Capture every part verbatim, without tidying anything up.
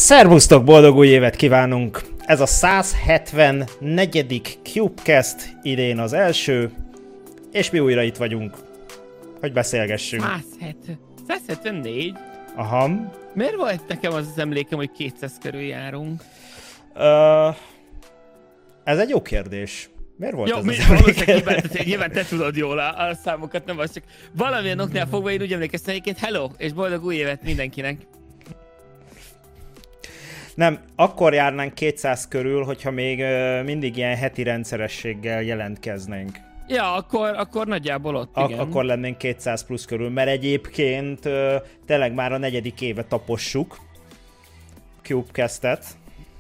Szervusztok, boldog új évet kívánunk! Ez a száz hetvennegyedik Cubecast, idén az első, és mi újra itt vagyunk, hogy beszélgessünk. száz hetvennégy? Aha. Miért volt nekem az az emlékem, hogy kétszáz körül járunk? Uh, ez egy jó kérdés. Miért volt jó, ez mi, az emlékem? nyilván, nyilván te tudod jól a, a számokat, nem az csak valamilyen oknál fogva én úgy emlékeztem egyébként, hello, és boldog új évet mindenkinek. Nem, akkor járnánk kétszáz körül, hogyha még uh, mindig ilyen heti rendszerességgel jelentkeznénk. Ja, akkor, akkor nagyjából ott, Ak- igen. Akkor lennénk kétszáz plusz körül, mert egyébként uh, tényleg már a negyedik éve tapossuk Cubecastet.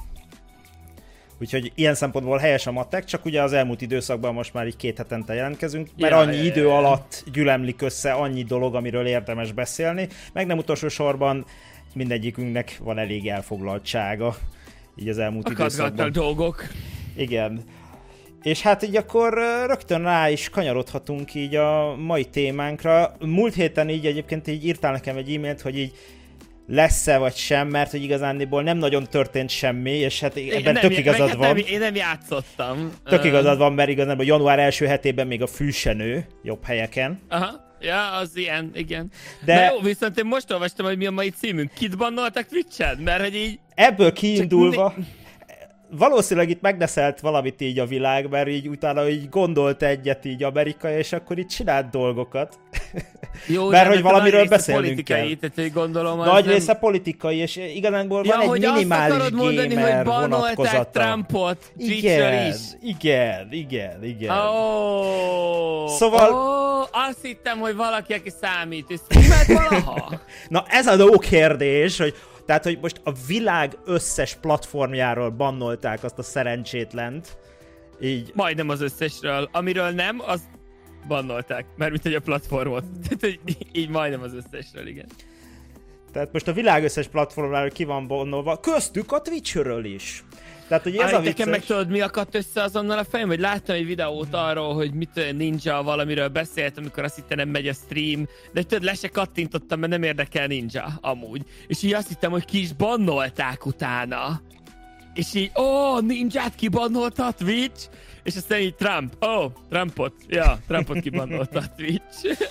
Úgyhogy ilyen szempontból helyes a matek, csak ugye az elmúlt időszakban most már így két hetente jelentkezünk, mert ja, annyi ja, idő ja. alatt gyülemlik össze annyi dolog, amiről érdemes beszélni, meg nem utolsó sorban mindegyikünknek van elég elfoglaltsága így az elmúlt időszakban. dolgok. Igen. És hát így akkor rögtön rá is kanyarodhatunk így a mai témánkra. Múlt héten így egyébként így írtál nekem egy e-mailt, hogy így lesz-e vagy sem, mert hogy igazándiból nem nagyon történt semmi, és hát ebben nem, tök igazad hát van. Nem, én nem játszottam. Tök igazad van, mert igazából január első hetében még a fű se nő jobb helyeken. Aha. Ja, az ilyen, igen. De... Na jó, viszont én most olvastam, hogy mi a mai címünk. Kit bannoltak Twitch-en? Mert hogy így... Ebből kiindulva... Csak... Valószínűleg itt megdeszelt valamit így a világ, mert így utána így gondolt egyet így Amerika, és akkor így csinált dolgokat. Jó, mert hogy valamiről beszélnünk kell. Tehát, hogy gondolom, nagy nem... része politikai, és igazából ja, van egy minimális mondani, gamer hogy vonatkozata. Trumpot igen, is. igen, igen, igen. Oh, szóval... Oh, azt hittem, hogy valaki, aki számít, és streamelt valaha? Na ez a jó kérdés, hogy tehát, hogy most a világ összes platformjáról bannolták azt a szerencsétlent. Így... Majdnem az összesről. Amiről nem, az bannolták. Mert mint hogy a platformot. Tehát, hogy így majdnem az összesről, igen. Tehát most a világ összes platformjáról ki van bannolva, köztük a Twitchről is. Tehát, hogy ez Aj, a vicces... meg tudod, mi akadt össze azonnal a fejem, hogy láttam egy videót arról, hogy mit Ninja valamiről beszélt, amikor azt hittem nem megy a stream, de tudod, le se kattintottam, mert nem érdekel Ninja amúgy. És így azt hittem, hogy ki is bannolták utána. És így, ó, oh, Ninját kibannolta a Twitch, és aztán így Trump, ó, oh, Trumpot, ja, Trumpot kibannolta a Twitch.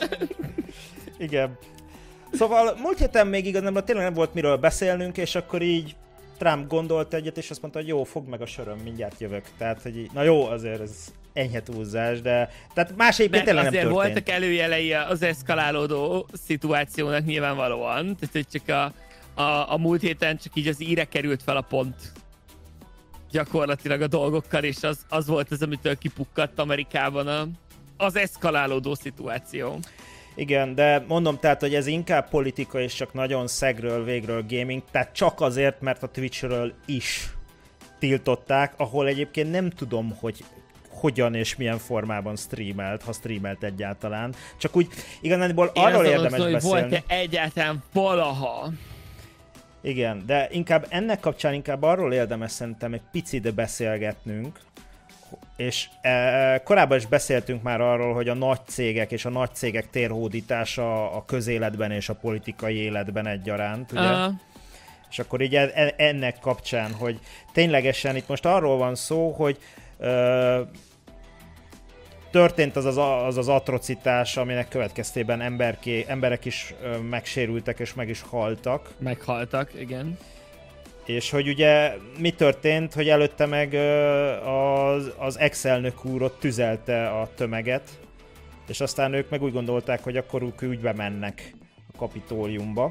Igen. Szóval múlt héten még igazából tényleg nem volt miről beszélnünk, és akkor így Trump gondolt egyet, és azt mondta, hogy jó, fogd meg a söröm, mindjárt jövök. Tehát, hogy így, na jó, azért ez enyhe túlzás, de tehát más éppen tényleg nem történt. Azért voltak előjelei az eszkalálódó szituációnak nyilvánvalóan, tehát hogy csak a, a, a múlt héten csak így az íre került fel a pont gyakorlatilag a dolgokkal, és az, az volt az, amitől kipukkadt Amerikában a, az eszkalálódó szituáció. Igen, de mondom tehát, hogy ez inkább politika és csak nagyon szegről végről gaming, tehát csak azért, mert a Twitchről is tiltották, ahol egyébként nem tudom, hogy hogyan és milyen formában streamelt, ha streamelt egyáltalán. Csak úgy igazából arról érdemes hogy beszélni. Volt-e egyáltalán valaha? Igen, de inkább ennek kapcsán inkább arról érdemes szerintem egy picit beszélgetnünk, és e, korábban is beszéltünk már arról, hogy a nagy cégek és a nagy cégek térhódítása a közéletben és a politikai életben egyaránt, ugye? Uh. És akkor így e, ennek kapcsán, hogy ténylegesen itt most arról van szó, hogy ö, történt az az, az az atrocitás, aminek következtében emberké, emberek is ö, megsérültek és meg is haltak. Meghaltak, igen. És hogy ugye mi történt, hogy előtte meg az, az ex-elnök úr ott tüzelte a tömeget, és aztán ők meg úgy gondolták, hogy akkor ők úgy bemennek a Kapitóliumba.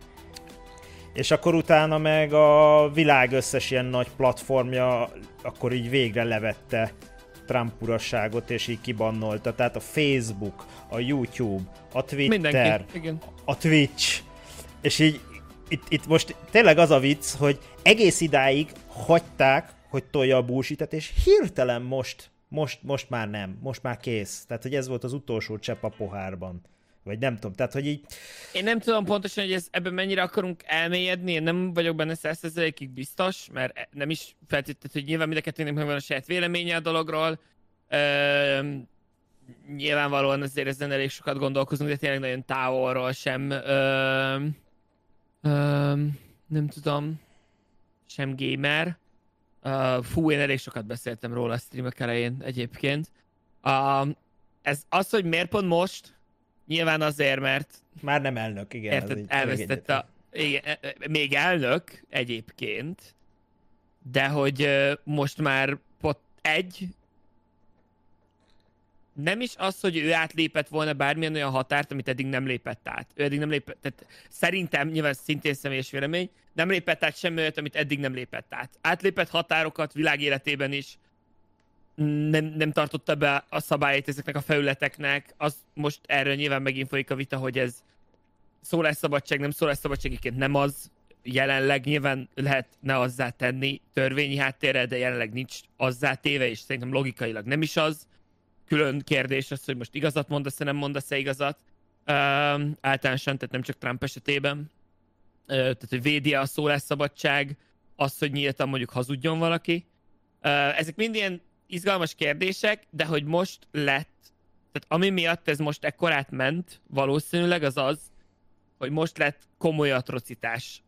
És akkor utána meg a világ összes ilyen nagy platformja akkor így végre levette Trump urasságot, és így kibannolta. Tehát a Facebook, a YouTube, a Twitter, a Twitch, és így Itt, itt most tényleg az a vicc, hogy egész idáig hagyták, hogy tolja a bullshit-et, és hirtelen most, most, most már nem, most már kész. Tehát, hogy ez volt az utolsó csepp a pohárban. Vagy nem tudom, tehát, hogy így... Én nem tudom pontosan, hogy ez, ebben mennyire akarunk elmélyedni, én nem vagyok benne száz százalékig biztos, mert nem is feltétlenül, hogy nyilván mind a kettőnek megvan a saját véleménye a dologról. Üm, nyilvánvalóan azért ezen elég sokat gondolkozunk, de tényleg nagyon távolról sem... Üm, Um, nem tudom. sem gamer. Uh, fú, én elég sokat beszéltem róla a streamek elején egyébként. Uh, ez az, hogy miért pont most? Nyilván azért, mert... Már nem elnök, igen. Érted, elvesztette a... Igen, még elnök egyébként, de hogy uh, most már pot egy... Nem is az, hogy ő átlépett volna bármilyen olyan határt, amit eddig nem lépett át. Ő eddig nem lépett, tehát szerintem, nyilván szintén személyes vélemény, nem lépett át semmi olyat, amit eddig nem lépett át. Átlépett határokat világéletében is, nem, nem tartotta be a szabályait ezeknek a felületeknek. Az most erről nyilván megint folyik a vita, hogy ez szólásszabadság, nem szólásszabadságként nem az. Jelenleg nyilván lehetne azzá tenni törvényi háttérrel, de jelenleg nincs azzá téve, és szerintem logikailag nem is az. Külön kérdés az, hogy most igazat mondasz-e, nem mondasz-e igazat. Uh, általánosan, tehát nem csak Trump esetében. Uh, tehát, hogy védi a szólásszabadság, az, hogy nyíltan mondjuk hazudjon valaki. Uh, ezek mind ilyen izgalmas kérdések, de hogy most lett, tehát ami miatt ez most ekkorát ment, valószínűleg az az, hogy most lett komoly atrocitás.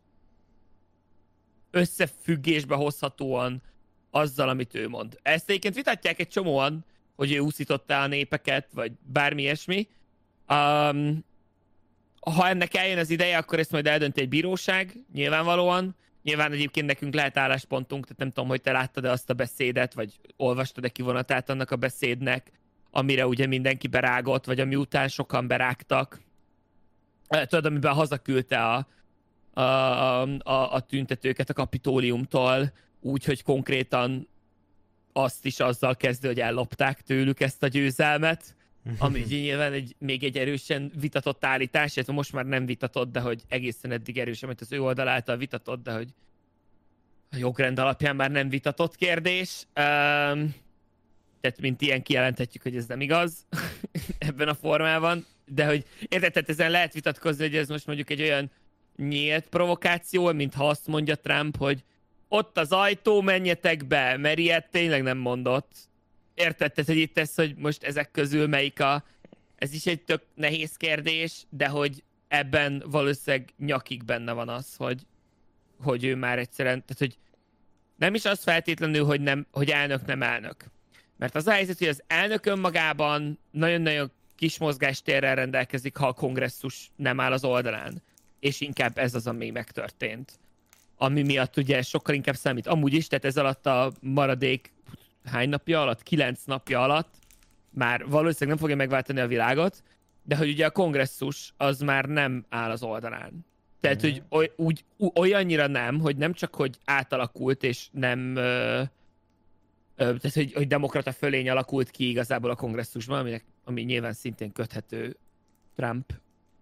Összefüggésbe hozhatóan azzal, amit ő mond. Ezt egyébként vitatják egy csomóan, hogy ő úszította a népeket, vagy bármi ilyesmi. Um, ha ennek eljön az ideje, akkor ezt majd eldönti egy bíróság, nyilvánvalóan. Nyilván egyébként nekünk lehet álláspontunk, tehát nem tudom, hogy te láttad-e azt a beszédet, vagy olvastad-e kivonatát annak a beszédnek, amire ugye mindenki berágott, vagy ami után sokan berágtak. Tudod, amiben hazaküldte a, a, a, a tüntetőket a Kapitóliumtól, úgy, hogy konkrétan azt is azzal kezdő, hogy ellopták tőlük ezt a győzelmet, ami nyilván egy, még egy erősen vitatott állítás, illetve most már nem vitatott, de hogy egészen eddig erősen, mert az ő oldal által vitatott, de hogy a jogrend alapján már nem vitatott kérdés. Um, tehát mint ilyen kijelenthetjük, hogy ez nem igaz ebben a formában, de hogy érted, tehát ezen lehet vitatkozni, hogy ez most mondjuk egy olyan nyílt provokáció, mintha azt mondja Trump, hogy ott az ajtó, menjetek be, mert ilyet tényleg nem mondott. Érted, tehát, hogy itt ez, hogy most ezek közül melyik a... Ez is egy tök nehéz kérdés, de hogy ebben valószínűleg nyakig benne van az, hogy, hogy ő már egyszerűen... Tehát, hogy nem is az feltétlenül, hogy, nem, hogy elnök nem elnök. Mert az a helyzet, hogy az elnök önmagában nagyon-nagyon kis mozgástérrel rendelkezik, ha a kongresszus nem áll az oldalán. És inkább ez az, ami megtörtént. Ami miatt ugye sokkal inkább számít. Amúgy is, tehát ez alatt a maradék hány napja alatt? Kilenc napja alatt már valószínűleg nem fogja megváltani a világot, de hogy ugye a kongresszus az már nem áll az oldalán. Tehát, mm. hogy oly, úgy, olyannyira nem, hogy nem csak, hogy átalakult, és nem... Ö, ö, tehát, hogy, hogy demokrata fölény alakult ki igazából a kongresszusban, aminek, ami nyilván szintén köthető Trump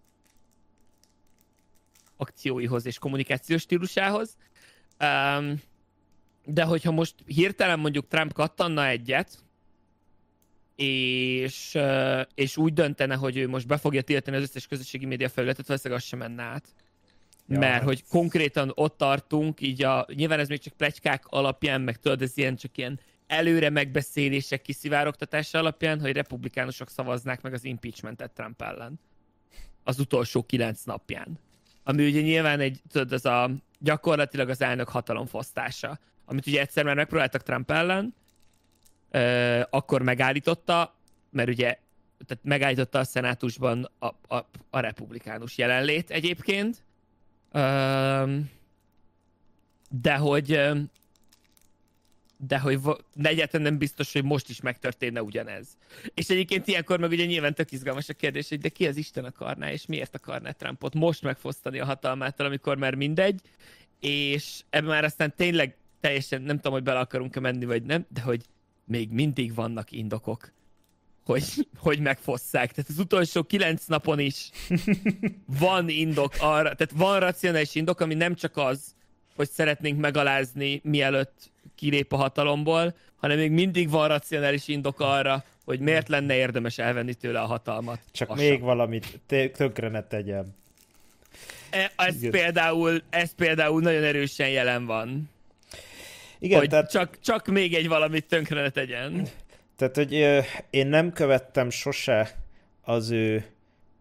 akcióihoz és kommunikációs stílusához. Um, de hogyha most hirtelen mondjuk Trump kattanna egyet, és, uh, és úgy döntene, hogy ő most be fogja tiltani az összes közösségi média felületet, valószínűleg az sem menne át. Ja, mert hát... hogy konkrétan ott tartunk, így a, nyilván ez még csak pletykák alapján, meg tudod, ez ilyen csak ilyen előre megbeszélések kiszivárogtatása alapján, hogy republikánusok szavaznák meg az impeachmentet Trump ellen. Az utolsó kilenc napján. Ami ugye nyilván egy, tudod, az a gyakorlatilag az elnök hatalomfosztása, amit ugye egyszer már megpróbáltak Trump ellen, euh, akkor megállította, mert ugye tehát megállította a szenátusban a, a, a republikánus jelenlét egyébként, euh, de hogy de hogy egyáltalán nem biztos, hogy most is megtörténne ugyanez. És egyébként ilyenkor meg ugye nyilván tök izgalmas a kérdés, hogy de ki az Isten akarná, és miért akarná Trumpot most megfosztani a hatalmától, amikor már mindegy, és ebben már aztán tényleg teljesen nem tudom, hogy bele akarunk-e menni, vagy nem, de hogy még mindig vannak indokok, hogy, hogy megfosszák. Tehát az utolsó kilenc napon is van indok arra, tehát van racionális indok, ami nem csak az, hogy szeretnénk megalázni, mielőtt kilép a hatalomból, hanem még mindig van racionális indok arra, hogy miért lenne érdemes elvenni tőle a hatalmat. Csak Assa. még valamit tönkre ne tegyen. Ez például, ez például nagyon erősen jelen van. Igen, hogy tehát... csak, csak még egy valamit tönkre ne tegyen. Tehát, hogy én nem követtem sose az ő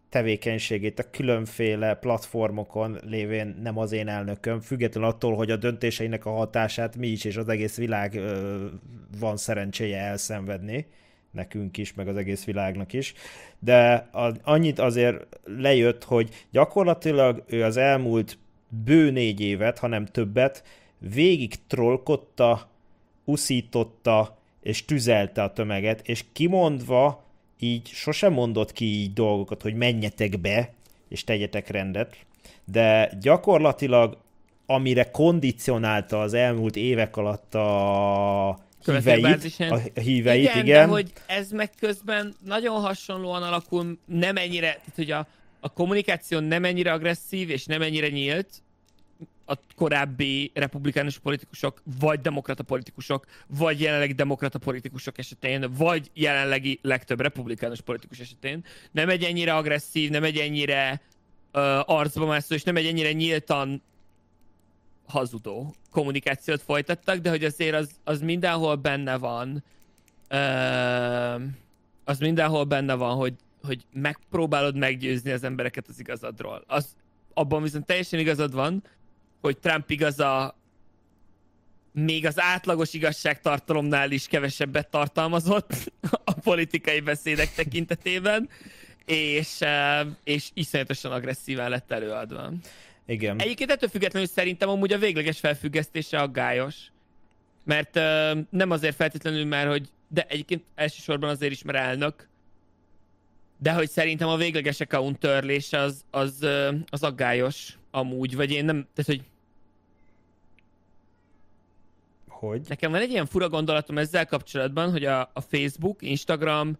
tevékenységét a különféle platformokon lévén nem az én elnököm, függetlenül attól, hogy a döntéseinek a hatását mi is és az egész világ ö, van szerencséje elszenvedni, nekünk is, meg az egész világnak is, de a, annyit azért lejött, hogy gyakorlatilag ő az elmúlt bő négy évet, hanem többet végig trollkodta, uszította és tüzelte a tömeget, és kimondva így sosem mondott ki így dolgokat, hogy menjetek be, és tegyetek rendet, de gyakorlatilag amire kondicionálta az elmúlt évek alatt a híveit, a híveit, igen, igen. De hogy ez meg közben nagyon hasonlóan alakul, nem ennyire, tehát hogy a, a kommunikáció nem ennyire agresszív, és nem ennyire nyílt, a korábbi republikánus politikusok, vagy demokrata politikusok, vagy jelenlegi demokrata politikusok esetén, vagy jelenlegi legtöbb republikánus politikus esetén. Nem egy ennyire agresszív, nem egy ennyire uh, arcba mászó, és nem egy ennyire nyíltan hazudó kommunikációt folytattak, de hogy azért az, az mindenhol benne van, uh, az mindenhol benne van, hogy, hogy megpróbálod meggyőzni az embereket az igazadról. Az, abban viszont teljesen igazad van, hogy Trump igaza még az átlagos igazságtartalomnál is kevesebbet tartalmazott a politikai beszédek tekintetében, és, és iszonyatosan agresszíven lett előadva. Igen. Egyébként ettől függetlenül szerintem amúgy a végleges felfüggesztése aggályos, mert uh, nem azért feltétlenül, mert hogy, de egyébként elsősorban azért is, mert elnök, de hogy szerintem a végleges account törlés az, az, az aggályos amúgy, vagy én nem, tehát hogy Hogy? Nekem van egy ilyen fura gondolatom ezzel kapcsolatban, hogy a, a Facebook, Instagram,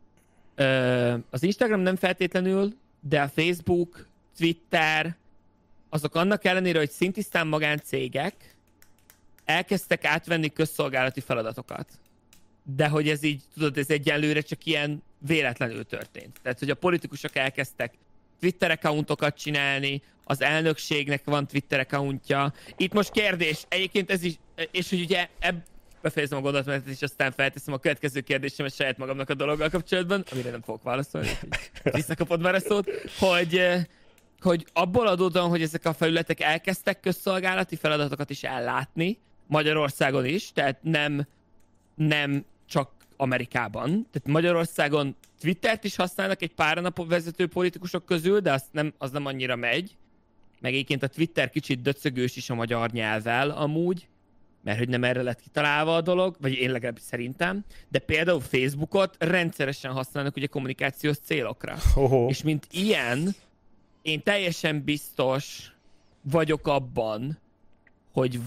ö, az Instagram nem feltétlenül, de a Facebook, Twitter, azok annak ellenére, hogy szintisztán magáncégek elkezdtek átvenni közszolgálati feladatokat. De hogy ez így, tudod, ez egyelőre csak ilyen véletlenül történt. Tehát, hogy a politikusok elkezdtek Twitter accountokat csinálni, az elnökségnek van Twitter accountja. Itt most kérdés, egyébként ez is, és hogy ugye ebb, befejezem a gondolatmenetet, és aztán felteszem a következő kérdésemet saját magamnak a dologgal kapcsolatban, amire nem fogok válaszolni, visszakapod már a szót, hogy, hogy abból adódóan, hogy ezek a felületek elkezdtek közszolgálati feladatokat is ellátni, Magyarországon is, tehát nem, nem csak Amerikában. Tehát Magyarországon Twittert is használnak egy pár nap vezető politikusok közül, de az nem, az nem annyira megy. Meg egyébként a Twitter kicsit döcögős is a magyar nyelvvel amúgy, mert hogy nem erre lett kitalálva a dolog, vagy én legalábbis szerintem, de például Facebookot rendszeresen használnak ugye kommunikációs célokra. Oh. És mint ilyen, én teljesen biztos vagyok abban, hogy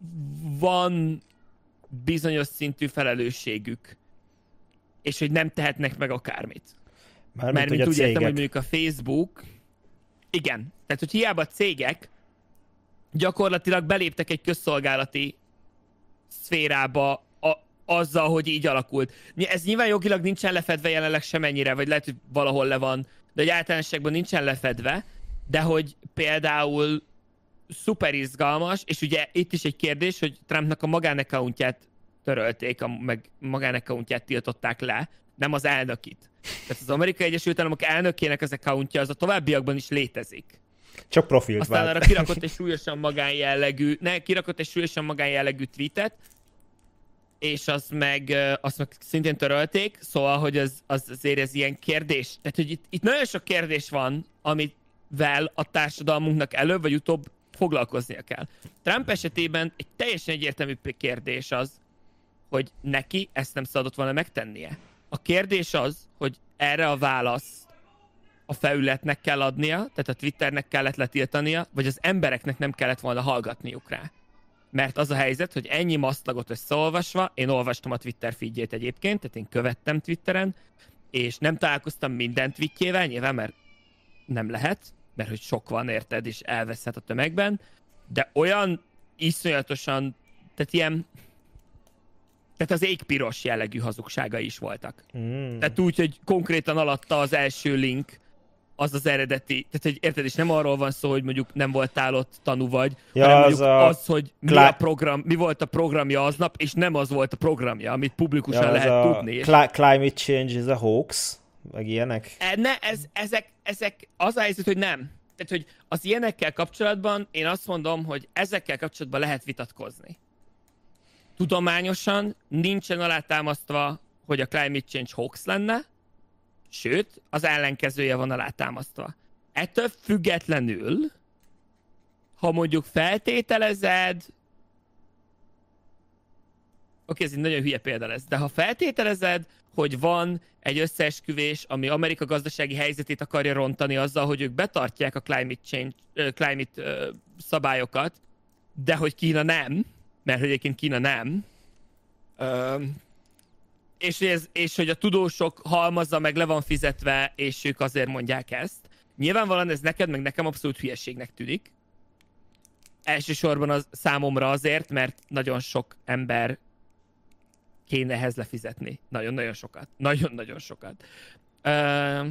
van bizonyos szintű felelősségük, és hogy nem tehetnek meg akármit. Mármint, mert mint úgy cégek. értem, hogy mondjuk a Facebook, igen, tehát hogy hiába cégek gyakorlatilag beléptek egy közszolgálati szférába a, azzal, hogy így alakult. Ez nyilván jogilag nincsen lefedve jelenleg semennyire, vagy lehet, hogy valahol le van, de hogy általánosságban nincsen lefedve, de hogy például szuper izgalmas, és ugye itt is egy kérdés, hogy Trumpnak a magánaccountját törölték, a, meg magánaccountját tiltották le, nem az elnökit. Tehát az Amerikai Egyesült Államok elnökének az accountja az a továbbiakban is létezik. Csak profilt Aztán vált. arra kirakott egy súlyosan magánjellegű, ne, kirakott egy súlyosan magánjellegű tweetet, és azt meg, azt meg szintén törölték, szóval, hogy az, az azért ez ilyen kérdés. Tehát, hogy itt, itt nagyon sok kérdés van, amivel a társadalmunknak előbb vagy utóbb foglalkoznia kell. Trump esetében egy teljesen egyértelmű kérdés az, hogy neki ezt nem szabadott volna megtennie. A kérdés az, hogy erre a választ a felületnek kell adnia, tehát a Twitternek kellett letiltania, vagy az embereknek nem kellett volna hallgatniuk rá. Mert az a helyzet, hogy ennyi maszlagot összeolvasva, én olvastam a Twitter feedjét egyébként, tehát én követtem Twitteren, és nem találkoztam minden tweetjével, nyilván, mert nem lehet, mert hogy sok van, érted, és elveszhet a tömegben, de olyan iszonyatosan, tehát ilyen, tehát az égpiros jellegű hazugságai is voltak. Mm. Tehát úgy, hogy konkrétan alatta az első link, az az eredeti, tehát hogy érted, és nem arról van szó, hogy mondjuk nem voltál ott tanú vagy, ja, hanem az, mondjuk a... az, hogy mi, a program, mi volt a programja aznap, és nem az volt a programja, amit publikusan ja, lehet a... tudni. És... Cl- climate change is a hoax, meg ilyenek? E, ne, ez, ezek, ezek az a helyzet, hogy nem. Tehát, hogy az ilyenekkel kapcsolatban én azt mondom, hogy ezekkel kapcsolatban lehet vitatkozni. Tudományosan nincsen alátámasztva, hogy a climate change hoax lenne, sőt, az ellenkezője van alátámasztva. Ettől függetlenül, ha mondjuk feltételezed, oké, ez egy nagyon hülye példa lesz, de ha feltételezed, hogy van egy összeesküvés, ami Amerika gazdasági helyzetét akarja rontani azzal, hogy ők betartják a climate change, uh, climate uh, szabályokat, de hogy Kína nem, mert hogy egyébként Kína nem, uh, és, ez, és hogy a tudósok halmazza meg le van fizetve, és ők azért mondják ezt. Nyilvánvalóan ez neked, meg nekem abszolút hülyeségnek tűnik. Elsősorban az számomra azért, mert nagyon sok ember kéne ehhez lefizetni. Nagyon-nagyon sokat. Nagyon-nagyon sokat. Uh,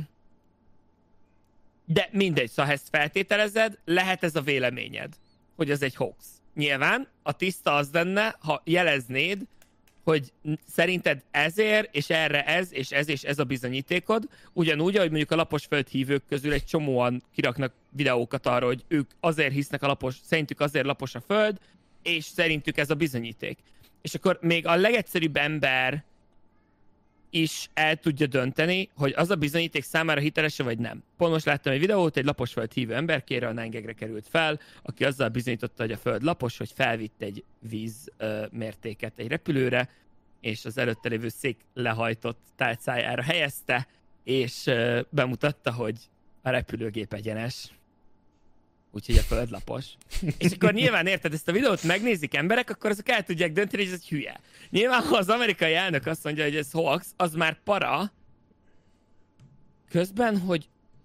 de mindegy, szóval ha ezt feltételezed, lehet ez a véleményed, hogy ez egy hoax. Nyilván a tiszta az lenne, ha jeleznéd, hogy szerinted ezért, és erre ez, és ez, és ez a bizonyítékod, ugyanúgy, ahogy mondjuk a lapos földhívők közül egy csomóan kiraknak videókat arra, hogy ők azért hisznek a lapos, szerintük azért lapos a föld, és szerintük ez a bizonyíték. És akkor még a legegyszerűbb ember is el tudja dönteni, hogy az a bizonyíték számára hiteles vagy nem. Pont most láttam egy videót, egy lapos föld hívő emberkére a Nine-Gagre került fel, aki azzal bizonyította, hogy a föld lapos, hogy felvitt egy víz uh, mértéket egy repülőre, és az előtte lévő szék lehajtott tálcájára helyezte, és uh, bemutatta, hogy a repülőgép egyenes. Úgyhogy a föld lapos. És akkor nyilván érted, ezt a videót megnézik emberek, akkor azok el tudják dönteni, hogy ez egy hülye. Nyilván, ha az amerikai elnök azt mondja, hogy ez hoax, az már para. Közben, hogy...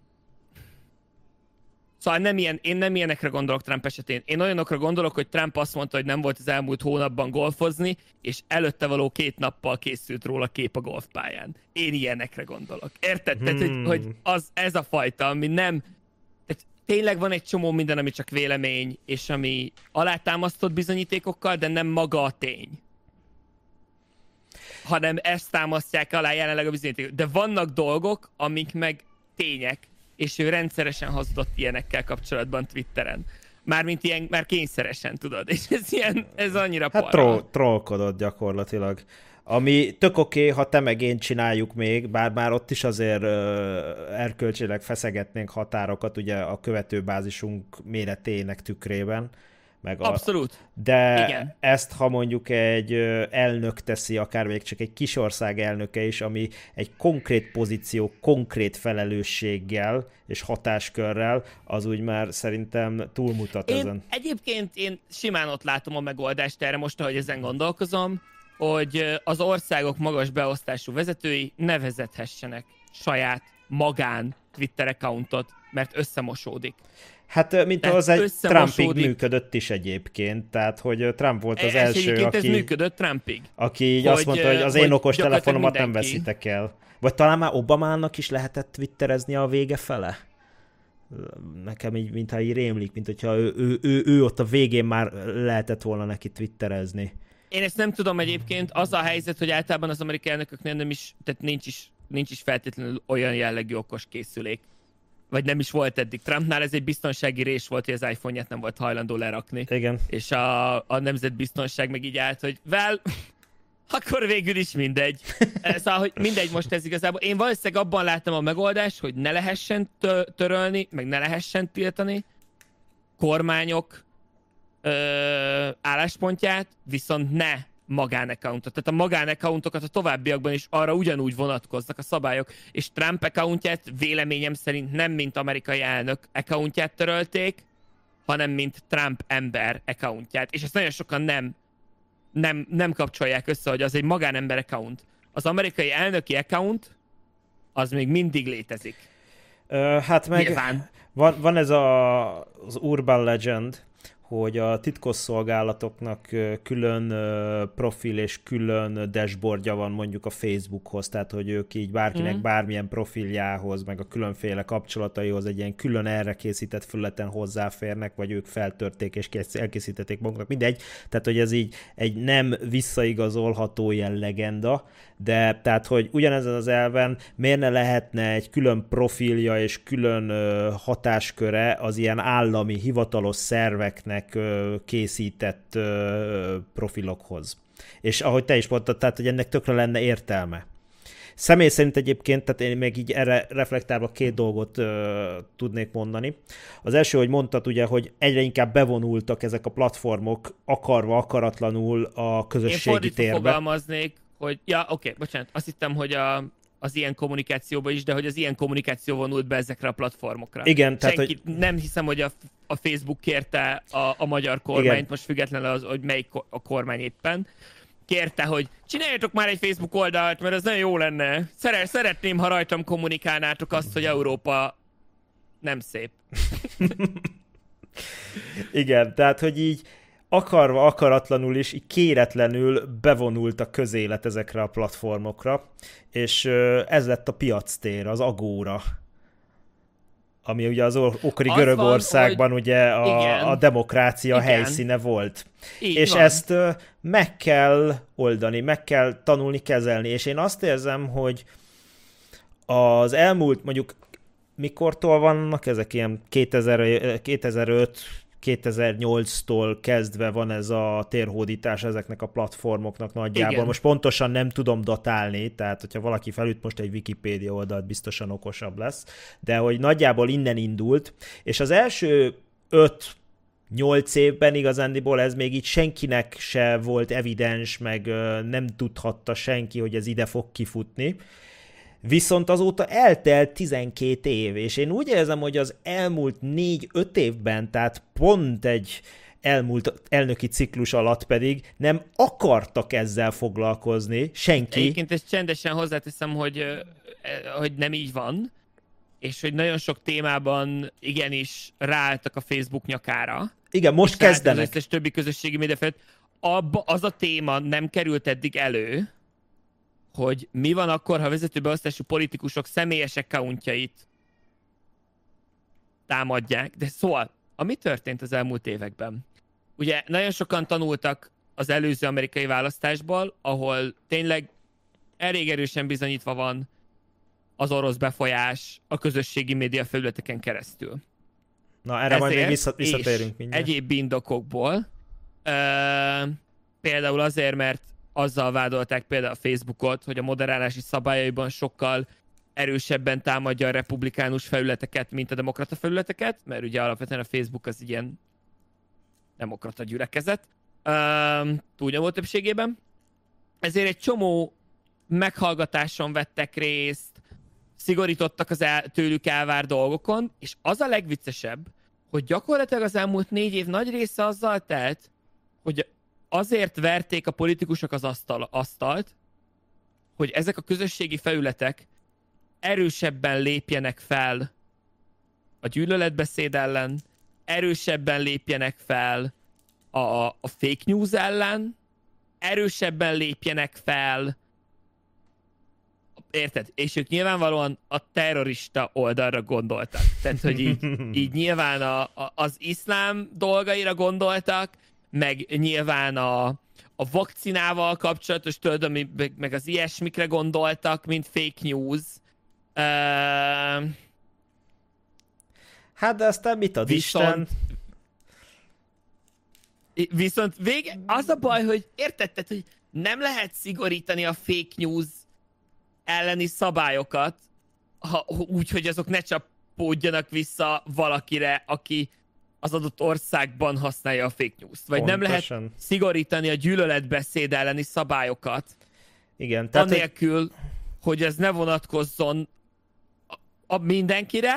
Szóval nem ilyen, én nem ilyenekre gondolok Trump esetén. Én olyanokra gondolok, hogy Trump azt mondta, hogy nem volt az elmúlt hónapban golfozni, és előtte való két nappal készült róla kép a golfpályán. Én ilyenekre gondolok. Érted? Hmm. Tehát, hogy, hogy az, ez a fajta, ami nem... Tényleg van egy csomó minden, ami csak vélemény, és ami alátámasztott bizonyítékokkal, de nem maga a tény. Hanem ezt támasztják alá jelenleg a bizonyítékok. De vannak dolgok, amik meg tények, és ő rendszeresen hazudott ilyenekkel kapcsolatban Twitteren. Mármint ilyen, már kényszeresen, tudod. És ez ilyen, ez annyira hát para. Hát trollkodott gyakorlatilag. Ami tök oké, okay, ha te meg én csináljuk még, bár már ott is azért uh, erkölcsileg feszegetnénk határokat, ugye a követőbázisunk méretének tükrében. Meg a... Abszolút. De igen. Ezt, ha mondjuk egy elnök teszi, akár még csak egy kis ország elnöke is, ami egy konkrét pozíció, konkrét felelősséggel és hatáskörrel, az úgy már szerintem túlmutat én, ezen. Egyébként én simán ott látom a megoldást erre most, ahogy ezen gondolkozom, hogy az országok magas beosztású vezetői ne vezethessenek saját magán Twitter accountot, mert összemosódik. Hát, mint az egy Trumpig működött is egyébként, tehát, hogy Trump volt az ez első, aki... ez működött Trumpig. Aki így azt mondta, hogy az én okos telefonomat nem veszitek el. Vagy talán már Obamának is lehetett twitterezni a vége fele? Nekem így, mintha így rémlik, mint hogyha ő, ő, ő, ő ott a végén már lehetett volna neki twitterezni. Én ezt nem tudom egyébként, az a helyzet, hogy általában az amerikai elnököknél nem is, tehát nincs is, nincs is feltétlenül olyan jellegű okos készülék. Vagy nem is volt eddig. Trumpnál ez egy biztonsági rés volt, hogy az iPhone-ját nem volt hajlandó lerakni. Igen. És a, a nemzetbiztonság meg így állt, hogy well, akkor végül is mindegy. Szóval, hogy mindegy most ez igazából. Én valószínűleg abban láttam a megoldást, hogy ne lehessen tö- törölni, meg ne lehessen tiltani kormányok ö, álláspontját, viszont ne magánaccountot. Tehát a magánaccountokat a továbbiakban is arra ugyanúgy vonatkoznak a szabályok, és Trump accountját véleményem szerint nem mint amerikai elnök accountját törölték, hanem mint Trump ember accountját. És ezt nagyon sokan nem, nem, nem kapcsolják össze, hogy az egy magánember account. Az amerikai elnöki account az még mindig létezik. Ö, hát meg van, van ez a, az urban legend, hogy a titkosszolgálatoknak külön profil és külön dashboardja van mondjuk a Facebookhoz, tehát hogy ők így bárkinek mm. bármilyen profiljához, meg a különféle kapcsolataihoz egy ilyen külön erre készített felületen hozzáférnek, vagy ők feltörték és elkészítették maguknak, mindegy. Tehát, hogy ez így egy nem visszaigazolható ilyen legenda, de tehát, hogy ugyanezen az elven miért ne lehetne egy külön profilja és külön hatásköre az ilyen állami, hivatalos szerveknek készített profilokhoz. És ahogy te is mondtad, tehát, hogy ennek tökre lenne értelme. Személy szerint egyébként, tehát én még így erre reflektálva két dolgot uh, tudnék mondani. Az első, hogy mondtad ugye, hogy egyre inkább bevonultak ezek a platformok akarva, akaratlanul a közösségi térbe. Én fordítva fogalmaznék, hogy ja, oké, okay, bocsánat, azt hittem, hogy a, az ilyen kommunikációba is, de hogy az ilyen kommunikáció vonult be ezekre a platformokra. Igen, tehát, hogy... Nem hiszem, hogy a, a Facebook kérte a, a magyar kormányt, igen. Most függetlenül az, hogy melyik a kormány éppen, kérte, hogy csináljatok már egy Facebook oldalt, mert ez nagyon jó lenne. Szeret, szeretném, ha rajtam kommunikálnátok azt, hogy Európa nem szép. Igen, tehát, hogy így akarva, akaratlanul is, így kéretlenül bevonult a közélet ezekre a platformokra, és ez lett a piactér, az agóra, ami ugye az ókori az Görögországban van, ugye a, a demokrácia igen. helyszíne volt. Így és van. Ezt uh, meg kell oldani, meg kell tanulni, kezelni, és én azt érzem, hogy az elmúlt, mondjuk mikortól vannak ezek ilyen kétezer-öt kétezer-nyolctól kezdve van ez a térhódítás ezeknek a platformoknak nagyjából. Igen. Most pontosan nem tudom datálni, tehát hogyha valaki felüt most egy Wikipédia oldalt, biztosan okosabb lesz, de hogy nagyjából innen indult, és az első öt nyolc évben igazándiból ez még így senkinek se volt evidens, meg nem tudhatta senki, hogy ez ide fog kifutni. Viszont azóta eltelt tizenkét év, és én úgy érzem, hogy az elmúlt négy-öt évben, tehát pont egy elmúlt elnöki ciklus alatt pedig nem akartak ezzel foglalkozni, senki. Egyébként ezt csendesen hozzáteszem, hogy, hogy nem így van, és hogy nagyon sok témában igenis ráálltak a Facebook nyakára. Igen, most kezdenek. Az összes többi közösségi média felett. Abba az a téma nem került eddig elő, hogy mi van akkor, ha vezetőbeosztású politikusok személyes accountjait támadják. De szóval, ami történt az elmúlt években? Ugye nagyon sokan tanultak az előző amerikai választásból, ahol tényleg elég erősen bizonyítva van az orosz befolyás a közösségi média felületeken keresztül. Na, erre ezért majd még vissza, visszatérünk mindjárt. Egyéb indokokból, uh, például azért, mert azzal vádolták például a Facebookot, hogy a moderálási szabályaiban sokkal erősebben támadja a republikánus felületeket, mint a demokrata felületeket, mert ugye alapvetően a Facebook az ilyen demokrata gyülekezet, uh, túlnyomó többségében. Ezért egy csomó meghallgatáson vettek részt, szigorítottak az el, tőlük elvár dolgokon, és az a legviccesebb, hogy gyakorlatilag az elmúlt négy év nagy része azzal telt, hogy azért verték a politikusok az asztal, asztalt, hogy ezek a közösségi felületek erősebben lépjenek fel a gyűlöletbeszéd ellen, erősebben lépjenek fel a, a fake news ellen, erősebben lépjenek fel, érted? És ők nyilvánvalóan a terrorista oldalra gondoltak. Tehát, hogy így, így nyilván a, a, az iszlám dolgaira gondoltak, meg nyilván a, a vakcinával kapcsolatos, tudod, meg, meg az ilyesmikre gondoltak, mint fake news. Uh, hát de aztán mit ad viszont, Isten? Viszont vége, az a baj, hogy érted, tehát, hogy nem lehet szigorítani a fake news elleni szabályokat, ha, úgy, hogy azok ne csapódjanak vissza valakire, aki az adott országban használja a fake news-t. Vagy pontosan. Nem lehet szigorítani a gyűlöletbeszéd elleni szabályokat. Igen. Tehát, anélkül, hogy... hogy ez ne vonatkozzon a, a mindenkire.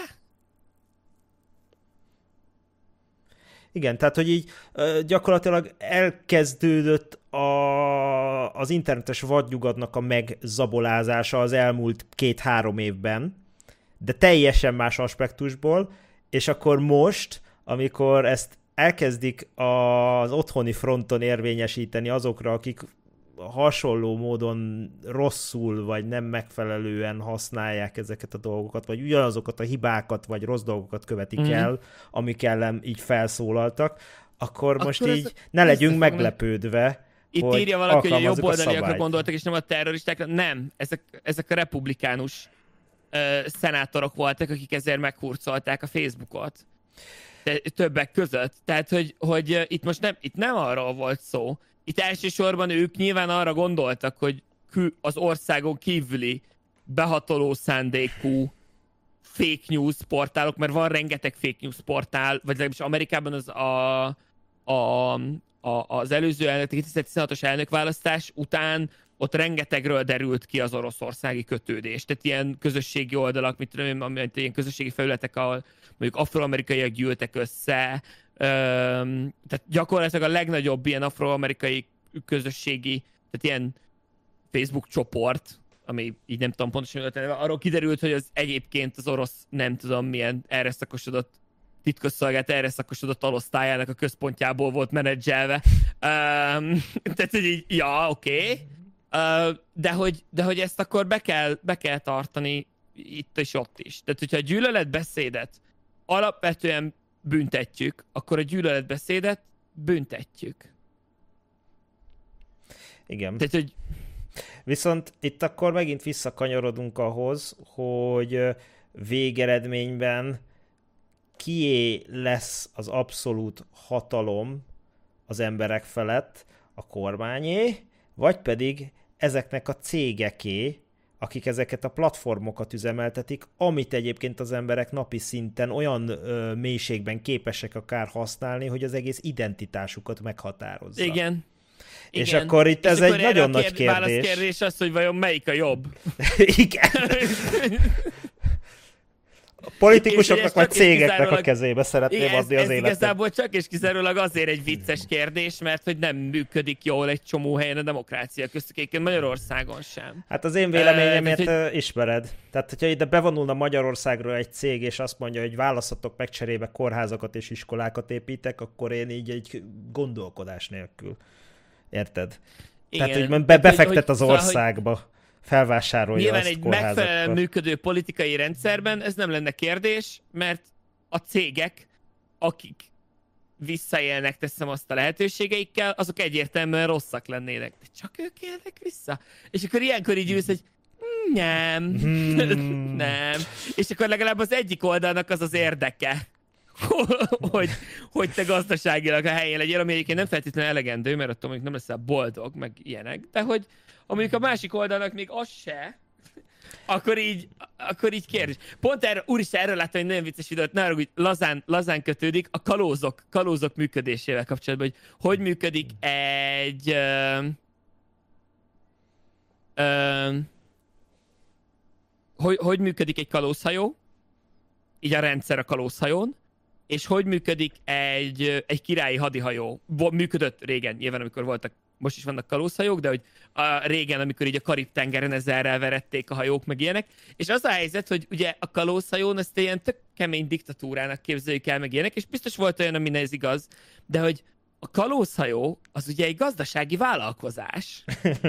Igen, tehát, hogy így gyakorlatilag elkezdődött a, az internetes vadnyugatnak a megzabolázása az elmúlt két-három évben, de teljesen más aspektusból, és akkor most, amikor ezt elkezdik az otthoni fronton érvényesíteni azokra, akik hasonló módon rosszul vagy nem megfelelően használják ezeket a dolgokat, vagy ugyanazokat a hibákat vagy rossz dolgokat követik mm-hmm. el, amik ellen így felszólaltak, akkor, akkor most így ne legyünk meglepődve. Itt írja valaki, hogy a jobboldaliakra gondoltak, és nem a terroristákra. Nem, ezek, ezek a republikánus uh, szenátorok voltak, akik ezért meghurcolták a Facebookot. De többek között. Tehát, hogy, hogy uh, itt most nem, itt nem arról volt szó. Itt elsősorban ők nyilván arra gondoltak, hogy az országon kívüli behatoló szándékú fake news portálok, mert van rengeteg fake news portál, vagy legalábbis Amerikában az a, a, a, az előző kétezer-tizenhatos elnökválasztás után ott rengetegről derült ki az oroszországi kötődés. Tehát ilyen közösségi oldalak, mit tudom én, amit ilyen közösségi felületek, ahol mondjuk afroamerikaiak gyűltek össze, Öm, tehát gyakorlatilag a legnagyobb ilyen afroamerikai közösségi, tehát ilyen Facebook csoport, ami így nem tudom pontosan, arról kiderült, hogy az egyébként az orosz, nem tudom milyen erre szakosodott titkosszolgálat erre szakosodott alosztályának a központjából volt menedzselve. Um, tehát, hogy így, ja, oké. Okay. Uh, de, hogy, de hogy ezt akkor be kell, be kell tartani itt és ott is. Tehát, hogyha a gyűlöletbeszédet alapvetően büntetjük, akkor a gyűlöletbeszédet büntetjük. Igen. Tehát, hogy... Viszont itt akkor megint visszakanyarodunk ahhoz, hogy végeredményben kié lesz az abszolút hatalom az emberek felett, a kormányé, vagy pedig ezeknek a cégeké, akik ezeket a platformokat üzemeltetik, amit egyébként az emberek napi szinten olyan ö, mélységben képesek akár használni, hogy az egész identitásukat meghatározza. Igen. És Igen. akkor itt és ez akkor egy nagyon a nagy kérd, kérdés. Válaszkérdés az, hogy vajon melyik a jobb. Igen. A politikusoknak vagy cégeknek a kezébe szeretném igen, adni ez, az ez életet. Igazából csak és kizárólag azért egy vicces kérdés, mert hogy nem működik jól egy csomó helyen a demokrácia, köztük egyébként Magyarországon sem. Hát az én véleményemért uh, hogy... ismered. Tehát, hogyha ide bevonulna Magyarországról egy cég, és azt mondja, hogy választhatok meg cserébe kórházakat és iskolákat építek, akkor én így egy gondolkodás nélkül. Érted? Igen. Tehát, hogy be, befektet hogy, az országba. Hogy... felvásárolja nyilván azt egy kórházakkal. megfelelően működő politikai rendszerben ez nem lenne kérdés, mert a cégek, akik visszaélnek, teszem azt a lehetőségeikkel, azok egyértelműen rosszak lennének. De csak ők élnek vissza. És akkor ilyenkor így ülsz, hogy nem, hmm. nem. És akkor legalább az egyik oldalnak az az érdeke, hogy, hogy te gazdaságilag a helyén legyél, ami egyébként nem feltétlenül elegendő, mert attól mondjuk nem leszel boldog, meg ilyenek, de hogy amelyik a másik oldalnak még az se, akkor így, akkor így kérdés. Pont erről, úristen, erről láttam egy nagyon vicces videót, ne arra, hogy lazán, lazán kötődik a kalózok, kalózok működésével kapcsolatban, hogy hogy működik egy ö, ö, hogy, hogy működik egy kalózhajó, így a rendszer a kalózhajón, és hogy működik egy, egy királyi hadihajó. Működött régen, nyilván, amikor voltak, most is vannak kalózhajók, de hogy a régen, amikor így a Karib-tengeren ezerrel verették a hajók, meg ilyenek. És az a helyzet, hogy ugye a kalózhajón ezt ilyen tök kemény diktatúrának képzeljük el, meg ilyenek, és biztos volt olyan, ami ez igaz, de hogy a kalózhajó az ugye egy gazdasági vállalkozás,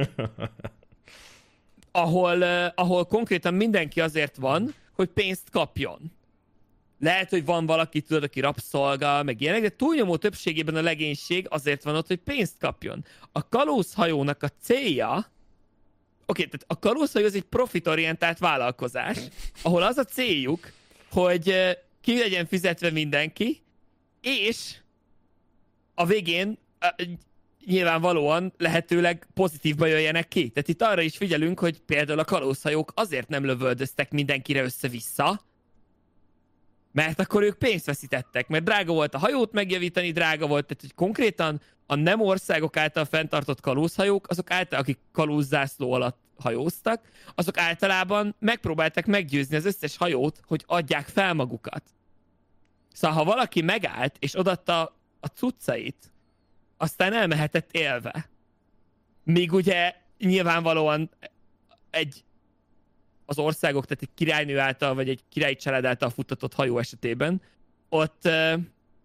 ahol, uh, ahol konkrétan mindenki azért van, hogy pénzt kapjon. Lehet, hogy van valaki, tudod, aki rabszolga, meg ilyenek, de túlnyomó többségében a legénység azért van ott, hogy pénzt kapjon. A kalózhajónak a célja, oké, okay, tehát a kalózhajó az egy profitorientált vállalkozás, ahol az a céljuk, hogy ki legyen fizetve mindenki, és a végén nyilvánvalóan lehetőleg pozitívba jöjjenek ki. Tehát itt arra is figyelünk, hogy például a kalózhajók azért nem lövöldöztek mindenkire össze-vissza, mert akkor ők pénzt veszítettek, mert drága volt a hajót megjavítani, drága volt, tehát hogy konkrétan a nem országok által fenntartott kalózhajók, azok által, akik kalózzászló alatt hajóztak, azok általában megpróbálták meggyőzni az összes hajót, hogy adják fel magukat. Szóval ha valaki megállt és odaadta a cuccait, aztán elmehetett élve. Míg ugye nyilvánvalóan egy az országok, tehát egy királynő által, vagy egy királyi család által futtatott hajó esetében, ott,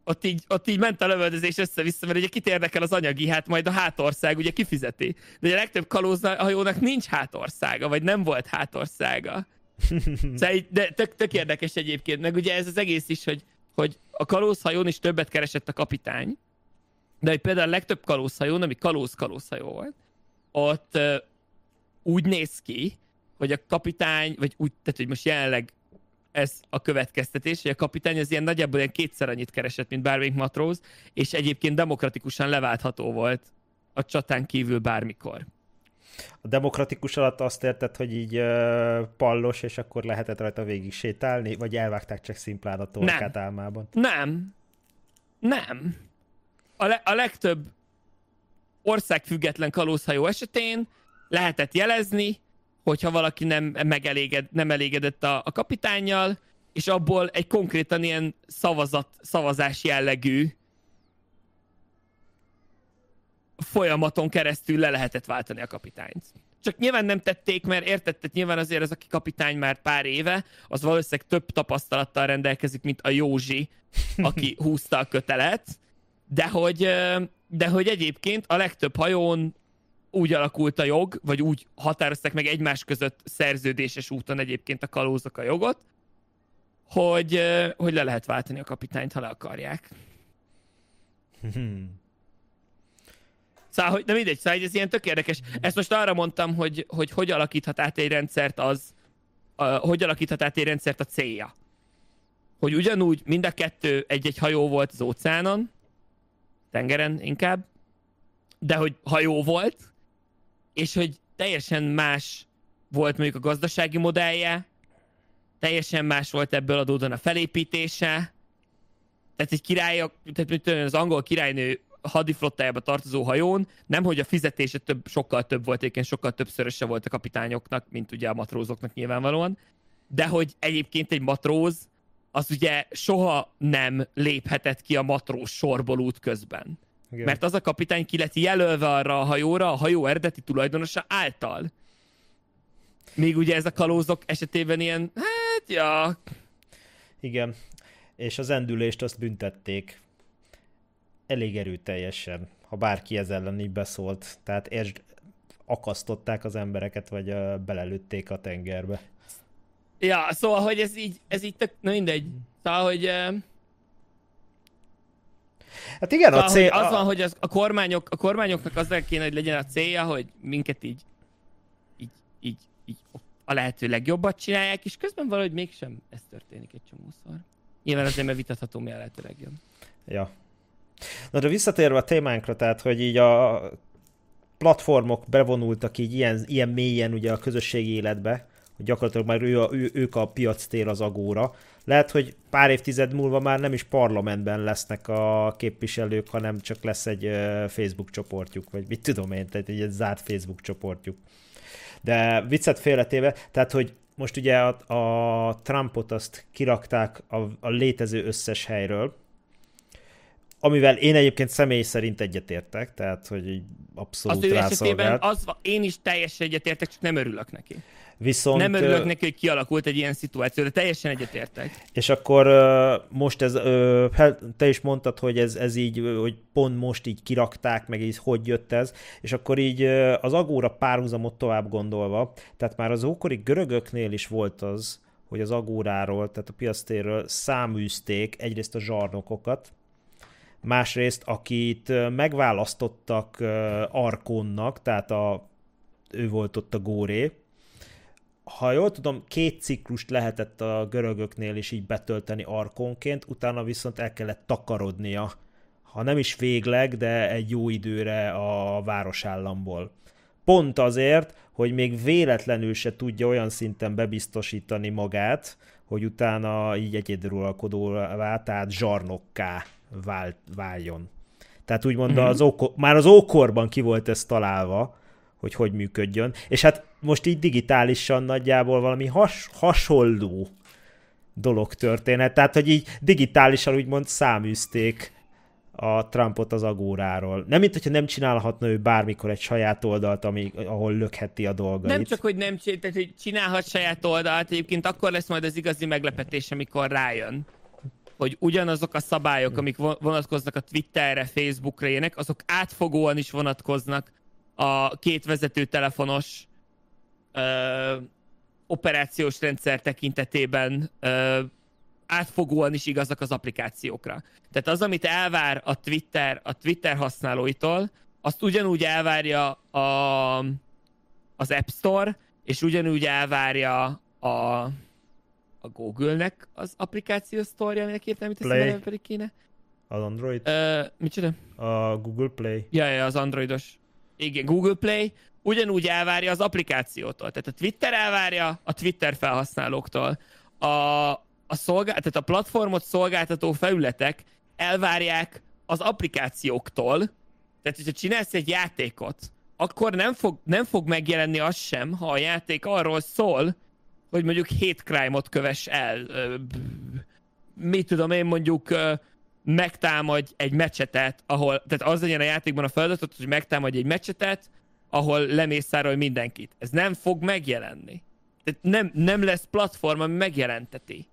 ott így, ott így ment a lövöldözés össze-vissza, mert ugye kit érdekel az anyagi, hát majd a hátország ugye kifizeti. De ugye a legtöbb kalózhajónak nincs hátországa, vagy nem volt hátországa. Szóval így, de tök, tök érdekes egyébként, meg ugye ez az egész is, hogy, hogy a kalózhajón is többet keresett a kapitány, de hogy például a legtöbb kalózhajón, ami kalóz-kalózhajó volt, ott uh, úgy néz ki, hogy a kapitány, vagy úgy, tehát hogy most jelenleg ez a következtetés, hogy a kapitány az ilyen nagyjából ilyen kétszer annyit keresett, mint bármelyik matróz, és egyébként demokratikusan leváltható volt a csatán kívül bármikor. A demokratikus alatt azt érted, hogy így uh, pallos, és akkor lehetett rajta végig sétálni, vagy elvágták csak szimplán a torkát Nem. álmában? Nem. Nem. A, le- a legtöbb országfüggetlen kalózhajó esetén lehetett jelezni, hogyha valaki nem, megeléged, nem elégedett a, a kapitánnyal, és abból egy konkrétan ilyen szavazat, szavazás jellegű folyamaton keresztül le lehetett váltani a kapitányt. Csak nyilván nem tették, mert értetted, nyilván azért az, aki kapitány már pár éve, az valószínűleg több tapasztalattal rendelkezik, mint a Józsi, aki húzta a kötelet, de hogy, de hogy egyébként a legtöbb hajón úgy alakult a jog, vagy úgy határozták meg egymás között szerződéses úton egyébként a kalózok a jogot, hogy, hogy le lehet váltani a kapitányt, ha le akarják. Hmm. Szóval, hogy, de mindegy, szóval ez ilyen tök érdekes. Ezt most arra mondtam, hogy hogy, hogy alakíthat át egy rendszert az, uh, hogy alakíthat át egy rendszert a célja. Hogy ugyanúgy mind a kettő egy-egy hajó volt az óceánon, tengeren inkább, de hogy hajó volt, és hogy teljesen más volt mondjuk a gazdasági modellje, teljesen más volt ebből adódóan a felépítése, tehát egy királyok, tehát az angol királynő hadiflottájába tartozó hajón, nemhogy a fizetése több, sokkal több volt, egyébként sokkal többszöröse volt a kapitányoknak, mint ugye a matrózoknak nyilvánvalóan, de hogy egyébként egy matróz, az ugye soha nem léphetett ki a matróz sorból útközben. Igen. Mert az a kapitány ki lett jelölve arra a hajóra, a hajó eredeti tulajdonosa által. Még ugye ez a kalózok esetében ilyen, hát ja. Igen, és az endülést azt büntették. Elég erőteljesen, ha bárki ez ellen így beszólt. Tehát értsd, akasztották az embereket, vagy uh, belelőtték a tengerbe. Ja, szóval, hogy ez így, ez így tök, na mindegy. Szóval, hogy... Uh... Hát igen, szóval, a cél... Az van, hogy az, a, kormányok, a kormányoknak az kéne, hogy legyen a célja, hogy minket így, így, így, így a lehető legjobbat csinálják, és közben valahogy mégsem ez történik egy csomószor. Nyilván azért, mert vitatható, mi a lehető legjobb. Ja. Na de visszatérve a témánkra, tehát, hogy így a platformok bevonultak így ilyen, ilyen mélyen ugye a közösségi életbe, hogy gyakorlatilag már ő a, ő, ők a piactér az Agora. Lehet, hogy pár évtized múlva már nem is parlamentben lesznek a képviselők, hanem csak lesz egy Facebook csoportjuk, vagy mit tudom én, tehát egy zárt Facebook csoportjuk. De viccet félretéve, tehát, hogy most ugye a, a Trumpot azt kirakták a, a létező összes helyről, amivel én egyébként személy szerint egyetértek, tehát, hogy így abszolút rászolgált. Az ő esetében az, én is teljesen egyetértek, csak nem örülök neki. Viszont, nem örülök neki, hogy kialakult egy ilyen szituáció, de teljesen egyetértek. És akkor most ez, te is mondtad, hogy ez, ez így, hogy pont most így kirakták, meg így hogy jött ez, és akkor így az Agora párhuzamot tovább gondolva, tehát már az ókori görögöknél is volt az, hogy az Agoráról, tehát a piactérről száműzték egyrészt a zsarnokokat, másrészt akit megválasztottak Arkonnak, tehát a, ő volt ott a Góré. Ha jól tudom, két ciklust lehetett a görögöknél is így betölteni Arkonként, utána viszont el kellett takarodnia, ha nem is végleg, de egy jó időre a városállamból. Pont azért, hogy még véletlenül se tudja olyan szinten bebiztosítani magát, hogy utána így egyeduralkodóvá, tehát zsarnokká vált, váljon. Tehát úgymond mm-hmm. az ókor, már az ókorban ki volt ez találva, hogy hogy működjön. És hát most így digitálisan nagyjából valami has, hasonló dolog történhet. Tehát, hogy így digitálisan úgymond száműzték a Trumpot az Agoráról. Nem, mint hogyha nem csinálhatna ő bármikor egy saját oldalt, ami, ahol lökheti a dolgait. Nem csak, hogy nem tehát, hogy csinálhat saját oldalt, egyébként akkor lesz majd az igazi meglepetés, amikor rájön, hogy ugyanazok a szabályok, amik vonatkoznak a Twitterre, Facebookra, ilyenek, azok átfogóan is vonatkoznak a két vezetőtelefonos ö, operációs rendszer tekintetében, ö, átfogóan is igazak az applikációkra. Tehát az, amit elvár a Twitter a Twitter használóitól, azt ugyanúgy elvárja a, az App Store, és ugyanúgy elvárja a, a Google-nek az applikáció store-ja, aminek éppen mit teszem, pedig kéne. Az Android? Uh, micsoda? A Google Play. Ja, ja, az Androidos. Igen, Google Play ugyanúgy elvárja az applikációtól. Tehát a Twitter elvárja a Twitter felhasználóktól. A, a, szolgál, tehát a platformot szolgáltató felületek elvárják az applikációktól. Tehát, hogyha csinálsz egy játékot, akkor nem fog, nem fog megjelenni az sem, ha a játék arról szól, hogy mondjuk hate crime-ot kövess el. Mit tudom én, mondjuk megtámadj egy mecsetet, ahol, tehát az legyen a játékban a feladatot, hogy megtámadj egy mecsetet, ahol lemészárolj mindenkit. Ez nem fog megjelenni. Tehát nem, nem lesz platform, ami megjelenteti.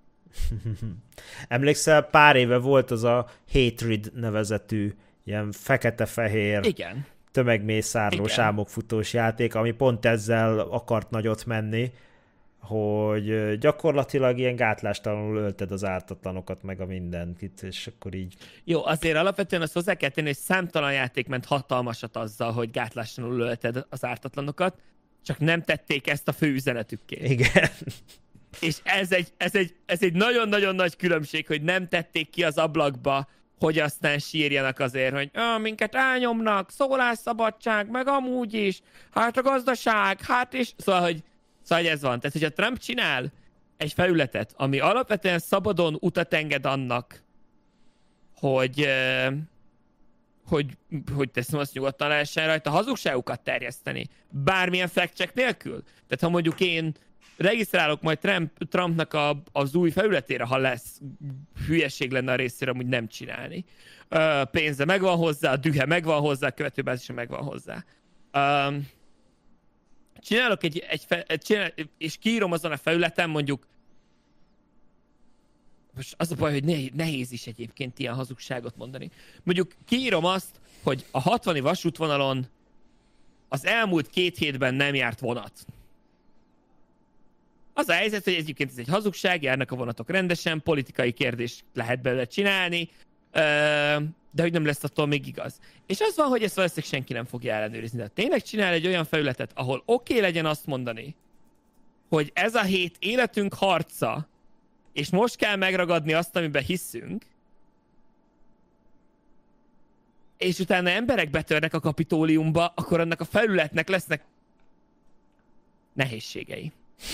Emlékszel, pár éve volt az a Hatred nevezetű ilyen fekete-fehér Igen. tömegmészárlós, álmokfutós játék, ami pont ezzel akart nagyot menni, hogy gyakorlatilag ilyen gátlástalanul ölted az ártatlanokat, meg a mindenkit, és akkor így... Jó, azért alapvetően azt hozzá kell tenni, hogy számtalan játék ment hatalmasat azzal, hogy gátlástalanul ölted az ártatlanokat, csak nem tették ezt a fő üzenetükké. Igen. És ez egy, ez egy, ez egy nagyon-nagyon nagy különbség, hogy nem tették ki az ablakba, hogy aztán sírjanak azért, hogy ah, minket elnyomnak, szólásszabadság, meg amúgy is, hát a gazdaság, hát és... Szóval, hogy, szóval, hogy ez van. Tehát, hogyha Trump csinál egy felületet, ami alapvetően szabadon utat enged annak, hogy, hogy, hogy teszem azt, nyugodtan lehessen rajta hazugságokat terjeszteni, bármilyen fact-check nélkül. Tehát, ha mondjuk én regisztrálok majd Trump, Trumpnak a, az új felületére, ha lesz, hülyeség lenne a részére amúgy nem csinálni. Uh, pénze megvan hozzá, a dühe megvan hozzá, a követőbázisa megvan hozzá. Uh, csinálok egy, egy fe, csinál, és kiírom azon a felületen mondjuk, most az a baj, hogy nehéz, nehéz is egyébként ilyen hazugságot mondani. Mondjuk kiírom azt, hogy a hatvani vasútvonalon az elmúlt két hétben nem járt vonat. Az a helyzet, hogy egyébként ez egy hazugság, járnak a vonatok rendesen, politikai kérdés lehet belőle csinálni, de hogy nem lesz attól még igaz. És az van, hogy ezt valószínűleg senki nem fogja ellenőrizni. De tényleg csinál egy olyan felületet, ahol oké okay legyen azt mondani, hogy ez a hét életünk harca, és most kell megragadni azt, amiben hiszünk, és utána emberek betörnek a Kapitóliumba, akkor annak a felületnek lesznek nehézségei.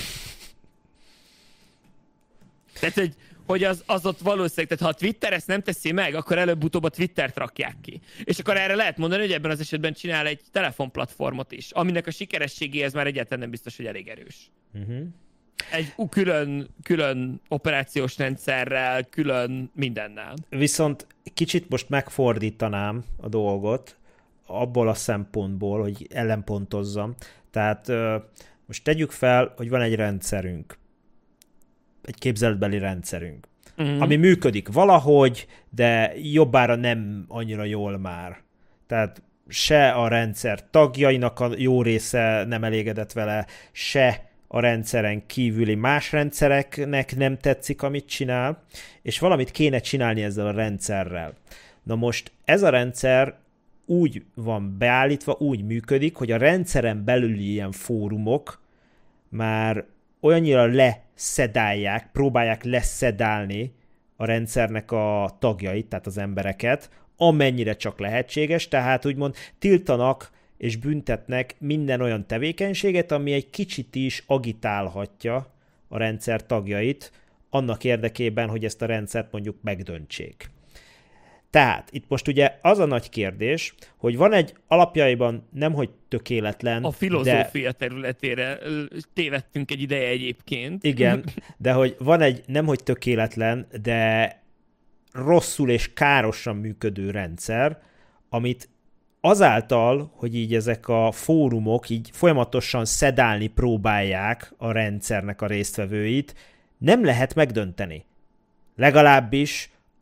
Tehát, hogy, hogy az, az ott valószínűleg, tehát ha a Twitter ezt nem teszi meg, akkor előbb-utóbb a Twittert rakják ki. És akkor erre lehet mondani, hogy ebben az esetben csinál egy telefonplatformot is, aminek a sikerességéhez már egyáltalán nem biztos, hogy elég erős. Uh-huh. Egy külön, külön operációs rendszerrel, külön mindennel. Viszont kicsit most megfordítanám a dolgot abból a szempontból, hogy ellenpontozzam. Tehát most tegyük fel, hogy van egy rendszerünk. Egy képzeletbeli rendszerünk, uh-huh. ami működik valahogy, de jobbára nem annyira jól már. Tehát se a rendszer tagjainak a jó része nem elégedett vele, se a rendszeren kívüli más rendszereknek nem tetszik, amit csinál, és valamit kéne csinálni ezzel a rendszerrel. Na most ez a rendszer úgy van beállítva, úgy működik, hogy a rendszeren belüli ilyen fórumok már olyannyira leszedálják, próbálják leszedálni a rendszernek a tagjait, tehát az embereket, amennyire csak lehetséges, tehát úgymond tiltanak és büntetnek minden olyan tevékenységet, ami egy kicsit is agitálhatja a rendszer tagjait annak érdekében, hogy ezt a rendszert mondjuk megdöntsék. Tehát itt most ugye az a nagy kérdés, hogy van egy alapjaiban nemhogy tökéletlen... A filozófia de... területére tévedtünk egy ideje egyébként. Igen, de hogy van egy nemhogy tökéletlen, de rosszul és károsan működő rendszer, amit azáltal, hogy így ezek a fórumok így folyamatosan szedálni próbálják a rendszernek a résztvevőit, nem lehet megdönteni. Legalábbis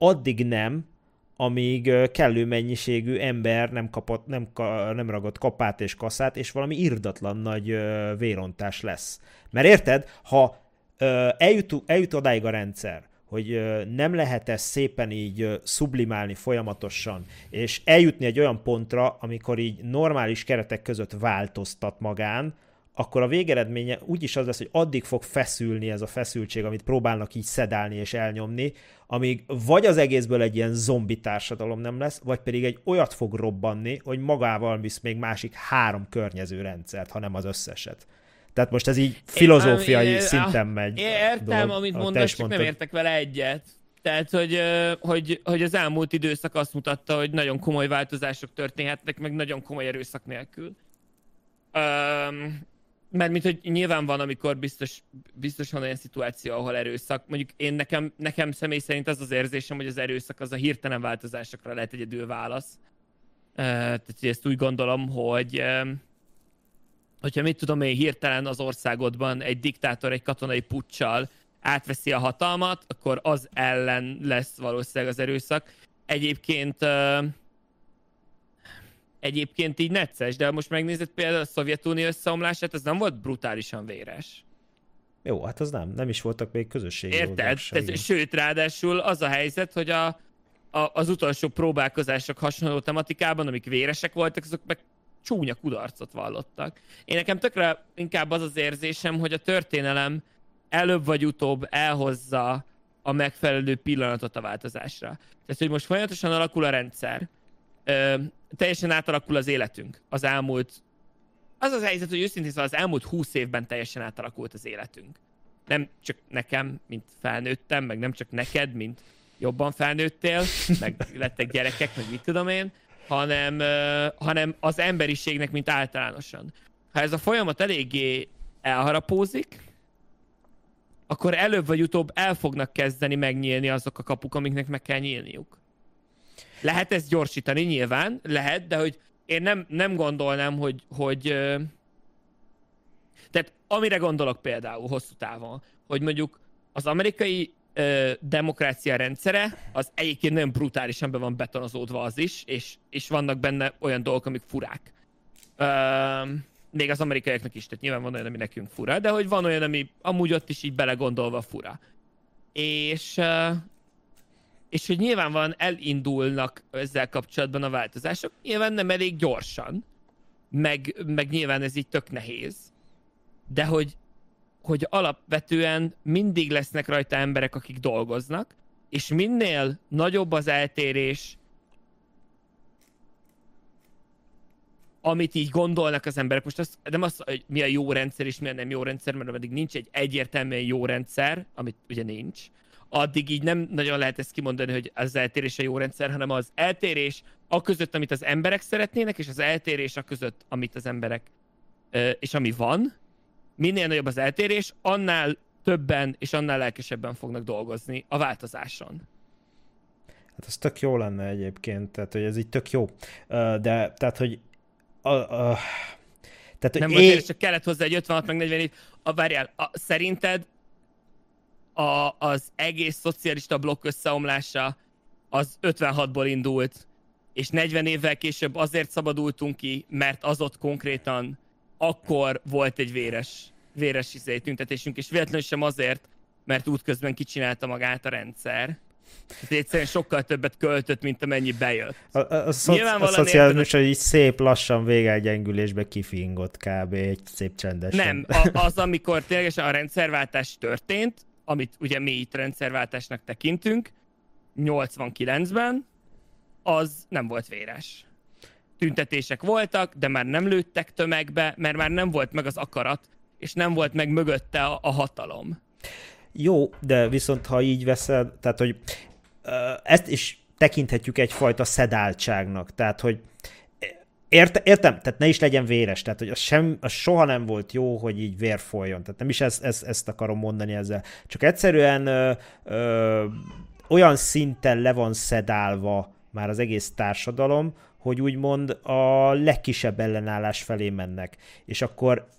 addig nem, amíg kellő mennyiségű ember nem, kapott, nem, nem ragott kapát és kaszát, és valami irdatlan nagy vérontás lesz. Mert érted, ha eljut, eljut odáig a rendszer, hogy nem lehet ezt szépen így sublimálni folyamatosan, és eljutni egy olyan pontra, amikor így normális keretek között változtat magán, akkor a végeredménye úgyis az lesz, hogy addig fog feszülni ez a feszültség, amit próbálnak így szedálni és elnyomni, amíg vagy az egészből egy ilyen zombi társadalom nem lesz, vagy pedig egy olyat fog robbanni, hogy magával visz még másik három környező rendszert, hanem az összeset. Tehát most ez így filozófiai én, szinten megy. Én értem, dolog, amit mondasz, csak nem értek vele egyet. Tehát, hogy, hogy, hogy az elmúlt időszak azt mutatta, hogy nagyon komoly változások történhetnek, meg nagyon komoly erőszak nélkül. Um, mert mint hogy nyilván van, amikor biztos, biztos van olyan szituáció, ahol erőszak. Mondjuk én nekem, nekem személy szerint az az érzésem, hogy az erőszak az a hirtelen változásokra lehet egyedül válasz. Uh, tehát ezt úgy gondolom, hogy um, hogyha mit tudom én, hirtelen az országodban egy diktátor egy katonai puccsal átveszi a hatalmat, akkor az ellen lesz valószínűleg az erőszak. Egyébként uh, egyébként így necces, de most megnézed például a Szovjetunió összeomlását, ez nem volt brutálisan véres. Jó, hát az nem. Nem is voltak még közösségi Érted? Ez, sőt, ráadásul az a helyzet, hogy a, a, az utolsó próbálkozások hasonló tematikában, amik véresek voltak, azok meg csúnya kudarcot vallottak. Én nekem tökre inkább az az érzésem, hogy a történelem előbb vagy utóbb elhozza a megfelelő pillanatot a változásra. Tehát, hogy most folyamatosan alakul a rendszer, ö, teljesen átalakul az életünk az elmúlt... Az az helyzet, hogy őszintén szóval az elmúlt húsz évben teljesen átalakult az életünk. Nem csak nekem, mint felnőttem, meg nem csak neked, mint jobban felnőttél, meg lettek gyerekek, meg mit tudom én, hanem, uh, hanem az emberiségnek, mint általánosan. Ha ez a folyamat eléggé elharapózik, akkor előbb vagy utóbb el fognak kezdeni megnyílni azok a kapuk, amiknek meg kell nyílniuk. Lehet ezt gyorsítani, nyilván, lehet, de hogy én nem, nem gondolnám, hogy, hogy uh, tehát amire gondolok például hosszú távon, hogy mondjuk az amerikai uh, demokrácia rendszere, az egyébként nagyon brutálisan be van betonozódva az is, és, és vannak benne olyan dolgok, amik furák. Uh, még az amerikaiaknak is, tehát nyilván van olyan, ami nekünk fura, de hogy van olyan, ami amúgy ott is így belegondolva fura. És, uh, és hogy nyilvánvalóan elindulnak ezzel kapcsolatban a változások, nyilván nem elég gyorsan, meg, meg nyilván ez így tök nehéz, de hogy, hogy alapvetően mindig lesznek rajta emberek, akik dolgoznak, és minél nagyobb az eltérés, amit így gondolnak az emberek. Most az, nem az, hogy mi a jó rendszer és mi a nem jó rendszer, mert addig nincs egy egyértelműen jó rendszer, amit ugye nincs, addig így nem nagyon lehet ezt kimondani, hogy az eltérés a jó rendszer, hanem az eltérés a között, amit az emberek szeretnének, és az eltérés a között, amit az emberek, és ami van. Minél nagyobb az eltérés, annál többen és annál lelkesebben fognak dolgozni a változáson. Hát ez tök jó lenne egyébként, tehát hogy ez így tök jó. De tehát, hogy a, a, tehát, nem hogy volt, én... csak kellett hozzá egy ötvenhat meg negyven év. A, várjál, a, szerinted a, az egész szocialista blokk összeomlása az ötvenhatból indult, és negyven évvel később azért szabadultunk ki, mert az ott konkrétan akkor volt egy véres, véres izé, tüntetésünk, és véletlenül sem azért, mert útközben kicsinálta magát a rendszer. Tehát egyszerűen sokkal többet költött, mint amennyi bejött. A, a, a, szoci, a szocializmus, hogy így szép lassan végelgyengülésbe kifingott kb. Egy szép csendesen. Nem, a, az, amikor ténylegesen a rendszerváltás történt, amit ugye mi itt rendszerváltásnak tekintünk, nyolcvankilencben, az nem volt véres. Tüntetések voltak, de már nem lőttek tömegbe, mert már nem volt meg az akarat, és nem volt meg mögötte a, a hatalom. Jó, de viszont ha így veszed, tehát hogy uh, ezt is tekinthetjük egyfajta szedáltságnak, tehát hogy ért, értem, tehát ne is legyen véres, tehát hogy az, sem, az soha nem volt jó, hogy így vér folyjon, tehát nem is ez, ez, ezt akarom mondani ezzel, csak egyszerűen ö, ö, olyan szinten le van szedálva már az egész társadalom, hogy úgymond a legkisebb ellenállás felé mennek, és akkor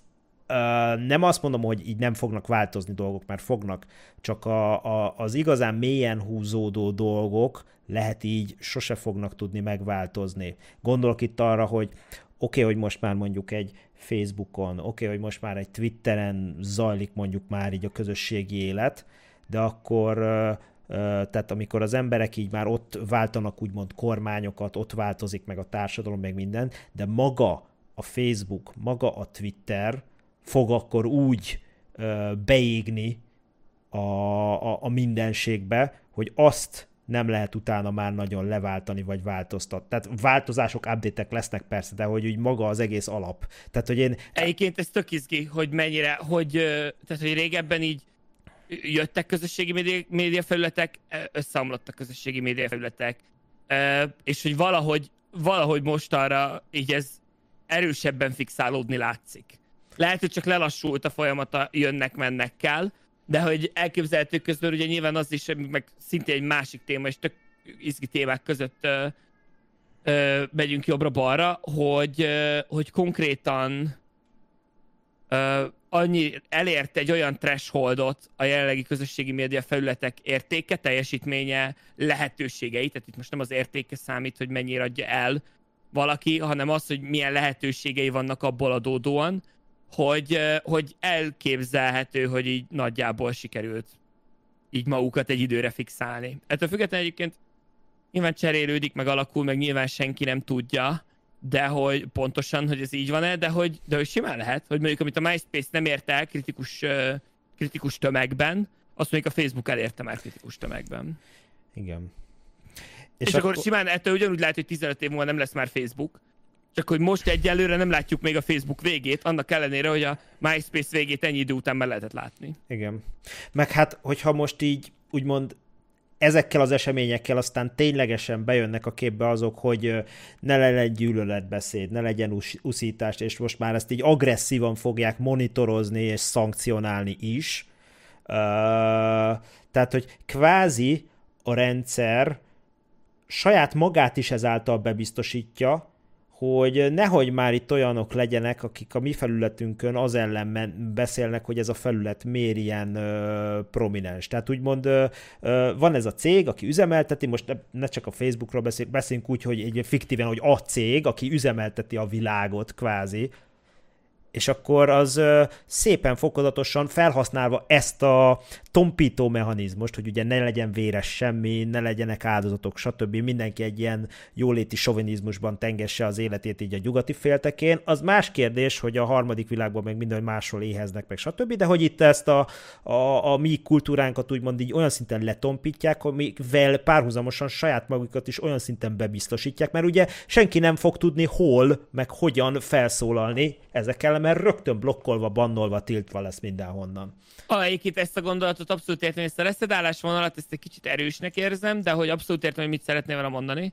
nem azt mondom, hogy így nem fognak változni dolgok, mert fognak, csak a, a, az igazán mélyen húzódó dolgok lehet így sose fognak tudni megváltozni. Gondolok itt arra, hogy oké, okay, hogy most már mondjuk egy Facebookon, oké, okay, hogy most már egy Twitteren zajlik mondjuk már így a közösségi élet, de akkor, tehát amikor az emberek így már ott váltanak úgymond kormányokat, ott változik meg a társadalom, meg minden, de maga a Facebook, maga a Twitter fog akkor úgy beégni a, a, a mindenségbe, hogy azt nem lehet utána már nagyon leváltani, vagy változtatni. Tehát változások, update-ek lesznek persze, de hogy úgy maga az egész alap. Tehát, hogy én... Egyébként ez tök izgi, hogy mennyire, hogy, tehát, hogy régebben így jöttek közösségi média, médiafelületek, összeomlottak közösségi médiafelületek, és hogy valahogy, valahogy mostanra így ez erősebben fixálódni látszik. Lehet, hogy csak lelassult a folyamata, jönnek-mennek kell, de hogy elképzelhető közben ugye nyilván az is, meg szintén egy másik téma, és tök izgi témák között ö, ö, megyünk jobbra-balra, hogy, ö, hogy konkrétan ö, annyi elért egy olyan thresholdot a jelenlegi közösségi média felületek értéke, teljesítménye, lehetőségei, tehát itt most nem az értéke számít, hogy mennyire adja el valaki, hanem az, hogy milyen lehetőségei vannak abból adódóan, hogy, hogy elképzelhető, hogy így nagyjából sikerült így magukat egy időre fixálni. Ettől függetlenül egyébként nyilván cserélődik, meg alakul, meg nyilván senki nem tudja, de hogy pontosan, hogy ez így van-e, de hogy, de hogy simán lehet, hogy mondjuk amit a MySpace nem ért el kritikus, kritikus tömegben, azt mondjuk a Facebook elérte már kritikus tömegben. Igen. És, és akkor, akkor simán ettől ugyanúgy lehet, hogy tizenöt év múlva nem lesz már Facebook, csak hogy most egyelőre nem látjuk még a Facebook végét, annak ellenére, hogy a MySpace végét ennyi idő után már lehetett látni. Igen. Meg hát, hogyha most így úgymond ezekkel az eseményekkel aztán ténylegesen bejönnek a képbe azok, hogy ne legyen gyűlöletbeszéd, ne legyen uszítás, és most már ezt így agresszívan fogják monitorozni és szankcionálni is. Uh, tehát, hogy kvázi a rendszer saját magát is ezáltal bebiztosítja, hogy nehogy már itt olyanok legyenek, akik a mi felületünkön az ellen beszélnek, hogy ez a felület miért ilyen ö, prominens. Tehát úgymond ö, ö, van ez a cég, aki üzemelteti, most ne, ne csak a Facebookról beszél, beszélünk úgy, hogy egy fiktíven, hogy a cég, aki üzemelteti a világot kvázi, és akkor az ö, szépen fokozatosan felhasználva ezt a tompító mechanizmust, hogy ugye ne legyen véres semmi, ne legyenek áldozatok, stb. Mindenki egy ilyen jóléti sovinizmusban tengesse az életét így a nyugati féltekén. Az más kérdés, hogy a harmadik világban meg minden máshol éheznek, meg stb. De hogy itt ezt a, a, a mi kultúránkat úgymond így olyan szinten letompítják, amivel párhuzamosan saját magukat is olyan szinten bebiztosítják, mert ugye senki nem fog tudni hol, meg hogyan felszólalni ezekkel, mert rögtön blokkolva, bannolva, tiltva lesz mindenhonnan. Egyébként ezt a gondolatot abszolút értem, ezt a reszedálásvonalat, ezt egy kicsit erősnek érzem, de hogy abszolút értem, hogy mit szeretnél vele mondani.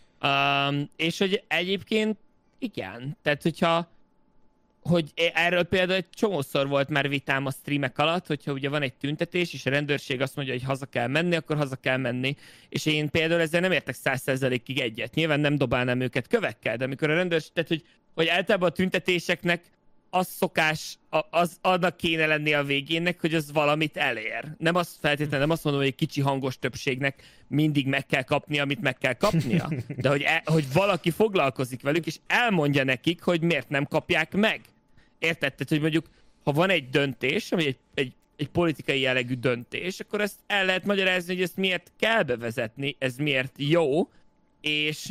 Um, és hogy egyébként igen, tehát hogyha hogy erről például egy csomószor volt már vitám a streamek alatt, hogyha ugye van egy tüntetés, és a rendőrség azt mondja, hogy haza kell menni, akkor haza kell menni. És én például ezzel nem értek száz százalékig egyet. Nyilván nem dobálnám őket kövekkel, de amikor a rendőrség, tehát hogy, hogy általában a tüntetéseknek az szokás, az annak kéne lenni a végének, hogy az valamit elér. Nem azt feltétlenül, nem azt mondom, hogy egy kicsi hangos többségnek mindig meg kell kapnia, amit meg kell kapnia, de hogy, e, hogy valaki foglalkozik velük, és elmondja nekik, hogy miért nem kapják meg. Érted? Tehát, hogy mondjuk, ha van egy döntés, ami egy, egy, egy politikai jellegű döntés, akkor ezt el lehet magyarázni, hogy ezt miért kell bevezetni, ez miért jó, és,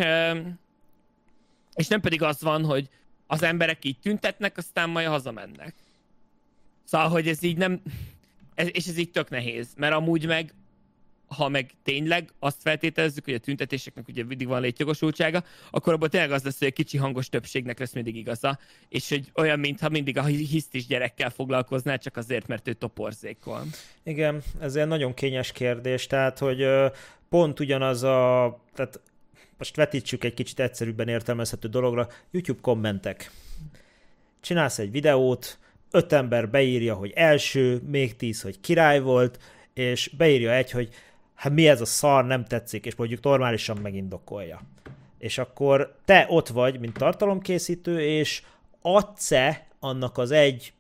és nem pedig az van, hogy az emberek így tüntetnek, aztán majd hazamennek. Szóval, hogy ez így nem... Ez, és ez így tök nehéz, mert amúgy meg, ha meg tényleg azt feltételezzük, hogy a tüntetéseknek ugye mindig van létjogosultsága, akkor abban tényleg az lesz, hogy egy kicsi hangos többségnek lesz mindig igaza, és hogy olyan, mintha mindig a hisztis gyerekkel foglalkoznál, csak azért, mert ő toporzékol. Igen, ez egy nagyon kényes kérdés, tehát, hogy pont ugyanaz a... Tehát most vetítsük egy kicsit egyszerűbben értelmezhető dologra, YouTube kommentek. Csinálsz egy videót, öt ember beírja, hogy első, még tíz, hogy király volt, és beírja egy, hogy hát mi ez a szar, nem tetszik, és mondjuk normálisan megindokolja. És akkor te ott vagy, mint tartalomkészítő, és adsz-e annak az egy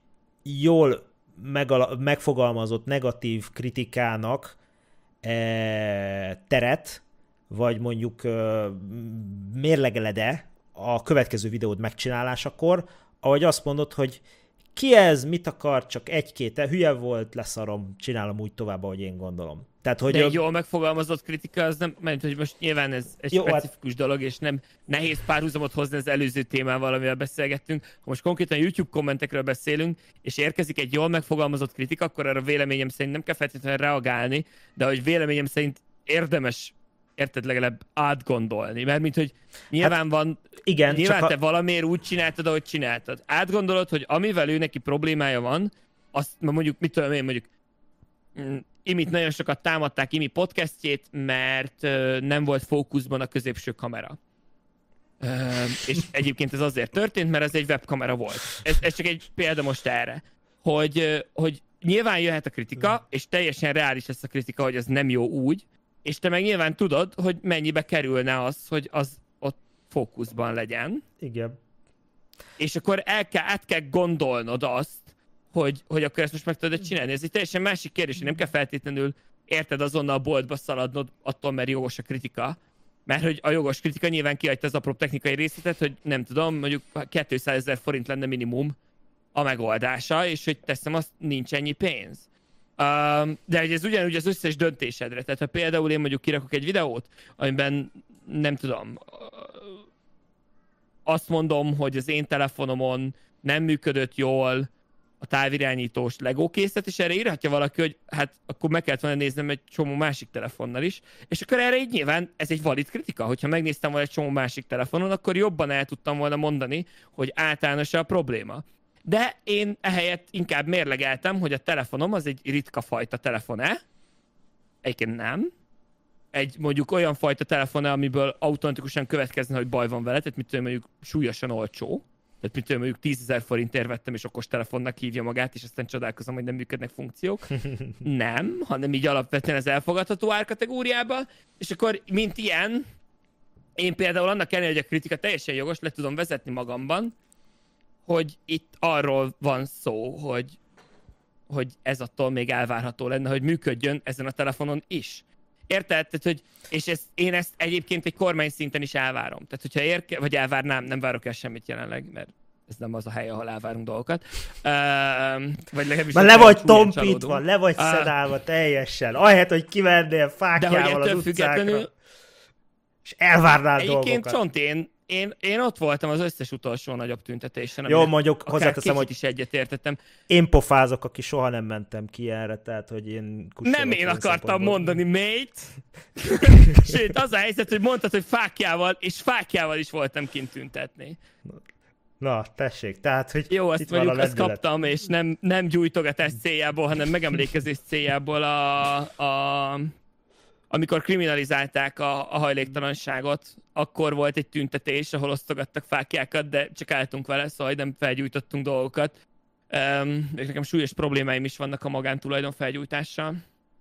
jól megala- megfogalmazott negatív kritikának e, teret, vagy mondjuk e, mérlegeled-e a következő videód megcsinálásakor, ahogy azt mondod, hogy ki ez, mit akar, csak egy-két, hülye volt, leszarom, csinálom úgy tovább, ahogy én gondolom. Tehát, hogy de a... jól megfogalmazott kritika, az nem, mert hogy most nyilván ez egy jó, specifikus hát... dolog, és nem nehéz párhuzamot hozni az előző témával, amivel beszélgettünk. Ha most konkrétan YouTube kommentekről beszélünk, és érkezik egy jól megfogalmazott kritika, akkor arra véleményem szerint nem kell feltétlenül reagálni, de hogy véleményem szerint érdemes, érted, legalább átgondolni, mert mint hogy nyilván hát, van, igen, nyilván csak te a... valamiért úgy csináltad, ahogy csináltad. Átgondolod, hogy amivel ő neki problémája van, azt mondjuk, mit tudom én, mondjuk Imit nagyon sokat támadták Imi podcastjét, mert uh, nem volt fókuszban a középső kamera. Uh, és egyébként ez azért történt, mert ez egy webkamera volt. Ez, ez csak egy példa most erre. Hogy, uh, hogy nyilván jöhet a kritika, és teljesen reális lesz a kritika, hogy ez nem jó úgy, és te meg nyilván tudod, hogy mennyibe kerülne az, hogy az ott fókuszban legyen. Igen. És akkor el kell, át kell gondolnod azt, Hogy, hogy akkor ezt most meg tudod csinálni. Ez egy teljesen másik kérdés, hogy nem kell feltétlenül érted azonnal a boltba szaladnod attól, mert jogos a kritika. Mert hogy a jogos kritika nyilván kihagyta az apró technikai részletet, hogy nem tudom, mondjuk kétszázezer forint lenne minimum a megoldása, és hogy teszem, azt nincs ennyi pénz. Um, de hogy ez ugyanúgy az összes döntésedre. Tehát ha például én mondjuk kirakok egy videót, amiben nem tudom, azt mondom, hogy az én telefonomon nem működött jól a távirányítós Lego készlet, és erre írhatja valaki, hogy hát akkor meg kellett volna néznem egy csomó másik telefonnal is, és akkor erre így nyilván ez egy valid kritika, hogyha megnéztem volna egy csomó másik telefonon, akkor jobban el tudtam volna mondani, hogy általános a probléma. De én ehelyett inkább mérlegeltem, hogy a telefonom az egy ritka fajta telefon-e, egyébként nem, egy mondjuk olyan fajta telefon-e, amiből automatikusan következne, hogy baj van vele, tehát mit tudom, mondjuk súlyosan olcsó, tehát mit tudom, mondjuk tízezer forintért vettem, és okos telefonnak hívja magát, és aztán csodálkozom, hogy nem működnek funkciók. Nem, hanem így alapvetően az elfogadható árkategóriába, és akkor, mint ilyen, én például annak ellenére, hogy a kritika teljesen jogos, le tudom vezetni magamban, hogy itt arról van szó, hogy, hogy ez attól még elvárható lenne, hogy működjön ezen a telefonon is. Érted? Tehát, hogy, és ezt, én ezt egyébként egy kormány szinten is elvárom. Tehát, hogyha érke, vagy elvárnám, nem várok el semmit jelenleg, mert ez nem az a hely, ahol elvárunk dolgokat. Uh, vagy legalábbis... Már le vagy tompítva, le vagy uh, szedálva teljesen. Ahelyett, hogy kivernél fákjával az utcákra, és elvárnál dolgokat. Egyébként Csont, én, én, én ott voltam az összes utolsó nagyobb tüntetésen. Jó, mondjuk hozzáteszem, hogy is egyetértettem. Én pofázok, aki soha nem mentem ki erre, tehát hogy én... Nem én akartam mondani, mate. Sőt, az a helyzet, hogy mondtad, hogy fákjával, és fákjával is voltam kint tüntetni. Na, tessék, tehát, hogy jó, azt mondjuk, azt kaptam, és nem, nem gyújtogatás céljából, hanem megemlékezés céljából a... a amikor kriminalizálták a, a hajléktalanságot, akkor volt egy tüntetés, ahol osztogattak fáklyákat, de csak álltunk vele, szóval nem felgyújtottunk dolgokat. Um, nekem súlyos problémáim is vannak a magántulajdon felgyújtással.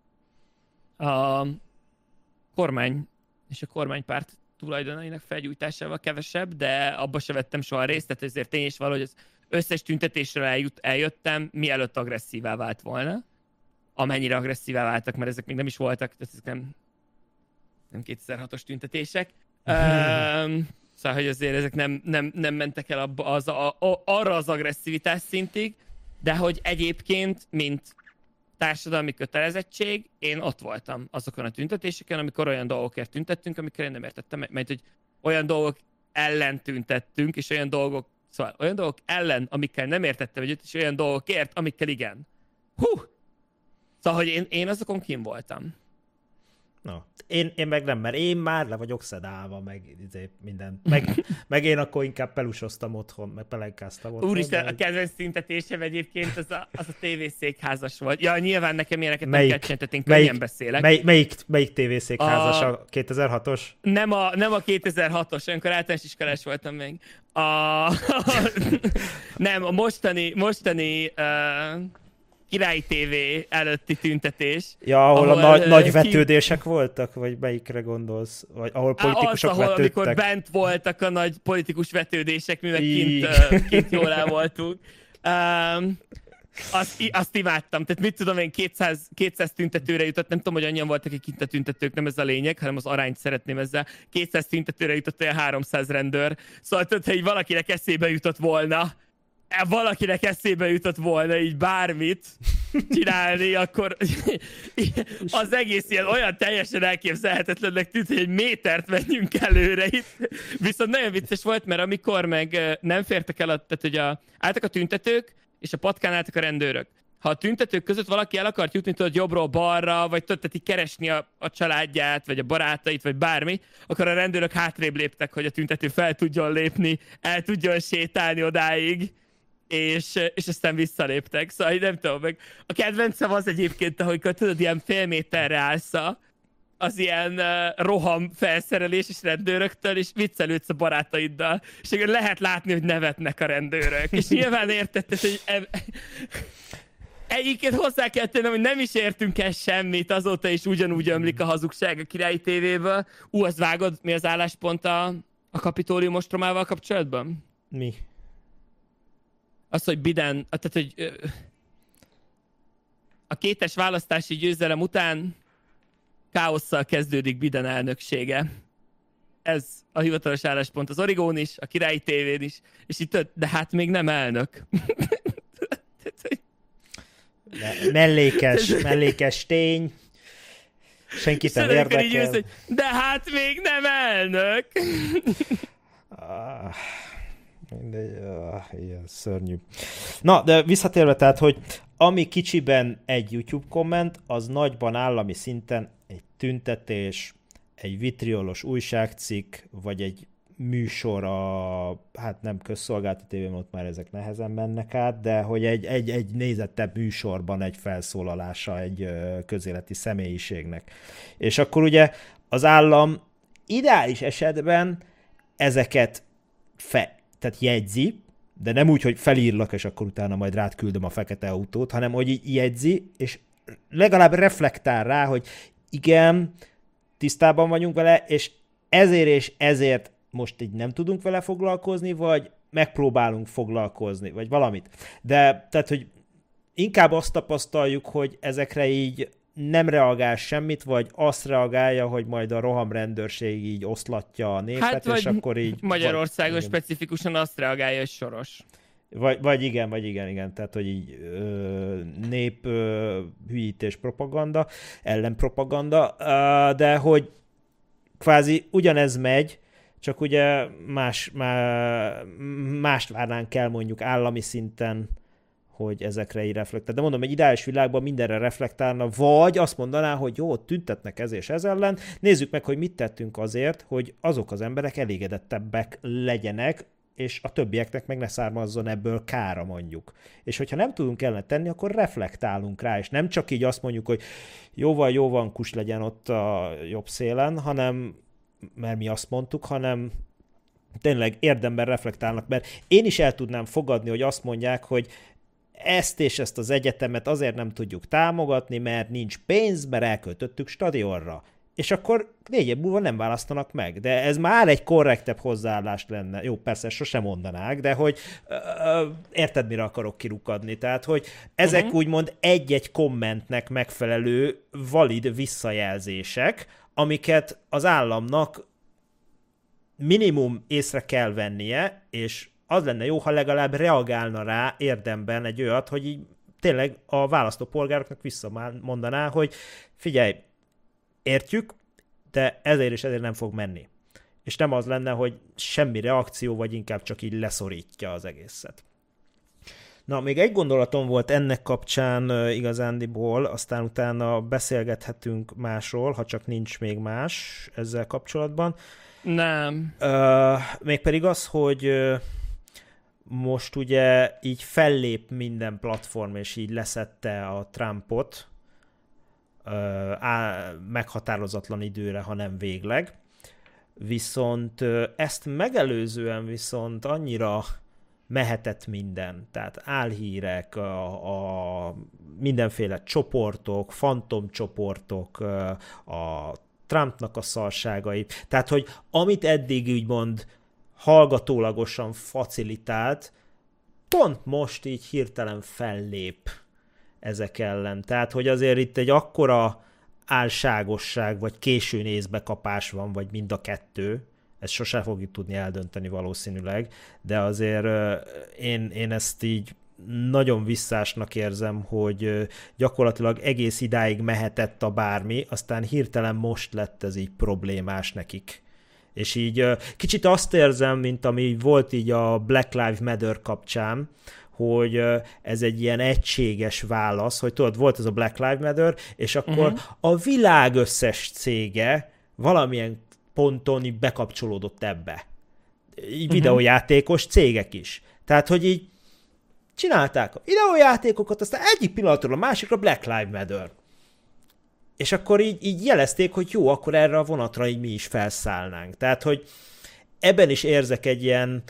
A kormány és a kormánypárt tulajdonainak felgyújtásával kevesebb, de abba se vettem soha részt, tehát ezért tény is valahogy az összes tüntetésről eljut, eljöttem, mielőtt agresszívá vált volna. Amennyire agresszívá váltak, mert ezek még nem is voltak, tehát ezek nem, nem kétezer-hatos tüntetések. um, szóval, hogy azért ezek nem, nem, nem mentek el abba, az, a, a, arra az agresszivitás szintig, de hogy egyébként, mint társadalmi kötelezettség, én ott voltam azokon a tüntetéseken, amikor olyan dolgokért tüntettünk, amikor én nem értettem, mert hogy olyan dolgok ellen tüntettünk, és olyan dolgok, szóval olyan dolgok ellen, amikkel nem értettem együtt, és olyan dolgokért, amikkel igen. Hú! Szóval, hogy én, én azokon kim voltam. No. Én, én meg nem, mert én már le vagyok szedálva, meg minden. Meg, meg én akkor inkább pelusoztam otthon, meg pelenkáztam otthon. Úristen, de... a kedvenc szüntetésem egyébként az a, az a tévészékházas volt. Ja, nyilván nekem ilyeneket melyik, nem kell csinálni, tehát én könnyen melyik, beszélek. Mely, melyik, melyik tévészékházas? A, a kétezer-hatos? Nem a, nem a kétezer-hatos, amikor általános iskolás voltam még. A, a, nem, a mostani, mostani uh, Királyi té vé előtti tüntetés. Ja, ahol, ahol a nagy, nagy vetődések ki... voltak? Vagy melyikre gondolsz? Vagy ahol politikusok az, ahol, vetődtek? Amikor bent voltak a nagy politikus vetődések, mi meg kint, uh, kint jól el voltunk. Um, Azt, azt imádtam. Tehát mit tudom én, kétszáz, kétszáz tüntetőre jutott, nem tudom, hogy annyian voltak, akik kint a tüntetők, nem ez a lényeg, hanem az arányt szeretném ezzel. kétszáz tüntetőre jutott olyan háromszáz rendőr. Szóval tudod, ha így valakinek eszébe jutott volna, valakinek eszébe jutott volna így bármit csinálni, akkor az egész ilyen olyan teljesen elképzelhetetlennek tűnt, hogy egy métert menjünk előre itt. Viszont nagyon vicces volt, mert amikor meg nem fértek el, a, tehát hogy a, álltak a tüntetők, és a patkán álltak a rendőrök. Ha a tüntetők között valaki el akart jutni, tudod, jobbról balra, vagy tudod, tehát így keresni a, a családját, vagy a barátait, vagy bármi, akkor a rendőrök hátrébb léptek, hogy a tüntető fel tudjon lépni, el tudjon sétálni odáig, és, és aztán visszaléptek. Szóval nem tudom, meg a kedvencem az egyébként, ahogy tudod, ilyen fél méterre állsz az ilyen uh, roham felszerelés és rendőröktől, és viccelődsz a barátaiddal, és akkor lehet látni, hogy nevetnek a rendőrök. És nyilván értetted, hogy e- egyébként hozzá kell tennem, hogy nem is értünk el semmit, azóta is ugyanúgy ömlik a hazugság a Királyi té véből. Ú, azt vágod, mi az álláspont a, a Kapitólium ostromával kapcsolatban? Mi? Az, hogy Biden, tehát, hogy a kétes választási győzelem után káosszal kezdődik Biden elnöksége. Ez a hivatalos álláspont az Origón is, a Királyi té vén is, és itt, de hát még nem elnök. De mellékes, mellékes tény. Senkit nem érdekel. Így jössz, hogy de hát még nem elnök. ah, mindegy, ah, ilyen szörnyű. Na, de visszatérve, tehát, hogy ami kicsiben egy YouTube komment, az nagyban állami szinten egy tüntetés, egy vitriolos újságcikk, vagy egy műsor a, hát nem közszolgálati tévén, ott már ezek nehezen mennek át, de hogy egy, egy, egy nézettebb műsorban egy felszólalása egy közéleti személyiségnek. És akkor ugye az állam ideális esetben ezeket fe, tehát jegyzi, de nem úgy, hogy felírlak, és akkor utána majd rád küldöm a fekete autót, hanem hogy így jegyzi, és legalább reflektál rá, hogy igen, tisztában vagyunk vele, és ezért és ezért most így nem tudunk vele foglalkozni, vagy megpróbálunk foglalkozni, vagy valamit. De tehát, hogy inkább azt tapasztaljuk, hogy ezekre így nem reagál semmit, vagy azt reagálja, hogy majd a rohamrendőrség így oszlatja a népet, hát, és akkor így... Magyarországon vagy, specifikusan azt reagálja, hogy Soros. Vagy, vagy igen, vagy igen, igen, tehát, hogy így ö, nép ö, hülyítés propaganda, ellenpropaganda, ö, de hogy kvázi ugyanez megy, csak ugye más, má, mást várnánk el mondjuk állami szinten, hogy ezekre így reflektál. De mondom, egy ideális világban mindenre reflektálna, vagy azt mondaná, hogy jó, tüntetnek ez és ez ellen, nézzük meg, hogy mit tettünk azért, hogy azok az emberek elégedettebbek legyenek, és a többieknek meg ne származzon ebből kára mondjuk. És hogyha nem tudunk ellene tenni, akkor reflektálunk rá, és nem csak így azt mondjuk, hogy jóval jóval kus legyen ott a jobb szélen, hanem mert mi azt mondtuk, hanem tényleg érdemben reflektálnak, mert én is el tudnám fogadni, hogy azt mondják, hogy ezt és ezt az egyetemet azért nem tudjuk támogatni, mert nincs pénz, mert elköltöttük stadionra. És akkor négy év múlva nem választanak meg. De ez már egy korrektebb hozzáállás lenne. Jó, persze, sosem mondanák, de hogy ö, érted, mire akarok kirukadni. Tehát, hogy ezek uh-huh. úgymond egy-egy kommentnek megfelelő valid visszajelzések, amiket az államnak minimum észre kell vennie, és az lenne jó, ha legalább reagálna rá érdemben egy olyat, hogy így tényleg a választópolgároknak visszamondaná, hogy figyelj, értjük, de ezért és ezért nem fog menni. És nem az lenne, hogy semmi reakció, vagy inkább csak így leszorítja az egészet. Na, még egy gondolatom volt ennek kapcsán igazándiból, aztán utána beszélgethetünk másról, ha csak nincs még más ezzel kapcsolatban. Nem. Uh, mégpedig az, hogy uh, most ugye így fellép minden platform, és így leszette a Trumpot uh, á, meghatározatlan időre, ha nem végleg. Viszont uh, ezt megelőzően viszont annyira mehetett minden, tehát álhírek, a, a mindenféle csoportok, fantomcsoportok, a Trumpnak a szarságai, tehát, hogy amit eddig úgymond hallgatólagosan facilitált, pont most így hirtelen fellép ezek ellen. Tehát, hogy azért itt egy akkora álságosság, vagy késő nézbekapás van, vagy mind a kettő, ezt sosem fogjuk tudni eldönteni valószínűleg, de azért én, én ezt így nagyon visszásnak érzem, hogy gyakorlatilag egész idáig mehetett a bármi, aztán hirtelen most lett ez így problémás nekik. És így kicsit azt érzem, mint ami volt így a Black Lives Matter kapcsán, hogy ez egy ilyen egységes válasz, hogy tudod, volt ez a Black Lives Matter, és akkor uh-huh. a világ összes cége valamilyen ponton így bekapcsolódott ebbe. Így uh-huh. videójátékos cégek is. Tehát, hogy így csinálták a videójátékokat, aztán egyik pillanatról a másikra Black Lives Matter. És akkor így, így jelezték, hogy jó, akkor erre a vonatra így mi is felszállnánk. Tehát, hogy ebben is érzek egy ilyen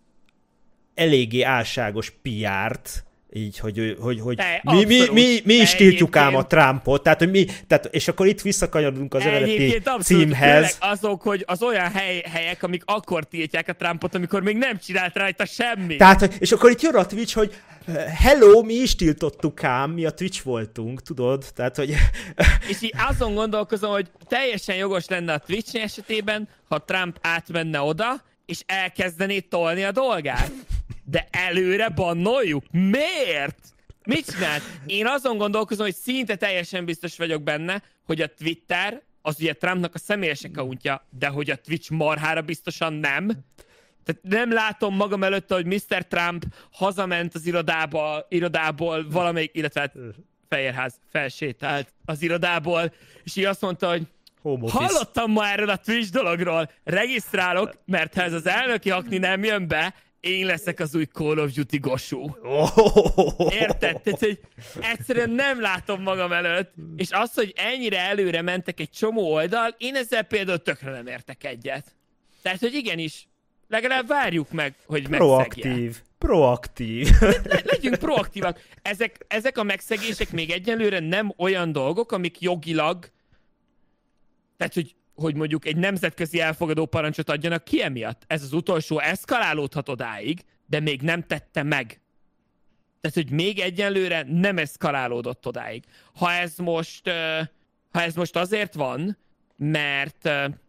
eléggé álságos pé er-t, így, hogy, hogy, hogy Te, mi, mi, mi, mi is tiltjuk ám a Trumpot, tehát, hogy mi, tehát, és akkor itt visszakanyarodunk az eredeti címhez. Azok, hogy az olyan hely, helyek, amik akkor tiltják a Trumpot, amikor még nem csinált rajta semmi. Tehát, és akkor itt jön a Twitch, hogy hello, mi is tiltottuk ám, mi a Twitch voltunk, tudod? Tehát, hogy... És így azon gondolkozom, hogy teljesen jogos lenne a Twitch esetében, ha Trump átmenne oda, és elkezdené tolni a dolgát. De előre bannoljuk? Miért? Mit csinált? Én azon gondolkozom, hogy szinte teljesen biztos vagyok benne, hogy a Twitter, az ugye Trumpnak a személyes accountja, de hogy a Twitch marhára biztosan nem. Tehát nem látom magam előtte, hogy miszter Trump hazament az irodába, irodából valamelyik, illetve hát Fehérház felsétált az irodából, és így azt mondta, hogy hallottam ma erről a Twitch dologról, regisztrálok, mert ha ez az elnöki hakni nem jön be, én leszek az új Call of Duty gosú. Érted? Tehát, hogy egyszerűen nem látom magam előtt, és az, hogy ennyire előre mentek egy csomó oldal, én ezzel például tökre nem értek egyet. Tehát, hogy igenis, legalább várjuk meg, hogy megszegje. Proaktív. Proaktív. Le, legyünk proaktívak. Ezek, ezek a megszegések még egyelőre nem olyan dolgok, amik jogilag, tehát, hogy hogy mondjuk egy nemzetközi elfogadó parancsot adjanak ki emiatt. Ez az utolsó eszkalálódhat odáig, de még nem tette meg. Tehát, hogy még egyelőre nem eszkalálódott odáig. Ha ez most, ha ez most azért van, mert,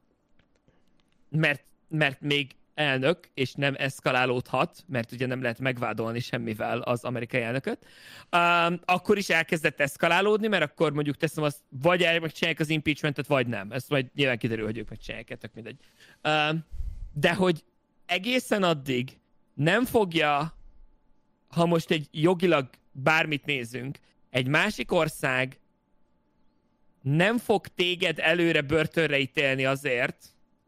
mert, mert még elnök, és nem eszkalálódhat, mert ugye nem lehet megvádolni semmivel az amerikai elnököt, um, akkor is elkezdett eszkalálódni, mert akkor mondjuk teszem azt, vagy el megcsinálják az impeachmentet, vagy nem. Ezt majd nyilván kiderül, hogy ők megcsinálják, tök mindegy. Um, de hogy egészen addig nem fogja, ha most egy jogilag bármit nézünk, egy másik ország nem fog téged előre börtönre ítélni azért,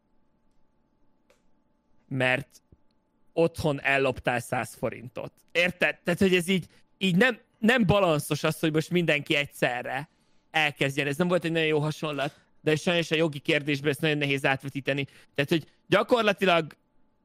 mert otthon elloptál száz forintot. Érted? Tehát, hogy ez így, így nem, nem balanszos az, hogy most mindenki egyszerre elkezdjen. Ez nem volt egy nagyon jó hasonlat, de sajnos a jogi kérdésben ezt nagyon nehéz átvetíteni. Tehát, hogy gyakorlatilag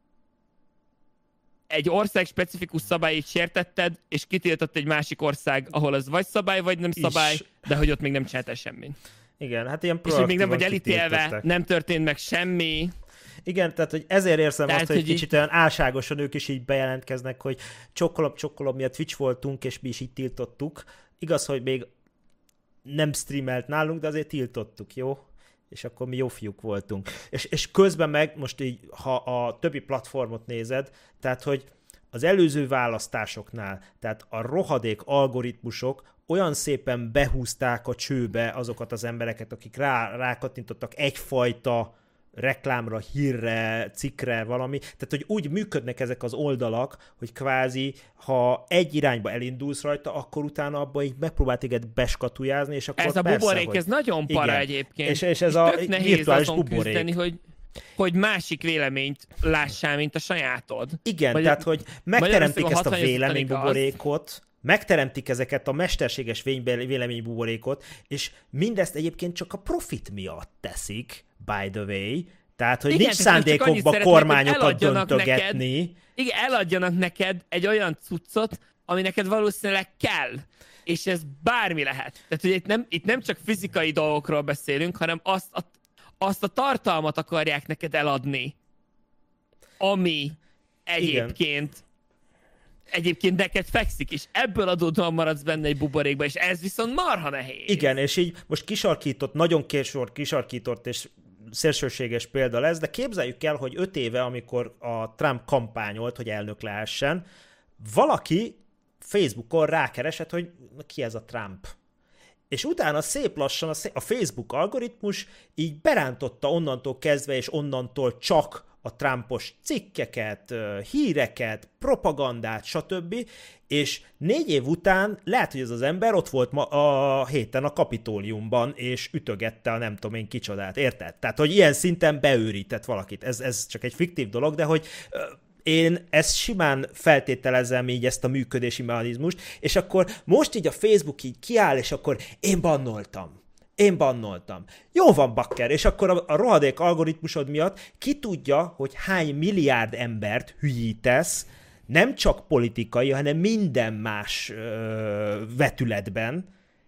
egy ország specifikus szabályait sértetted, és kitiltott egy másik ország, ahol az vagy szabály, vagy nem szabály, is. De hogy ott még nem csináltál semmit. Igen, hát ilyen és hogy még nem vagy elítélve, nem történt meg semmi. Igen, tehát hogy ezért érzem tehát, azt, hogy, hogy kicsit olyan álságosan ők is így bejelentkeznek, hogy csokolom-csokolom, mi a Twitch voltunk, és mi is így tiltottuk. Igaz, hogy még nem streamelt nálunk, de azért tiltottuk, jó? És akkor mi jó fiúk voltunk. És, és közben meg, most így, ha a többi platformot nézed, tehát, hogy az előző választásoknál, tehát a rohadék algoritmusok olyan szépen behúzták a csőbe azokat az embereket, akik rá, rákattintottak egyfajta reklámra, hírre, cikkre, valami. Tehát, hogy úgy működnek ezek az oldalak, hogy kvázi, ha egy irányba elindulsz rajta, akkor utána abba így megpróbál téged beskatujázni, és akkor ez a persze, buborék, hogy... ez nagyon para igen. Egyébként. És, és ez és a virtuális buborék. Küzdeni, hogy, hogy másik véleményt lássál, mint a sajátod. Igen, Vagy, tehát, hogy megteremtik ezt a véleménybuborékot, megteremtik ezeket a mesterséges véleménybuborékot, és mindezt egyébként csak a profit miatt teszik, by the way, tehát, hogy igen, nincs szándékokban kormányokat döntögetni. Neked, igen, eladjanak neked egy olyan cuccot, ami neked valószínűleg kell, és ez bármi lehet. Tehát, hogy itt nem, itt nem csak fizikai dolgokról beszélünk, hanem azt a, azt a tartalmat akarják neked eladni, ami egyébként... Igen. egyébként neked fekszik, és ebből adódóan maradsz benne egy buborékba, és ez viszont marha nehéz. Igen, és így most kisarkított, nagyon késor kisarkított, és szélsőséges példa lesz, de képzeljük el, hogy öt éve, amikor a Trump kampányolt, hogy elnök lehessen, valaki Facebookon rákeresett, hogy ki ez a Trump. És utána szép lassan a Facebook algoritmus így berántotta onnantól kezdve, és onnantól csak a Trumpos cikkeket, híreket, propagandát, stb. És négy év után lehet, hogy ez az ember ott volt ma a héten a Kapitóliumban, és ütögette a nem tudom én kicsodát, érted? Tehát, hogy ilyen szinten beőrített valakit. Ez, ez csak egy fiktív dolog, de hogy én ezt simán feltételezem így ezt a működési mechanizmust, és akkor most így a Facebook így kiáll, és akkor én bannoltam. Én bannoltam. Jó van, bakker, és akkor a, a rohadék algoritmusod miatt ki tudja, hogy hány milliárd embert hülyítesz, nem csak politikai, hanem minden más ö, vetületben,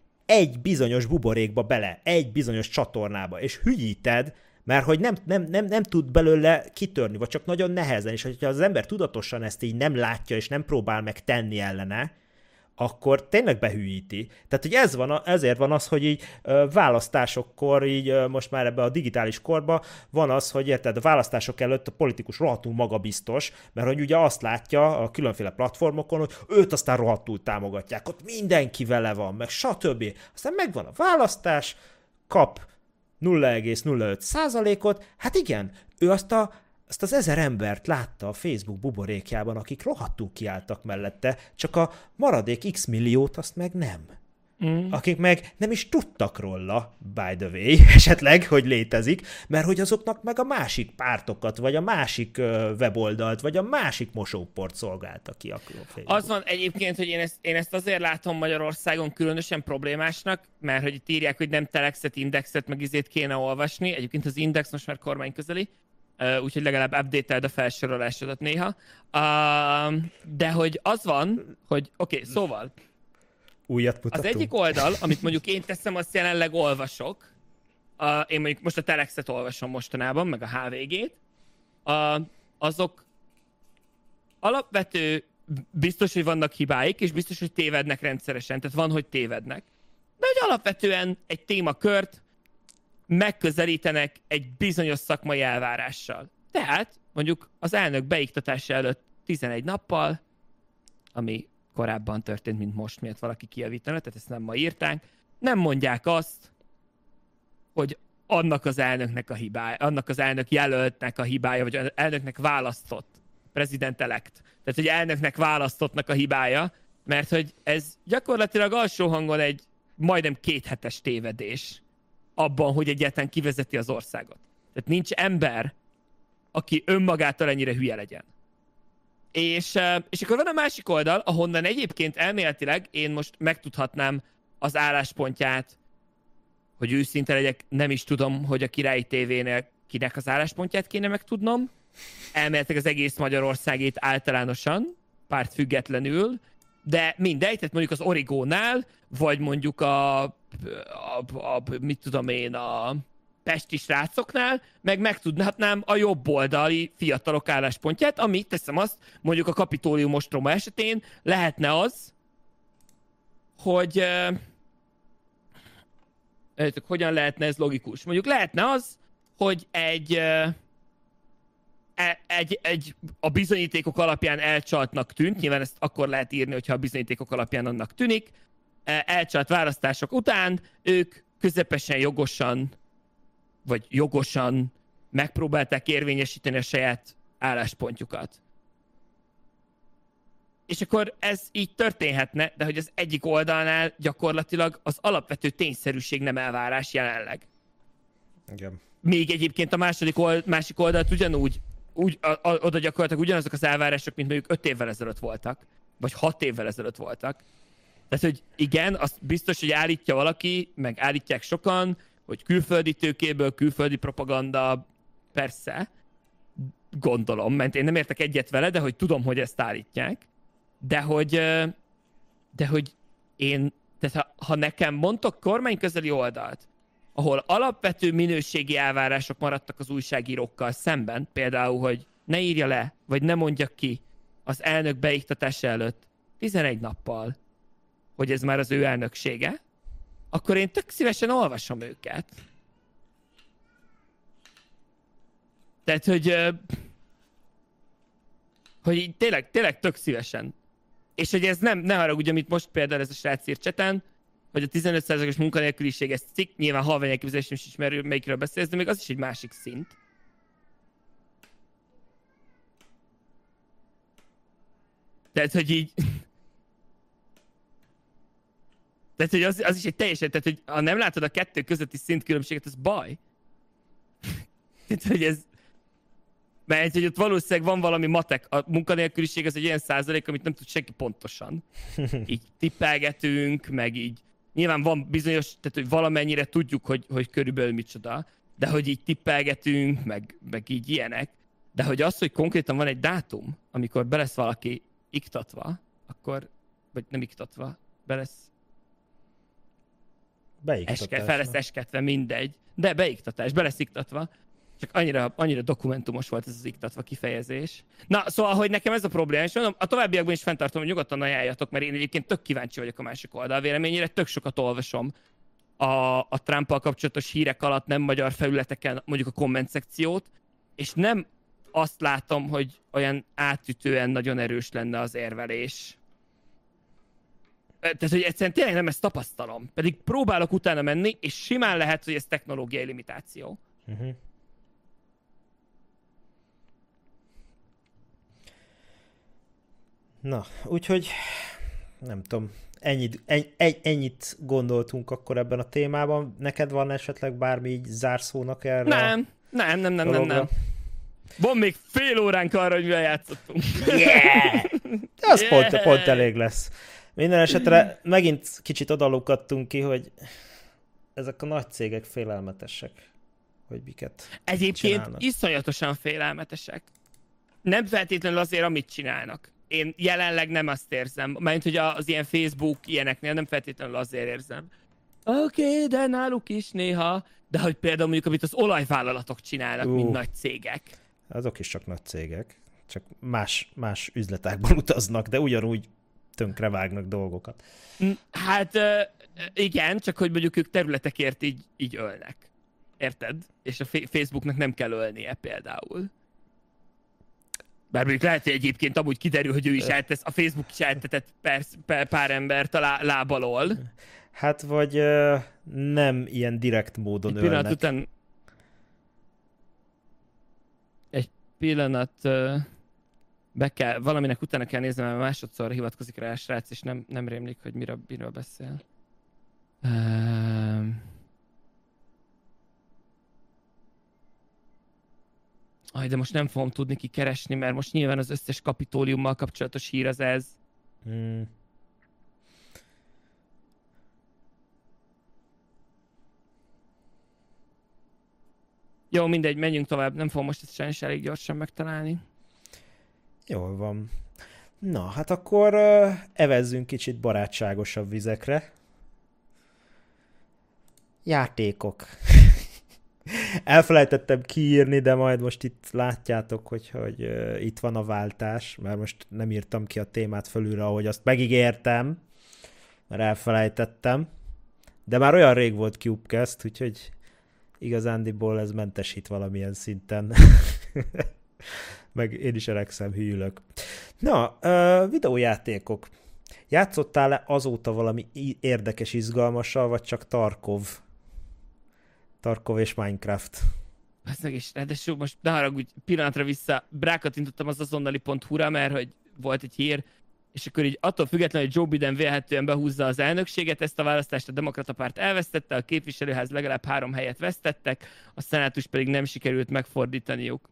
egy bizonyos buborékba bele, egy bizonyos csatornába, és hülyíted, mert hogy nem, nem, nem, nem tud belőle kitörni, vagy csak nagyon nehezen, és hogyha az ember tudatosan ezt így nem látja, és nem próbál meg tenni ellene, akkor tényleg behűíti. Tehát, hogy ez van, ezért van az, hogy így ö, választásokkor, így ö, most már ebbe a digitális korba van az, hogy érted, a választások előtt a politikus rohadtul magabiztos, mert hogy ugye azt látja a különféle platformokon, hogy őt aztán rohadtul támogatják, ott mindenki vele van, meg stb. Aztán megvan a választás, kap nulla egész nulla öt százalékot, hát igen, ő azt a Azt az ezer embert látta a Facebook buborékjában, akik rohadtul kiálltak mellette, csak a maradék x milliót azt meg nem. Mm. Akik meg nem is tudtak róla, by the way, esetleg, hogy létezik, mert hogy azoknak meg a másik pártokat, vagy a másik uh, weboldalt, vagy a másik mosóport szolgálta ki a Facebook. Az van egyébként, hogy én ezt, én ezt azért látom Magyarországon különösen problémásnak, mert hogy itt írják, hogy nem telexet, indexet, meg izét kéne olvasni. Egyébként az Index most már kormányközeli. Uh, úgyhogy legalább update-eld a felsorolásodat néha. Uh, de hogy az van, hogy oké, okay, szóval újat mutatunk. Az egyik oldal, amit mondjuk én teszem, azt jelenleg olvasok. Uh, én mondjuk most a Telexet olvasom mostanában, meg a há vé gét. Uh, azok alapvető, biztos, hogy vannak hibáik, és biztos, hogy tévednek rendszeresen. Tehát van, hogy tévednek. De hogy alapvetően egy témakört megközelítenek egy bizonyos szakmai elvárással. Tehát mondjuk az elnök beiktatása előtt tizenegy nappal, ami korábban történt, mint most, miatt valaki kijavítana, tehát ezt nem ma írtánk, nem mondják azt, hogy annak az elnöknek a hibája, annak az elnök jelöltnek a hibája, vagy az elnöknek választott, president elect, tehát hogy elnöknek választottnak a hibája, mert hogy ez gyakorlatilag alsó hangon egy majdnem kéthetes tévedés abban, hogy egyáltalán kivezeti az országot. Tehát nincs ember, aki önmagától ennyire hülye legyen. És, és akkor van a másik oldal, ahonnan egyébként elméletileg én most megtudhatnám az álláspontját, hogy őszinte legyek, nem is tudom, hogy a Királyi tévénél kinek az álláspontját kéne megtudnom. Elméletileg az egész Magyarországét általánosan, párt függetlenül, de mindegy, tehát mondjuk az Origónál, vagy mondjuk a, a, a, a mit tudom én, a pesti srácoknál, meg megtudhatnám a jobb oldali fiatalok álláspontját, ami, teszem azt, mondjuk a Kapitólium ostroma esetén lehetne az, hogy uh, hogyan lehetne ez logikus? Mondjuk lehetne az, hogy egy, uh, egy, egy a bizonyítékok alapján elcsaltnak tűnt, nyilván ezt akkor lehet írni, hogyha a bizonyítékok alapján annak tűnik, elcsalt választások után ők közepesen jogosan vagy jogosan megpróbálták érvényesíteni a saját álláspontjukat. És akkor ez így történhetne, de hogy az egyik oldalnál gyakorlatilag az alapvető tényszerűség nem elvárás jelenleg. Igen. Még egyébként a második old, másik oldalt ugyanúgy, úgy, a, a, oda gyakorlatilag ugyanazok az elvárások, mint mondjuk öt évvel ezelőtt voltak, vagy hat évvel ezelőtt voltak. Tehát, hogy igen, azt biztos, hogy állítja valaki, meg állítják sokan, hogy külföldi tőkéből, külföldi propaganda, persze, gondolom, mert én nem értek egyet vele, de hogy tudom, hogy ezt állítják, de hogy, de hogy én, tehát ha, ha nekem mondtok kormányközeli oldalt, ahol alapvető minőségi elvárások maradtak az újságírókkal szemben, például, hogy ne írja le, vagy ne mondja ki az elnök beiktatása előtt tizenegy nappal, hogy ez már az ő elnöksége, akkor én tök szívesen olvasom őket. Tehát, hogy, hogy így tényleg, tényleg tök szívesen. És hogy ez nem, ne haragudj, amit most például ez a srác írt cseten, hogy a tizenöt százalékos munkanélküliség, ez cikk, nyilván halvány elképzelésem is ismerő, melyikről beszélsz, de még az is egy másik szint. Tehát, hogy így... Tehát, hogy az, az is egy teljesen, tehát, hogy ha nem látod a kettő közötti szintkülönbséget, az baj. Tehát, hogy ez... Mert hogy ott valószínűleg van valami matek, a munkanélküliség az egy olyan százalék, amit nem tud senki pontosan. Így tippelgetünk, meg így... Nyilván van bizonyos, tehát hogy valamennyire tudjuk, hogy, hogy körülbelül micsoda, de hogy így tippelgetünk, meg, meg így ilyenek. De hogy az, hogy konkrétan van egy dátum, amikor be lesz valaki iktatva, akkor, vagy nem iktatva, be lesz... Beiktatás. Fel lesz esketve, mindegy. De beiktatás, be lesz iktatva. Csak annyira, annyira dokumentumos volt ez az iktatva kifejezés. Na, szóval, hogy nekem ez a probléma, és mondom, a továbbiakban is fenntartom, hogy nyugodtan ajánljatok, mert én egyébként tök kíváncsi vagyok a másik oldal véleményére, tök sokat olvasom a, a Trumpal kapcsolatos hírek alatt, nem magyar felületeken, mondjuk a komment szekciót, és nem azt látom, hogy olyan átütően nagyon erős lenne az érvelés. Tehát, hogy egyszerűen tényleg nem ezt tapasztalom. Pedig próbálok utána menni, és simán lehet, hogy ez technológiai limitáció. Uh-huh. Na, úgyhogy nem tudom, ennyit, en, ennyit gondoltunk akkor ebben a témában. Neked van esetleg bármi így zárszónak erre? Nem, nem, nem, nem, nem, nem. Van még fél óránk arra, hogy mivel játszottunk. Yeah! Az yeah! Pont, pont elég lesz. Minden esetre megint kicsit odalukadtunk ki, hogy ezek a nagy cégek félelmetesek, hogy miket Egyébként csinálnak. Iszonyatosan félelmetesek. Nem feltétlenül azért, amit csinálnak. Én jelenleg nem azt érzem, mert hogy az ilyen Facebook ilyeneknél nem feltétlenül azért érzem. Oké, okay, de náluk is néha, de hogy például mondjuk, amit az olajvállalatok csinálnak, uh, mint nagy cégek. Azok is csak nagy cégek, csak más, más üzletekben utaznak, de ugyanúgy tönkrevágnak dolgokat. Hát igen, csak hogy mondjuk ők területekért így, így ölnek. Érted? És a Facebooknak nem kell ölnie például. Bár mondjuk lehet, hogy egyébként amúgy kiderül, hogy ő is eltesz, a Facebook is eltetett pár, pár, pár embert a lá, lábalól. Hát vagy uh, nem ilyen direkt módon egy pillanat ölnek. Után... Egy pillanat... Uh... Be kell, valaminek utána kell néznem, mert másodszor hivatkozik rá a srác, és nem, nem rémlik, hogy miről, miről beszél. Um... Aj, de most nem fogom tudni kikeresni, mert most nyilván az összes kapitóliummal kapcsolatos hír az ez. Hmm. Jó, mindegy, menjünk tovább. Nem fogom most ezt sajnos elég gyorsan megtalálni. Jól van. Na, hát akkor uh, evezzünk kicsit barátságosabb vizekre. Játékok. Elfelejtettem kiírni, de majd most itt látjátok, hogy, hogy uh, itt van a váltás, mert most nem írtam ki a témát fölülre, ahogy azt megígértem, mert elfelejtettem. De már olyan rég volt Cubecast, úgyhogy igazándiból ez mentesít valamilyen szinten. Meg én is elegszem, hűlök. Na, uh, videójátékok. Játszottál-e azóta valami érdekes, izgalmassal, vagy csak Tarkov? Tarkov és Minecraft. Azt meg is, de so, most ne haragudj, pillanatra vissza, rákattintottam az azonnali pont hu-ra, mert hogy volt egy hír, és akkor így attól függetlenül, hogy Joe Biden vélhetően behúzza az elnökséget, ezt a választást a Demokrata Párt elvesztette, a képviselőház legalább három helyet vesztettek, a szenátus pedig nem sikerült megfordítaniuk.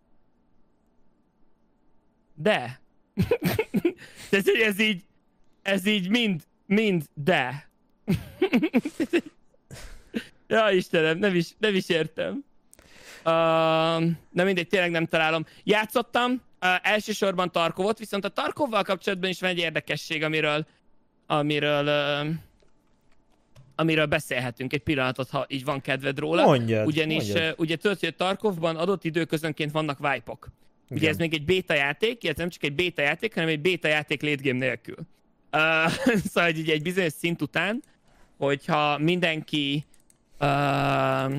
De. Tehát, hogy ez így, ez így mind, mind de. Ja, Istenem, nem is, nem is értem. Uh, na mindegy, tényleg nem találom. Játszottam, uh, elsősorban Tarkovot, viszont a Tarkovval kapcsolatban is van egy érdekesség, amiről, amiről, uh, amiről beszélhetünk egy pillanatot, ha így van kedved róla. Mondjad, Ugyanis mondjad. Uh, ugye tudod, hogy a Tarkovban adott időközönként vannak wipe-ok. Ugye ez még egy béta játék, ez nem csak egy béta játék, hanem egy béta játék late game nélkül. Uh, szóval egy, egy bizonyos szint után, hogyha mindenki uh,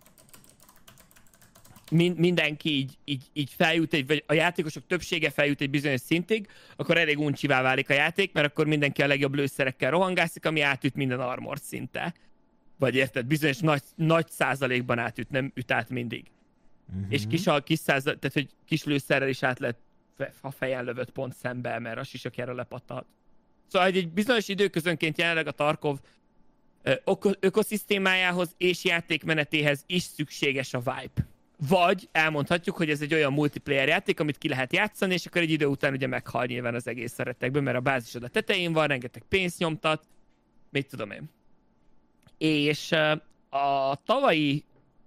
min, mindenki így, így, így feljut, egy, vagy a játékosok többsége feljut egy bizonyos szintig, akkor elég uncsivá válik a játék, mert akkor mindenki a legjobb lőszerekkel rohangászik, ami átüt minden armor szinte. Vagy érted, bizonyos nagy, nagy százalékban átüt, nem üt át mindig. Uh-huh. És kis, kis, százal, tehát, hogy kis lőszerrel is át lehet, ha fejen lövött pont szembe, mert a sisakjára lepattat. Szóval egy bizonyos időközönként jelenleg a Tarkov ökoszisztémájához és játékmenetéhez is szükséges a Vibe. Vagy elmondhatjuk, hogy ez egy olyan multiplayer játék, amit ki lehet játszani, és akkor egy idő után ugye meghal nyilván az egész szeretekből, mert a bázisod a tetején van, rengeteg pénzt nyomtat, mit tudom én. És a tavalyi,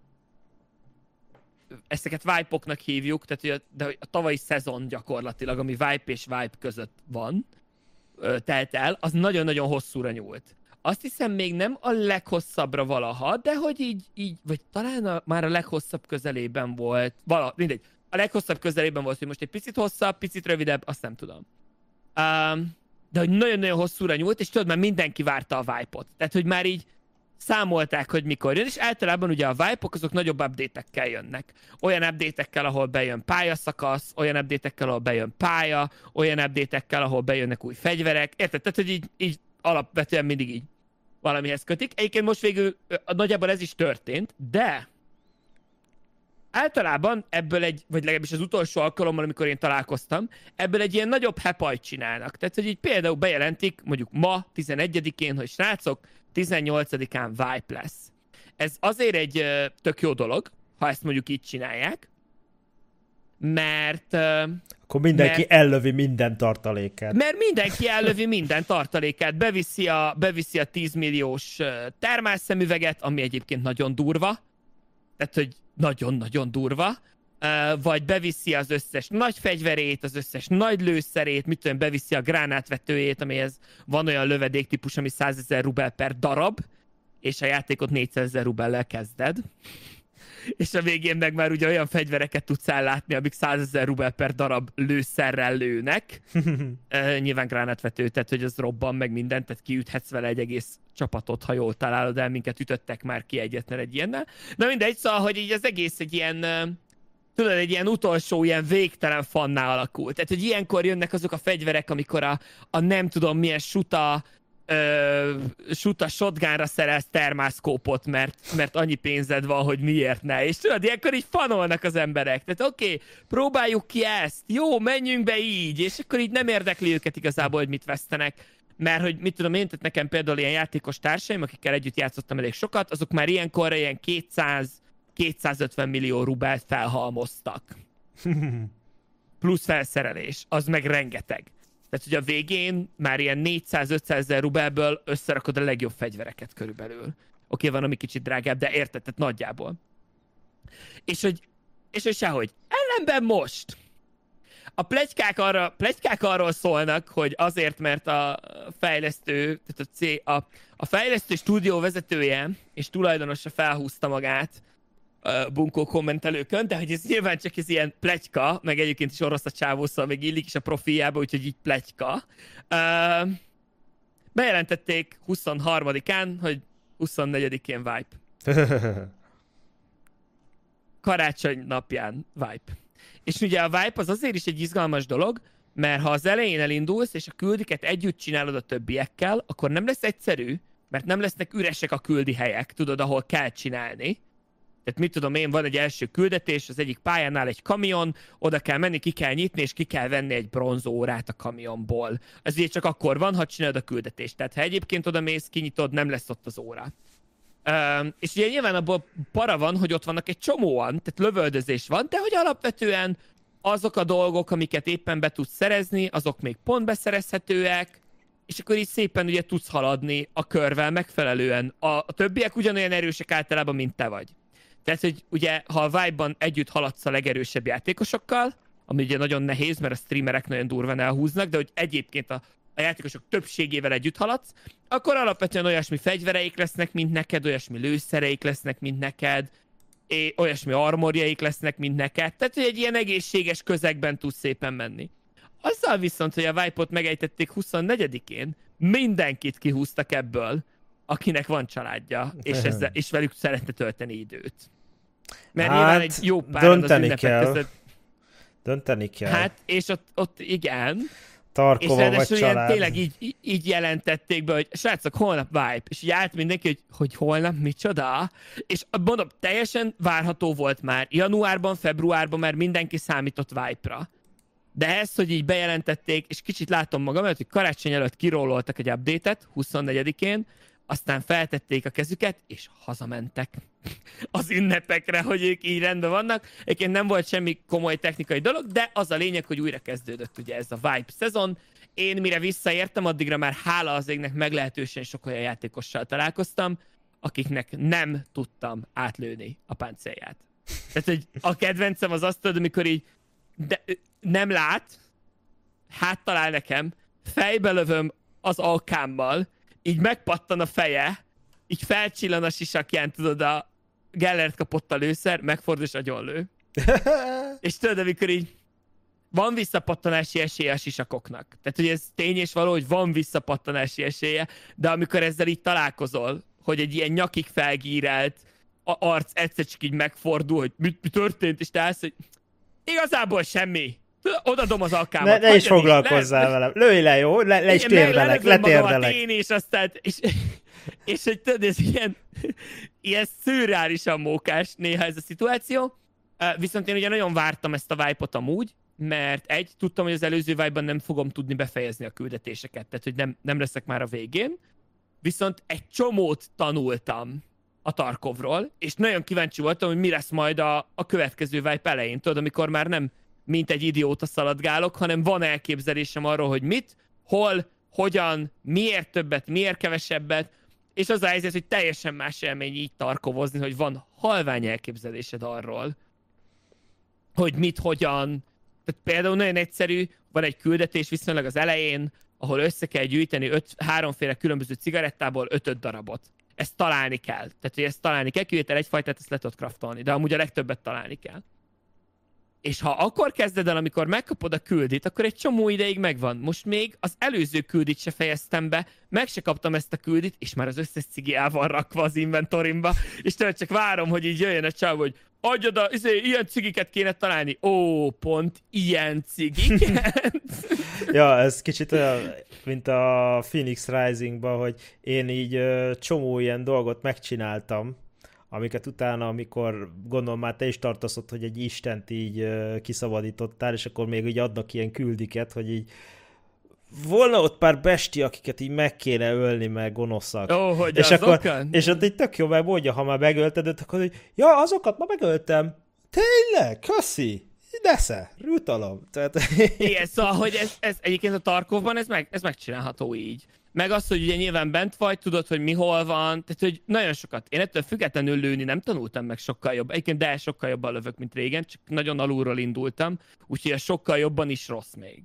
ezeket Vibe-oknak hívjuk, tehát a, de a tavalyi szezon gyakorlatilag, ami Vibe és Vibe között van, telt el, az nagyon-nagyon hosszúra nyúlt. Azt hiszem még nem a leghosszabbra valaha, de hogy így, így vagy talán a, már a leghosszabb közelében volt, valahogy, mindegy, a leghosszabb közelében volt, hogy most egy picit hosszabb, picit rövidebb, azt nem tudom. Um, de hogy nagyon-nagyon hosszúra nyúlt, és tudod, már mindenki várta a Vibe-ot. Tehát, hogy már így számolták, hogy mikor jön, és általában ugye a Vibe-ok azok nagyobb update-ekkel jönnek. Olyan update-ekkel, ahol bejön pályaszakasz, olyan update-ekkel, ahol bejön pálya, olyan update-ekkel, ahol bejönnek új fegyverek. Érted? Tehát, hogy így, így alapvetően mindig így valamihez kötik. Egyébként most végül nagyjából ez is történt, de általában ebből egy, vagy legalábbis az utolsó alkalommal, amikor én találkoztam, ebből egy ilyen nagyobb hepajt csinálnak. Tehát, hogy így például bejelentik, mondjuk ma, tizenegyedikén, hogy srácok, tizennyolcadikán Vibe lesz. Ez azért egy uh, tök jó dolog, ha ezt mondjuk így csinálják, mert... Uh, Akkor mindenki mert, ellövi minden tartalékát. Mert mindenki ellövi minden tartalékát, beviszi a, beviszi a tíz milliós uh, termálszemüveget, ami egyébként nagyon durva, tehát, hogy nagyon-nagyon durva, uh, vagy beviszi az összes nagy fegyverét, az összes nagy lőszerét, mit tudom, beviszi a gránátvetőjét, amihez van olyan lövedéktípus, ami százezer rubel per darab, és a játékot négyszázezer rubellel kezded. És a végén meg már ugye olyan fegyvereket tudsz ellátni, amik százezer rubel per darab lőszerrel lőnek. uh, nyilván gránátvető, tehát hogy az robban meg mindent, tehát kiüthetsz vele egy egész csapatot, ha jól találod el, minket ütöttek már ki egyetlen egy ilyennel. Na mindegy, szóval, hogy így az egész egy ilyen, uh, tudod, egy ilyen utolsó, ilyen végtelen fanná alakult. Tehát, hogy ilyenkor jönnek azok a fegyverek, amikor a, a nem tudom milyen suta, Ö, suta shotgunra szerelsz termászkópot, mert, mert annyi pénzed van, hogy miért ne. És tudod, ilyenkor így fanolnak az emberek. Tehát oké, okay, próbáljuk ki ezt, jó, menjünk be így, és akkor így nem érdekli őket igazából, hogy mit vesztenek. Mert hogy mit tudom én, tehát nekem például ilyen játékos társaim, akikkel együtt játszottam elég sokat, azok már ilyenkorra ilyen kétszáz-kétszázötven millió rubelt felhalmoztak. Plusz felszerelés, az meg rengeteg. Tehát, hogy a végén már ilyen négyszáz-ötszázezer rubelből összerakod a legjobb fegyvereket körülbelül. Oké, okay, van, ami kicsit drágább, de érted, tehát nagyjából. És hogy, és hogy sehogy. Ellenben most a pletykák, arra, pletykák arról szólnak, hogy azért, mert a fejlesztő, tehát a, C, a, a fejlesztő stúdió vezetője és tulajdonosa felhúzta magát Uh, bunkó kommentelőkön, de hogy ez nyilván csak ez ilyen pletyka, meg egyébként is orosz a csávó, szóval még illik is a profiába, úgyhogy így pletyka. Uh, bejelentették huszonharmadikán, hogy huszonnegyedikén Vibe. Karácsony napján Vibe. És ugye a Vibe az azért is egy izgalmas dolog, mert ha az elején elindulsz, és a küldiket együtt csinálod a többiekkel, akkor nem lesz egyszerű, mert nem lesznek üresek a küldi helyek, tudod, ahol kell csinálni. Tehát mit tudom én, van egy első küldetés, az egyik pályánál egy kamion, oda kell menni, ki kell nyitni, és ki kell venni egy bronzórát a kamionból. Ez ugye csak akkor van, ha csinálod a küldetést. Tehát ha egyébként oda mész, kinyitod, nem lesz ott az óra. Um, és ugye nyilván abból para van, hogy ott vannak egy csomóan, tehát lövöldözés van, de hogy alapvetően azok a dolgok, amiket éppen be tudsz szerezni, azok még pont beszerezhetőek, és akkor így szépen ugye tudsz haladni a körvel megfelelően. A, a többiek ugyanolyan erősek általában, mint te vagy. Tehát, hogy ugye, ha a Vibe-ban együtt haladsz a legerősebb játékosokkal, ami ugye nagyon nehéz, mert a streamerek nagyon durván elhúznak, de hogy egyébként a, a játékosok többségével együtt haladsz, akkor alapvetően olyasmi fegyvereik lesznek, mint neked, olyasmi lőszereik lesznek, mint neked, és olyasmi armorjaik lesznek, mint neked. Tehát, hogy egy ilyen egészséges közegben tudsz szépen menni. Azzal viszont, hogy a Vibe-ot megejtették huszonnegyedikén, mindenkit kihúztak ebből, akinek van családja, és, ezzel, és velük szeretne tölteni időt. Mert hát, nyilván egy jó páran az ünnepek kell. között... Dönteni kell. Hát, és ott, ott igen. Tarkova és vagy család. Tényleg így, így jelentették be, hogy srácok, holnap Vibe. És így állt mindenki, hogy, hogy holnap micsoda. És mondom, teljesen várható volt már. Januárban, februárban már mindenki számított Vibe-ra. De ezt, hogy így bejelentették, és kicsit látom magam, hogy karácsony előtt kiróloltak egy update-et, huszonnegyedikén, aztán feltették a kezüket, és hazamentek az ünnepekre, hogy ők így rendben vannak. Egyébként nem volt semmi komoly technikai dolog, de az a lényeg, hogy újra kezdődött ugye ez a Vibe szezon. Én mire visszaértem, addigra már hála az égnek meglehetősen sok olyan játékossal találkoztam, akiknek nem tudtam átlőni a páncélját. Tehát, hogy a kedvencem az azt tudod, amikor így de, nem lát, háttalál nekem, fejbe lövöm az alkámmal, így megpattan a feje, így felcsillan a sisakján, tudod, a Gellert kapott a lőszer, megfordul és agyonlő. És tudod, amikor így van visszapattanási esélye a sisakoknak. Tehát, hogy ez tény és való, hogy van visszapattanási esélye, de amikor ezzel így találkozol, hogy egy ilyen nyakig felgírelt a arc egyszer csak így megfordul, hogy mi, mi történt, és te állsz, hogy igazából semmi. Odadom az alkámat. Ne, ne is foglalkozzál velem. Lőj le, jó? Le, le is térdelek, letérdelek. Én is aztán, és, és hogy tudod, ez ilyen, ilyen szürreálisan mókás néha ez a szituáció. Viszont én ugye nagyon vártam ezt a Vibe-ot amúgy, mert egy, tudtam, hogy az előző Vibe-ban nem fogom tudni befejezni a küldetéseket, tehát hogy nem, nem leszek már a végén. Viszont egy csomót tanultam a Tarkovról, és nagyon kíváncsi voltam, hogy mi lesz majd a, a következő Vibe elején, tudod, amikor már nem mint egy idióta szaladgálok, hanem van elképzelésem arról, hogy mit, hol, hogyan, miért többet, miért kevesebbet, és az a helyzet, hogy teljesen más élmény így tarkovozni, hogy van halvány elképzelésed arról, hogy mit, hogyan. Tehát például nagyon egyszerű, van egy küldetés viszonylag az elején, ahol össze kell gyűjteni öt, háromféle különböző cigarettából ötöt darabot. Ezt találni kell. Tehát, hogy ezt találni kell, kivétel egyfajtát, ezt le tudod craftolni, de amúgy a legtöbbet találni kell. És ha akkor kezded el, amikor megkapod a küldit, akkor egy csomó ideig megvan. Most még az előző küldit se fejeztem be, meg se kaptam ezt a küldit, és már az összes cigi el van rakva az inventorimba, és tőle csak várom, hogy így jöjjön a csáv, hogy adjad a, izé, ilyen cigiket kéne találni. Ó, pont ilyen cigiket. Ja, ez kicsit olyan, mint a Phoenix Rising-ban, hogy én így ö, csomó ilyen dolgot megcsináltam, amiket utána, amikor gondolom már te is tartasz ott, hogy egy istent így uh, kiszabadítottál, és akkor még így adnak ilyen küldiket, hogy így volna ott pár besti, akiket így meg kéne ölni, meg gonoszak. Ó, hogy és azokat? akkor, és ott így tök jó megmondja, ha már megölted őt, akkor hogy ja, azokat ma megöltem. Tényleg? Köszi! Nesze, jutalom. Tehát... Igen, szóval, hogy ez, ez egyébként a Tarkovban ez, meg, ez megcsinálható így. Meg az, hogy ugye nyilván bent vagy, tudod, hogy mi hol van, tehát hogy nagyon sokat. Én ettől függetlenül lőni nem tanultam meg sokkal jobb. Egyébként de sokkal jobban lövök, mint régen, csak nagyon alulról indultam, úgyhogy a sokkal jobban is rossz még.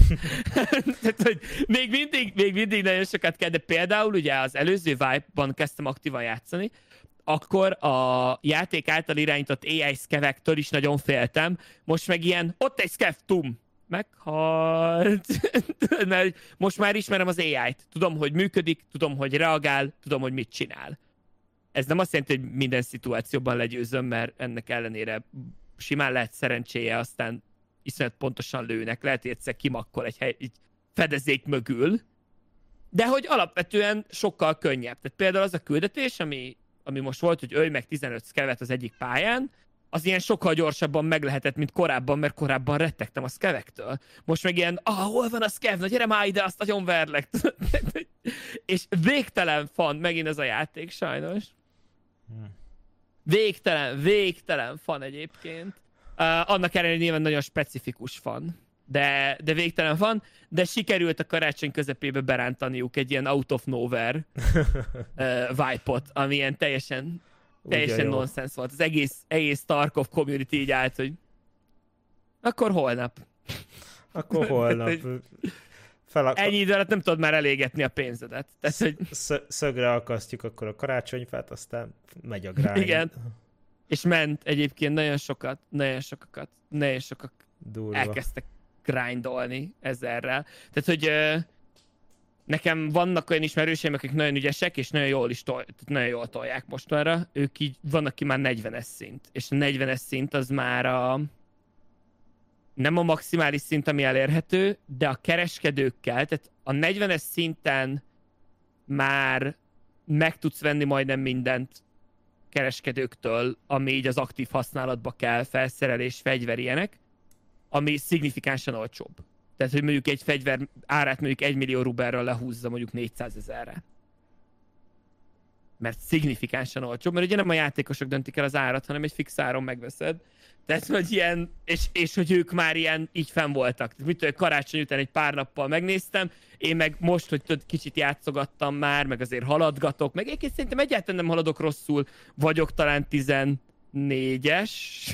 Tehát, hogy még mindig, még mindig nagyon sokat kell, de például ugye az előző Vibe-ban kezdtem aktívan játszani, akkor a játék által irányított á i skevektől is nagyon féltem. Most meg ilyen, ott egy skev, tum, meghalt. Mert most már ismerem az á í-t. Tudom, hogy működik, tudom, hogy reagál, tudom, hogy mit csinál. Ez nem azt jelenti, hogy minden szituációban legyőzöm, mert ennek ellenére simán lehet szerencséje, aztán iszonyat pontosan lőnek. Lehet, hogy egyszer kimakkol egy, hely, egy fedezék mögül. De hogy alapvetően sokkal könnyebb. Tehát például az a küldetés, ami ami most volt, hogy ölj meg tizenöt skevet az egyik pályán, az ilyen sokkal gyorsabban meg lehetett, mint korábban, mert korábban rettegtem a skevektől. Most meg ilyen, ah, hol van a skev? Na gyere már ide, azt nagyon verlek. És végtelen fan megint ez a játék, sajnos. Végtelen, végtelen fan egyébként. Uh, annak ellenére nyilván nagyon specifikus fan. De, de végtelen van, de sikerült a karácsony közepébe berántaniuk egy ilyen out of nowhere uh, vibe-ot, ami ilyen teljesen, teljesen nonsens volt. Az egész, egész Tarkov community így állt, hogy akkor holnap. Akkor holnap. Felak... Ennyi idő alatt nem tudod már elégetni a pénzedet. Tehát, hogy... Szögre akasztjuk akkor a karácsonyfát, aztán megy a grind. Igen. És ment egyébként nagyon sokat, nagyon sokakat, nagyon sokak Durva. elkezdtek grindolni ezerrel. Tehát, hogy ö, nekem vannak olyan ismerőseim, akik nagyon ügyesek, és nagyon jól is tol, nagyon jól tolják mostanra. Ők így, vannak ki már negyvenes szint. És a negyvenes szint az már a nem a maximális szint, ami elérhető, de a kereskedőkkel, tehát a negyvenes szinten már meg tudsz venni majdnem mindent kereskedőktől, ami így az aktív használatba kell, felszerelés, fegyver, ilyenek, ami szignifikánsan olcsóbb. Tehát, hogy mondjuk egy fegyver árát mondjuk egy millió rubelről lehúzza mondjuk négyszázezerre. Mert szignifikánsan olcsóbb, mert ugye nem a játékosok döntik el az árat, hanem egy fix áron megveszed. Tehát, hogy ilyen, és, és hogy ők már ilyen így fenn voltak. Tehát, mit tudom, karácsony után egy pár nappal megnéztem, én meg most, hogy tudod, kicsit játszogattam már, meg azért haladgatok, meg egyébként szerintem egyáltalán nem haladok rosszul, vagyok talán tizennégyes.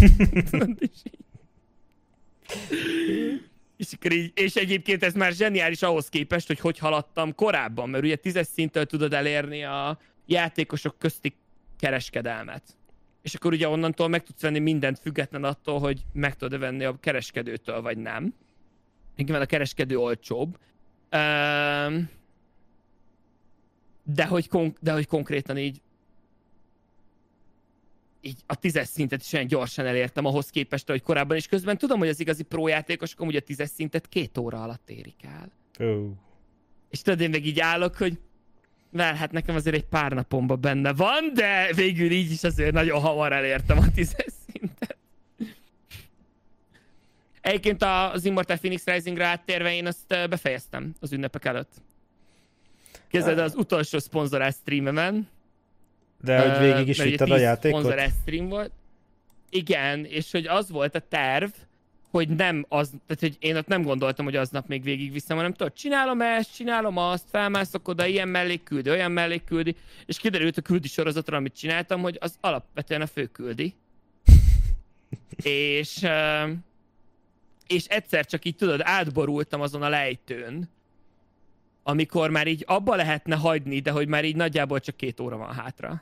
És, így, és egyébként ez már zseniális ahhoz képest, hogy hogy haladtam korábban, mert ugye tízes szinttől tudod elérni a játékosok közti kereskedelmet. És akkor ugye onnantól meg tudsz venni mindent független attól, hogy meg tudod venni a kereskedőtől, vagy nem. Nyilván a kereskedő olcsóbb. De hogy, kon- de hogy konkrétan így így a tízes szintet is olyan gyorsan elértem ahhoz képest, hogy korábban is közben tudom, hogy az igazi prójátékosok amúgy a tízes szintet két óra alatt érik el. Oh. És tudod, én meg így állok, hogy mert hát nekem azért egy pár napomban benne van, de végül így is azért nagyon hamar elértem a tízes szintet. Egyébként az Immortal Phoenix Rising-ra áttérve én azt befejeztem az ünnepek előtt. Képzeld, az utolsó szponzorált streamemen. De hogy végig is vitted a játékot? Szponzorált stream volt. Igen, és hogy az volt a terv, hogy nem az, tehát hogy én ott nem gondoltam, hogy aznap még végigviszem, hanem tudod, csinálom ezt, csinálom azt, felmászok oda, ilyen mellékküldi, olyan mellékküldi, és kiderült a küldi sorozatra, amit csináltam, hogy az alapvetően a főküldi. és, és egyszer csak így tudod, átborultam azon a lejtőn, amikor már így abba lehetne hagyni, de hogy már így nagyjából csak két óra van hátra.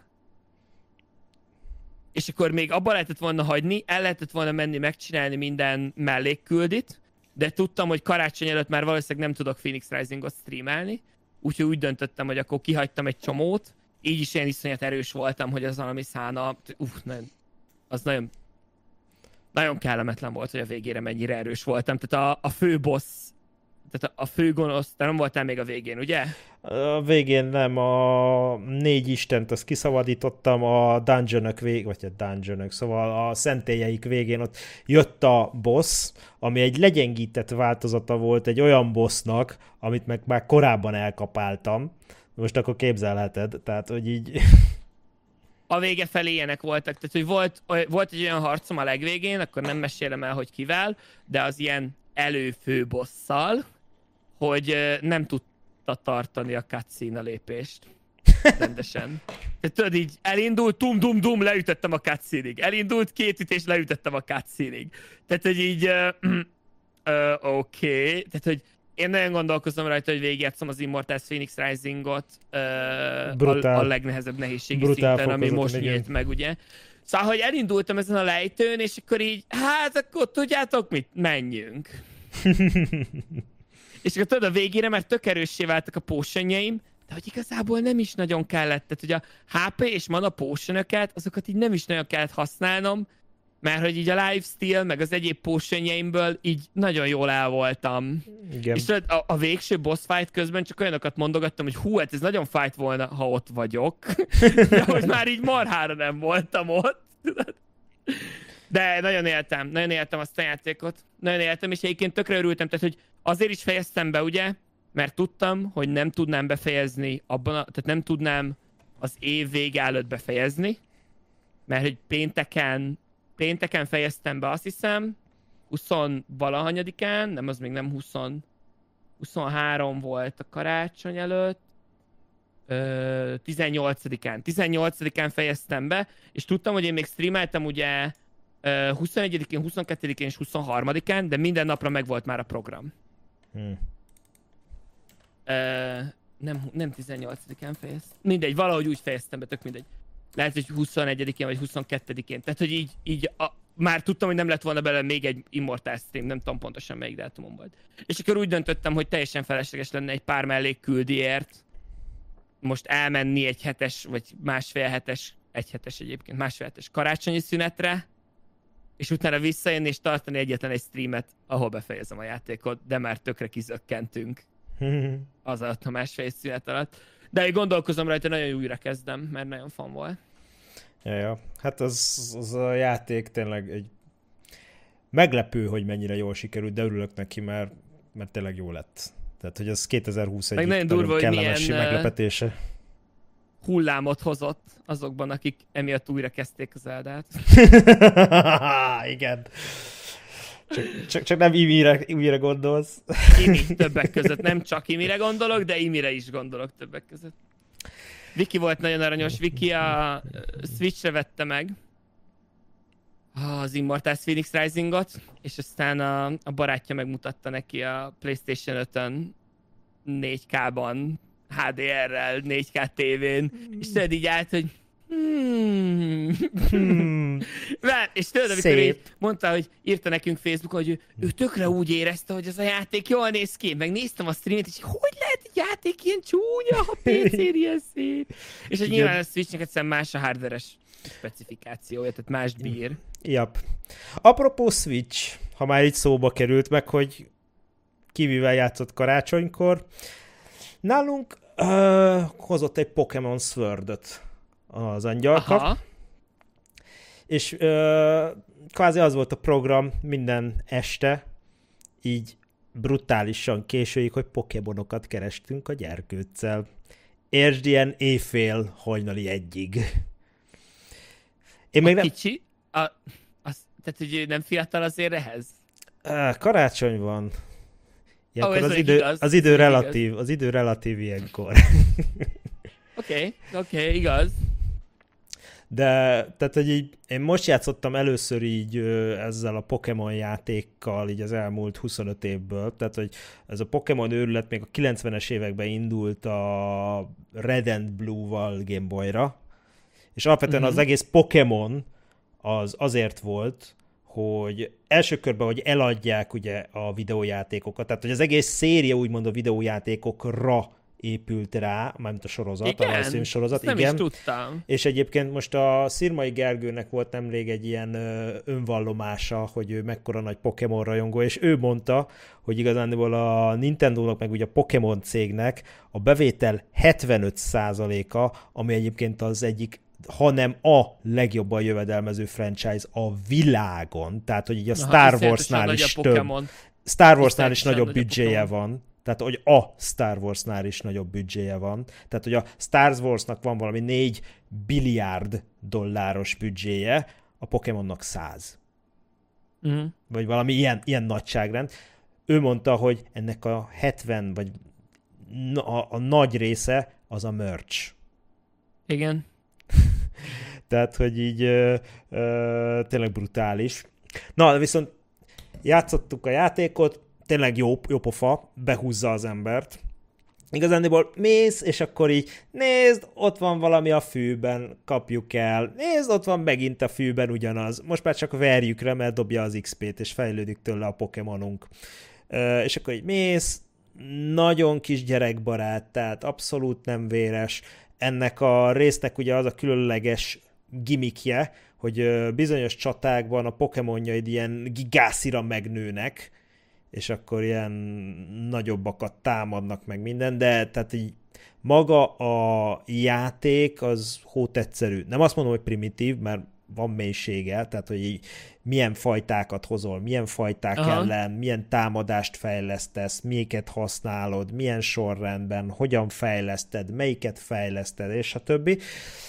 És akkor még abba lehetett volna hagyni, el lehetett volna menni megcsinálni minden mellékküldit, de tudtam, hogy karácsony előtt már valószínűleg nem tudok Phoenix Rising-ot streamelni, úgyhogy úgy döntöttem, hogy akkor kihagytam egy csomót, így is ilyen iszonyat erős voltam, hogy az valami szána, uff, nagyon, az nagyon, nagyon kellemetlen volt, hogy a végére mennyire erős voltam. Tehát a, a fő boss, tehát a fő gonosz, te nem voltál még a végén, ugye? A végén nem, a négy istent azt kiszabadítottam, a dungeonök vég, vagy a dungeonök, szóval a szentélyeik végén ott jött a boss, ami egy legyengített változata volt egy olyan bossnak, amit meg már korábban elkapáltam. Most akkor képzelheted, tehát hogy így... A vége felé ilyenek voltak, tehát hogy volt, volt egy olyan harcom a legvégén, akkor nem mesélem el, hogy kivel, de az ilyen előfőbosszal, hogy nem tudta tartani a cutscene a lépést. Rendesen. Tehát tudod így, elindult, tum-dum-dum, leütöttem a cutscene-ig. Elindult, két ütés, leütöttem a cutscene-ig. Tehát, hogy így, uh, uh, oké. Okay. Tehát, hogy én nagyon gondolkozom rajta, hogy végigjátszom az Immortals Phoenix Rising-ot uh, a, a legnehezebb nehézségi brutál szinten, ami most igen. nyílt meg, ugye. Szóval, hogy elindultam ezen a lejtőn, és akkor így, hát akkor tudjátok mit? Menjünk. És akkor tudod, a végére már tök erőssé váltak a potionjaim, de hogy igazából nem is nagyon kellett. Tehát, hogy a há pé és mana potionöket, azokat így nem is nagyon kellett használnom, mert hogy így a lifesteal, meg az egyéb potionjaimből így nagyon jól el voltam. Igen. És tudod, a, a végső boss fight közben csak olyanokat mondogattam, hogy hú, hát ez nagyon fight volna, ha ott vagyok. De hogy már így marhára nem voltam ott. Tudod? De nagyon éltem, nagyon éltem azt a játékot. Nagyon éltem, és egyébként tökre örültem, tehát hogy azért is fejeztem be, ugye, mert tudtam, hogy nem tudnám befejezni abban a, tehát nem tudnám az év vége előtt befejezni, mert hogy pénteken, pénteken fejeztem be, azt hiszem, húsz-valahanyadikán, nem, az még nem húsz, huszonhárom volt a karácsony előtt, ö, tizennyolcadikán, tizennyolcadikán fejeztem be, és tudtam, hogy én még streameltem ugye huszonegyedikén, huszonkettedikén és huszonharmadikán, de minden napra megvolt már a program. Hmm. Uh, nem, nem tizennyolcadikán fejeztem. Mindegy, valahogy úgy fejeztem be, tök mindegy. lehet, hogy huszonegyedikén vagy huszonkettedikén. Tehát, hogy így, így a, már tudtam, hogy nem lett volna belőle még egy Immortal stream, nem tudom pontosan melyik dátumon volt. És akkor úgy döntöttem, hogy teljesen felesleges lenne egy pár mellékküldiért most elmenni egy hetes, vagy másfél hetes, egy hetes egyébként, másfél hetes karácsonyi szünetre, és utána visszajönni és tartani egyetlen egy streamet, ahol befejezem a játékot, de már tökre kizökkentünk az alatt a másfél szünet alatt. De én gondolkozom rajta, nagyon újra kezdem, mert nagyon fan volt. Ja, ja. Hát az, az a játék tényleg egy meglepő, hogy mennyire jól sikerült, de örülök neki, mert, mert tényleg jó lett. Tehát, hogy az kétezer-húsz egyik nagyon durva, kellemes meglepetése. Hullámot hozott azokban, akik emiatt újra kezdték az Zeldát. Igen. Csak, csak, csak nem Imire, Imire gondolsz. Imi többek között. Nem csak Imire gondolok, de Imire is gondolok többek között. Viki volt nagyon aranyos. Viki a Switchre vette meg az Immortals Phoenix Risingot, és aztán a, a barátja megmutatta neki a PlayStation ötön négy ká-ban, há dé er-rel, négy ká tévén, és tudod így állt, hogy hmm. hmm. és tudod, amikor így mondta, hogy írta nekünk Facebookon, hogy ő, ő tökre úgy érezte, hogy az a játék jól néz ki. Megnéztem a streamet, és hogy lehet egy játék ilyen csúnya, ha pé cén ilyen szép. És hogy nyilván a Switchnek egyszerűen más a hardveres specifikációja, tehát mást bír. Yep. Apropó Switch, ha már így szóba került meg, hogy ki mivel játszott karácsonykor, nálunk uh, hozott egy Pokémon Sword-öt az angyalka. Aha. És uh, kvázi az volt a program minden este, így brutálisan későig, hogy Pokémonokat kerestünk a gyerkőccel. Értsd, ilyen éjfél hajnali egyig. Én a még nem... kicsi? A, az, tehát, hogy nem fiatal azért ehhez? Uh, karácsony van. Ilyenkor oh, az, idő, igaz. az idő relatív, igaz. az idő relatív ilyenkor. Oké, okay, oké, okay, igaz. De, tehát, hogy így, én most játszottam először így ezzel a Pokémon játékkal így az elmúlt huszonöt évből, tehát, hogy ez a Pokémon őrület még a kilencvenes években indult a Red and Blue-val Game Boy-ra, és alapvetően uh-huh. az egész Pokémon az azért volt, hogy első körben, hogy eladják ugye a videójátékokat, tehát hogy az egész széria úgymond a videójátékokra épült rá, mármint a sorozat, igen, a rajzfilm sorozat, nem igen. is tudtam. És egyébként most a Szirmai Gergőnek volt nemrég egy ilyen önvallomása, hogy ő mekkora nagy Pokémon rajongó, és ő mondta, hogy igazándiból a Nintendónak, meg ugye a Pokémon cégnek a bevétel hetvenöt százaléka, ami egyébként az egyik, hanem a legjobban jövedelmező franchise a világon. Tehát, hogy így a Aha, Star Warsnál is több. Star Warsnál is nagyobb büdzséje van. Tehát, hogy a Star Warsnál is nagyobb büdzséje van. Tehát, hogy a Star Warsnak van valami négy billiárd dolláros büdzséje, a Pokémonnak száz. Uh-huh. Vagy valami ilyen, ilyen nagyságrend. Ő mondta, hogy ennek a hetven, vagy a, a nagy része az a merch. Igen. Tehát, hogy így ö, ö, tényleg brutális. Na, de viszont játszottuk a játékot, tényleg jó, jó pofa, behúzza az embert. Igazándiból mész, és akkor így nézd, ott van valami a fűben, kapjuk el. Nézd, ott van megint a fűben ugyanaz. Most már csak verjük rá, mert dobja az iksz pét, és fejlődik tőle a Pokémonunk. Ö, és akkor így mész, nagyon kis gyerekbarát, tehát abszolút nem véres. Ennek a résznek ugye az a különleges gimmickje, hogy bizonyos csatákban a Pokémonjaid ilyen gigászira megnőnek, és akkor ilyen nagyobbakat támadnak meg minden, de tehát így maga a játék az hótetszerű. Nem azt mondom, hogy primitív, mert van mélysége, tehát hogy így milyen fajtákat hozol, milyen fajták Aha. ellen, milyen támadást fejlesztesz, melyiket használod, milyen sorrendben, hogyan fejleszted, melyiket fejleszted, és a többi.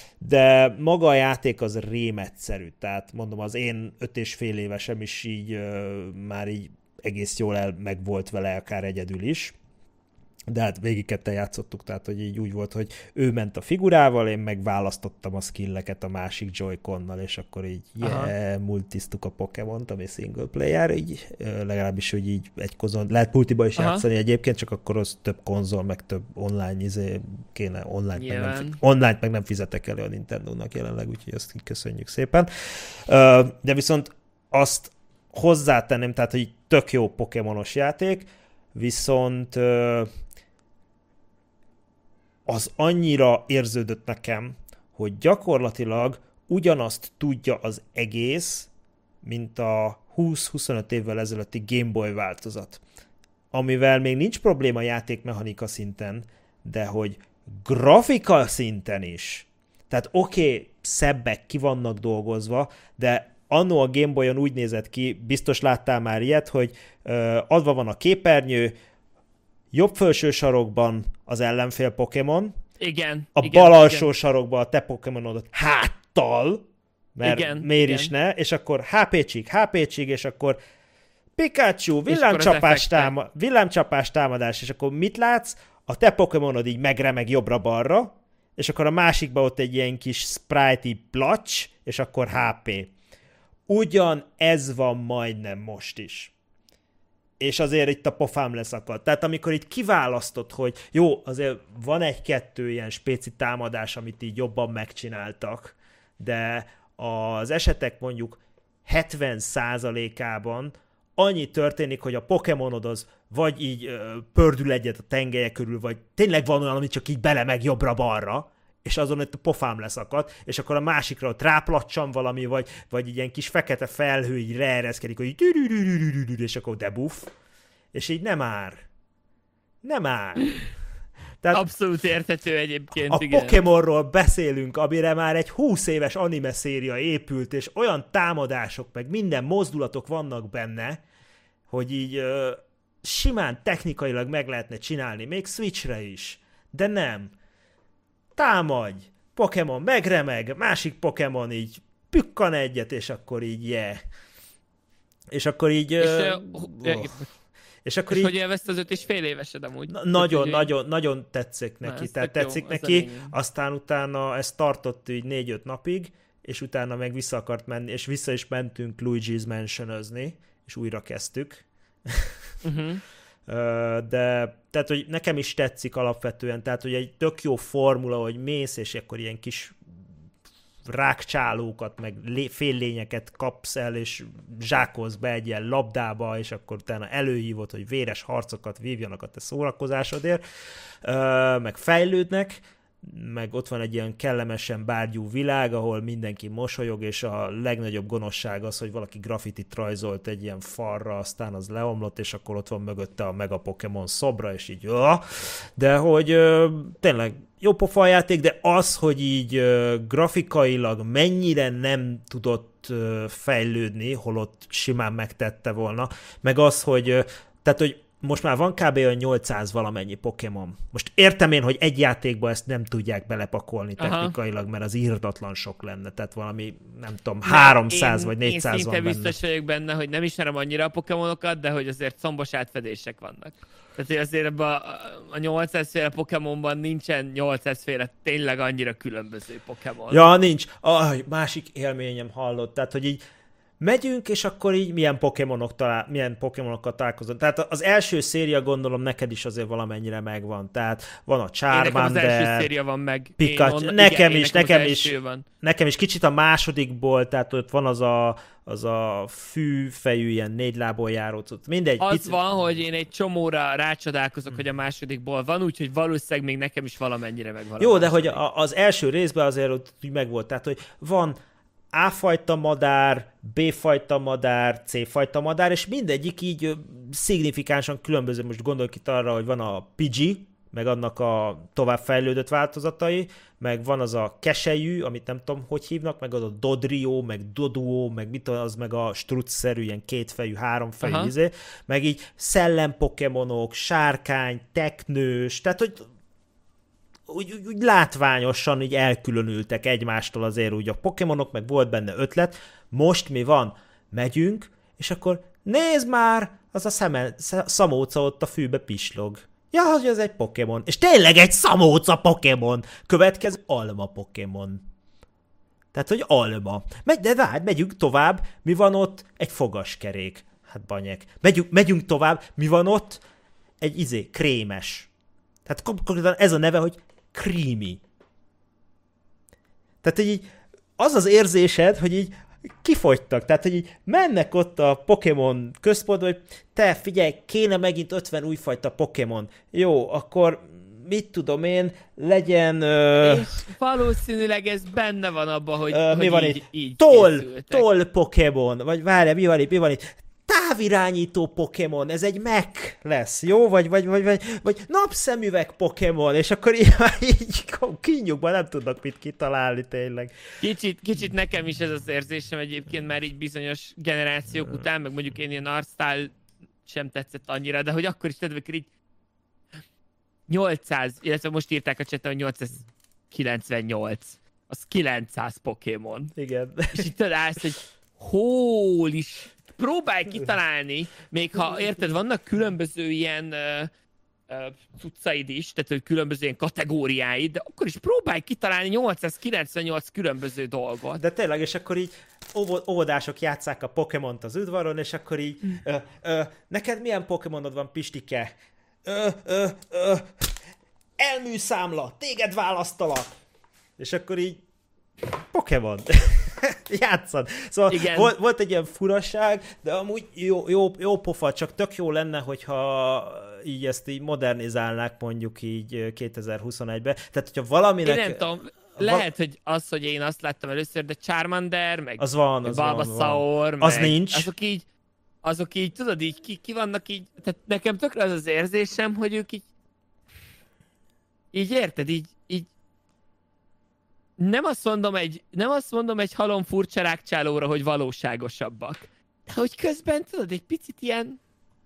De maga a játék az rémegyszerű, tehát mondom, az én öt és fél évesem is így uh, már így egész jól el meg volt vele, akár egyedül is. de hát végig ketten játszottuk, tehát hogy így úgy volt, hogy ő ment a figurával, én meg választottam a skilleket a másik Joy-Connal, és akkor így yeah, multiztuk a Pokémont, ami single player, így legalábbis, hogy így egy konzol, lehet multiba is Aha. játszani egyébként, csak akkor az több konzol, meg több online izé kéne, online meg nem, online meg nem fizetek elő a Nintendo-nak jelenleg, úgyhogy azt így köszönjük szépen. De viszont azt hozzátenném, tehát, hogy tök jó Pokémonos játék, viszont az annyira érződött nekem, hogy gyakorlatilag ugyanazt tudja az egész, mint a húsz-huszonöt évvel ezelőtti Game Boy változat. Amivel még nincs probléma játékmechanika szinten, de hogy grafika szinten is. Tehát oké, okay, szebbek ki vannak dolgozva, de annó a Game Boyon úgy nézett ki, biztos láttál már ilyet, hogy ö, adva van a képernyő, jobb felső sarokban az ellenfél Pokémon, igen, a igen, bal alsó igen. sarokban a te Pokémonod háttal, mert igen, miért igen. is ne, és akkor há pé-csig, há pé-csig, és akkor Pikachu, villámcsapás, táma, villámcsapás támadás, és akkor mit látsz? A te Pokémonod így megremeg jobbra-balra, és akkor a másikban ott egy ilyen kis sprite-y placs, és akkor há pé. Ugyan ez van majdnem most is. És azért itt a pofám leszakadt. Tehát amikor itt kiválasztott, hogy jó, azért van egy-kettő ilyen spéci támadás, amit így jobban megcsináltak, de az esetek mondjuk hetven százalékában annyi történik, hogy a Pokémonod az vagy így ö, pördül egyet a tengelye körül, vagy tényleg van olyan, amit csak így belemeg jobbra-balra, és azon itt a pofám leszakadt, és akkor a másikra ott ráplacsan valami, vagy, vagy ilyen kis fekete felhő így reereszkedik, hogy így és akkor debuff, és így nem ár. Nem ár. Tehát abszolút érthető egyébként, a igen. Pokémonról beszélünk, amire már egy húsz éves anime széria épült, és olyan támadások, meg minden mozdulatok vannak benne, hogy így ö, simán technikailag meg lehetne csinálni, még Switchre is. De nem. Támadj! Pokémon megremeg, másik Pokémon így pükkan egyet, és akkor így yeah. És akkor így... És, ö, uh, és akkor és így... hogy élvezte az öt és fél évesed amúgy? Na, nagyon, úgy, nagyon, hogy... nagyon tetszik neki. Na, tehát tetszik jó, neki, aztán utána ez tartott így négy-öt napig, és utána meg vissza akart menni, és vissza is mentünk Luigi's Mansion-özni, és újra kezdtük. Uh-huh. De tehát, hogy nekem is tetszik alapvetően, tehát, hogy egy tök jó formula, hogy mész, és akkor ilyen kis rákcsálókat, meg lé- féllényeket kapsz el, és zsákolsz be egy ilyen labdába, és akkor utána előhívod, hogy véres harcokat vívjanak a te szórakozásodért, meg fejlődnek, meg ott van egy ilyen kellemesen bárgyú világ, ahol mindenki mosolyog, és a legnagyobb gonoszság az, hogy valaki graffitit rajzolt egy ilyen falra, aztán az leomlott, és akkor ott van mögötte a Mega Pokémon szobra, és így öh! De hogy ö, tényleg jó pofa játék, de az, hogy így ö, grafikailag mennyire nem tudott ö, fejlődni, holott simán megtette volna, meg az, hogy ö, tehát, hogy most már van kb. Olyan nyolcszáz valamennyi Pokémon. Most értem én, hogy egy játékba ezt nem tudják belepakolni technikailag, Aha. mert az írdatlan sok lenne. Tehát valami, nem tudom, nem, háromszáz én, vagy négyszáz én van benne. Én szinte biztos vagyok benne, hogy nem ismerem annyira a Pokémonokat, de hogy azért szombos átfedések vannak. Tehát azért ebben a, a nyolcszáz féle Pokémonban nincsen nyolcszáz féle tényleg annyira különböző Pokémon. Ja, nincs. Ah, másik élményem hallott. Tehát, hogy így megyünk, és akkor így milyen Pokémonok talál, milyen Pokémonokkal találkozunk. Tehát az első széria, gondolom, neked is azért valamennyire megvan. Tehát van a Charmander, az első széria van meg. Pikachu. On, nekem igen, is, nekem is, van. nekem is kicsit a másodikból, tehát ott van az a, az a fű-fejű, ilyen négy lábon járó. Mindegy. Az pici... van, hogy én egy csomóra rácsodálkozok, hmm. hogy a másodikból van, úgyhogy valószínűleg még nekem is valamennyire megvan. Jó, de hogy a, az első részben azért ott úgy megvolt. Tehát, hogy van A-fajta madár, B-fajta madár, C-fajta madár, és mindegyik így szignifikánsan különböző. Most gondolok itt arra, hogy van a Pidgey, meg annak a továbbfejlődött változatai, meg van az a keselyű, amit nem tudom, hogy hívnak, meg az a Dodrio, meg Doduo, meg mit az, meg a struc-szerű, ilyen kétfejű, háromfejű, izé, meg így szellem Pokémonok, sárkány, teknős, tehát hogy Úgy, úgy, úgy látványosan így elkülönültek egymástól azért úgy a Pokémonok, meg volt benne ötlet. Most mi van? Megyünk, és akkor nézd már, az a szeme, szamóca ott a fűbe pislog. Ja, hogy ez egy Pokémon. És tényleg egy szamóca Pokémon. Következő alma Pokémon. Tehát, hogy alma. Megy, de várj, megyünk tovább. Mi van ott? Egy fogaskerék. Hát banyek. Megyünk, megyünk tovább. Mi van ott? Egy izé, krémes. Tehát konkrétan ez a neve, hogy creamy. Tehát, hogy így az az érzésed, hogy így kifogytak. Tehát, hogy így mennek ott a Pokémon központba, hogy te figyelj, kéne megint ötven újfajta Pokémon. Jó, akkor mit tudom én, legyen... Uh, és valószínűleg ez benne van abban, hogy, uh, hogy mi van így, itt? így Toll, készültek. toll Pokémon, vagy várjál, mi van itt, mi van itt? Távirányító Pokémon, ez egy Mac lesz, jó? Vagy, vagy, vagy, vagy, vagy napszemüveg Pokémon, és akkor így, így kinyugban nem tudnak mit kitalálni tényleg. Kicsit, kicsit nekem is ez az érzésem egyébként már így bizonyos generációk után, meg mondjuk én ilyen arcstyle sem tetszett annyira, de hogy akkor is tudod, így nyolcszáz, illetve most írták a chaten, hogy nyolcszázkilencvennyolc. Az kilencszáz Pokémon. Igen. És itt tudod állsz, hogy hol is próbálj kitalálni, még ha érted, vannak különböző ilyen uh, uh, cuccaid is, tehát hogy különböző ilyen kategóriáid, de akkor is próbálj kitalálni nyolcszázkilencvennyolc különböző dolgot. De tényleg, és akkor így óvodások játsszák a Pokémont az udvaron, és akkor így mm. ö, ö, neked milyen Pokémonod van, Pistike? Ö, ö, ö, elműszámla, téged választalak! És akkor így Pokémon. Játszad. Szóval volt, volt egy ilyen furaság, de amúgy jó, jó, jó pofa, csak tök jó lenne, hogyha így ezt így modernizálnák mondjuk így kétezer-huszonegyben. Tehát, hogyha valaminek... Én nem tudom, lehet, hogy az, hogy én azt láttam először, de Charmander, meg az van, az Bulbasaur, van. meg az nincs. Azok így, azok így, tudod, így ki, ki vannak így, tehát nekem tökre az az érzésem, hogy ők így, így érted, így, így nem azt mondom egy, nem azt mondom egy halom furcsa rákcsálóra, hogy valóságosabbak. De hogy közben, tudod, egy picit ilyen...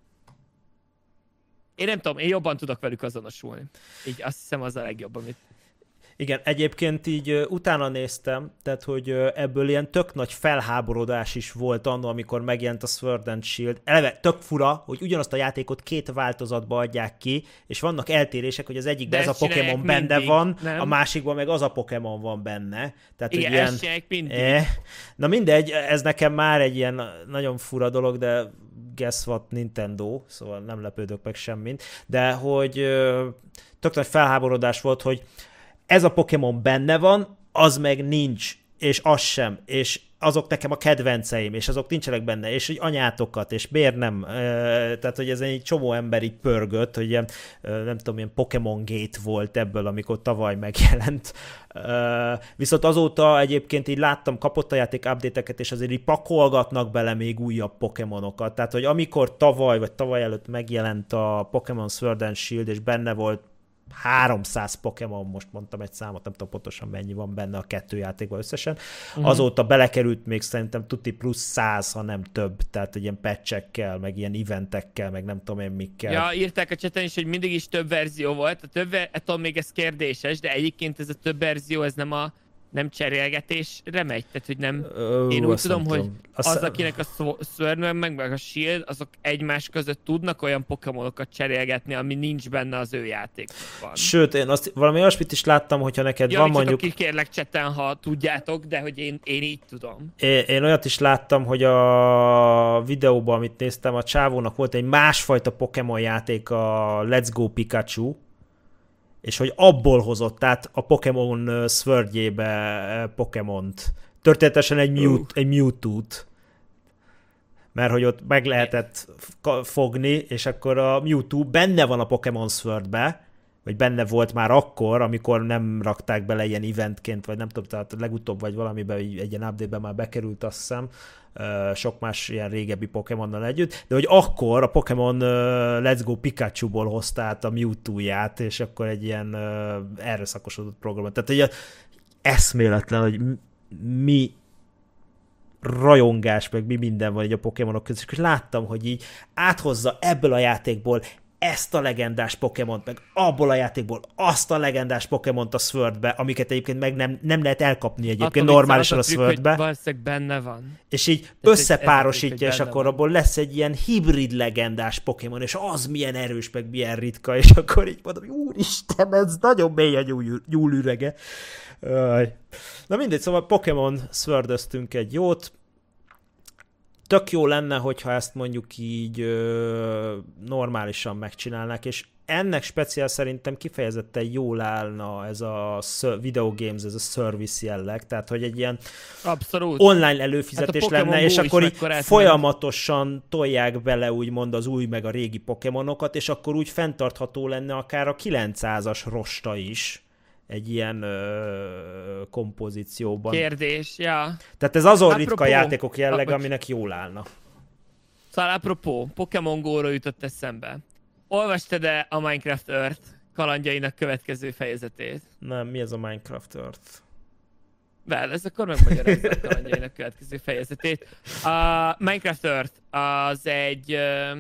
Én nem tudom, én jobban tudok velük azonosulni. Így azt hiszem az a legjobb, amit... Igen, egyébként így uh, utána néztem, tehát hogy uh, ebből ilyen tök nagy felháborodás is volt annól, amikor megjelent a Sword and Shield. Eleve tök fura, hogy ugyanazt a játékot két változatba adják ki, és vannak eltérések, hogy az egyikben ez a Pokémon benne mindig, van, nem? A másikban meg az a Pokémon van benne. Tehát, igen, ilyen, mindig. Eh, na mindegy, ez nekem már egy ilyen nagyon fura dolog, de guess what, Nintendo, szóval nem lepődök meg semmit, de hogy uh, tök nagy felháborodás volt, hogy ez a Pokémon benne van, az meg nincs, és az sem, és azok nekem a kedvenceim, és azok nincsenek benne, és hogy anyátokat, és miért nem? Tehát, hogy ez egy csomó ember így pörgött, hogy ilyen, nem tudom, ilyen Pokémon Gate volt ebből, amikor tavaly megjelent. Viszont azóta egyébként így láttam, kapott a játék update-eket, és azért így pakolgatnak bele még újabb Pokémonokat. Tehát, hogy amikor tavaly, vagy tavaly előtt megjelent a Pokémon Sword and Shield, és benne volt háromszáz Pokémon, most mondtam egy számot, nem tudom pontosan mennyi van benne a kettő játékban összesen. Uh-huh. Azóta belekerült még szerintem tuti plusz száz, ha nem több, tehát ilyen patchekkel, meg ilyen eventekkel, meg nem tudom én mikkel. Ja, írták a chaten is, hogy mindig is több verzió volt. A több, ettől még ez kérdéses, de egyébként ez a több verzió, ez nem a nem cserélgetésre megy, tehát hogy nem... Ö, én úgy tudom, hogy tudom. Az, az, akinek a Sword meg, meg a Shield, azok egymás között tudnak olyan Pokémonokat cserélgetni, ami nincs benne az ő játékban. Sőt, én azt valami olyasmit is láttam, hogyha neked ja, van mondjuk... Ja, kérlek chaten, ha tudjátok, de hogy én, én így tudom. Én, én olyat is láttam, hogy a videóban, amit néztem, a csávónak volt egy másfajta Pokémon játék, a Let's Go Pikachu, és hogy abból hozott, tehát a Pokémon Swordjébe Pokémont. Történetesen egy, Mew, uh. egy Mewtwo-t. Mert hogy ott meg lehetett fogni, és akkor a Mewtwo benne van a Pokémon Swordbe, vagy benne volt már akkor, amikor nem rakták bele ilyen eventként, vagy nem tudom, tehát legutóbb vagy valamiben, egy ilyen update-ben már bekerült, azt hiszem, sok más ilyen régebbi Pokémonnal együtt, de hogy akkor a Pokémon Let's Go Pikachu-ból hozta át a Mewtwo-ját, és akkor egy ilyen erre szakosodott programot. Tehát egy eszméletlen, hogy mi rajongás, meg mi minden van így a Pokémonok között, és láttam, hogy így áthozza ebből a játékból ezt a legendás Pokémont, meg abból a játékból azt a legendás Pokémont a Swordbe, amiket egyébként meg nem, nem lehet elkapni egyébként attól normálisan a Swordbe. Valószínűleg benne van. És így ez összepárosítja, és akkor abból lesz egy ilyen hibrid legendás Pokémon, és az milyen erős, meg milyen ritka, és akkor így mondom, úristen, ez nagyon mély a nyúlürege. Na mindegy, szóval Pokémon Sword-öztünk egy jót. Tök jó lenne, hogyha ezt mondjuk így ö, normálisan megcsinálnák, és ennek speciál szerintem kifejezetten jól állna ez a video games, ez a service jelleg, tehát hogy egy ilyen abszolút online előfizetés hát lenne, és akkor így folyamatosan ment. tolják bele úgymond az új meg a régi Pokémonokat, és akkor úgy fenntartható lenne akár a kilencszázas rosta is egy ilyen ö, kompozícióban. Kérdés, ja. Tehát ez azon apropó, ritka játékok jelleg, a, aminek jól állna. Szóval apropó, Pokémon Go-ról jutott eszembe. Olvastad-e a Minecraft Earth kalandjainak következő fejezetét? Nem, mi ez a Minecraft Earth? Well, ez akkor megmagyarázza a kalandjainak következő fejezetét. A Minecraft Earth az egy ö,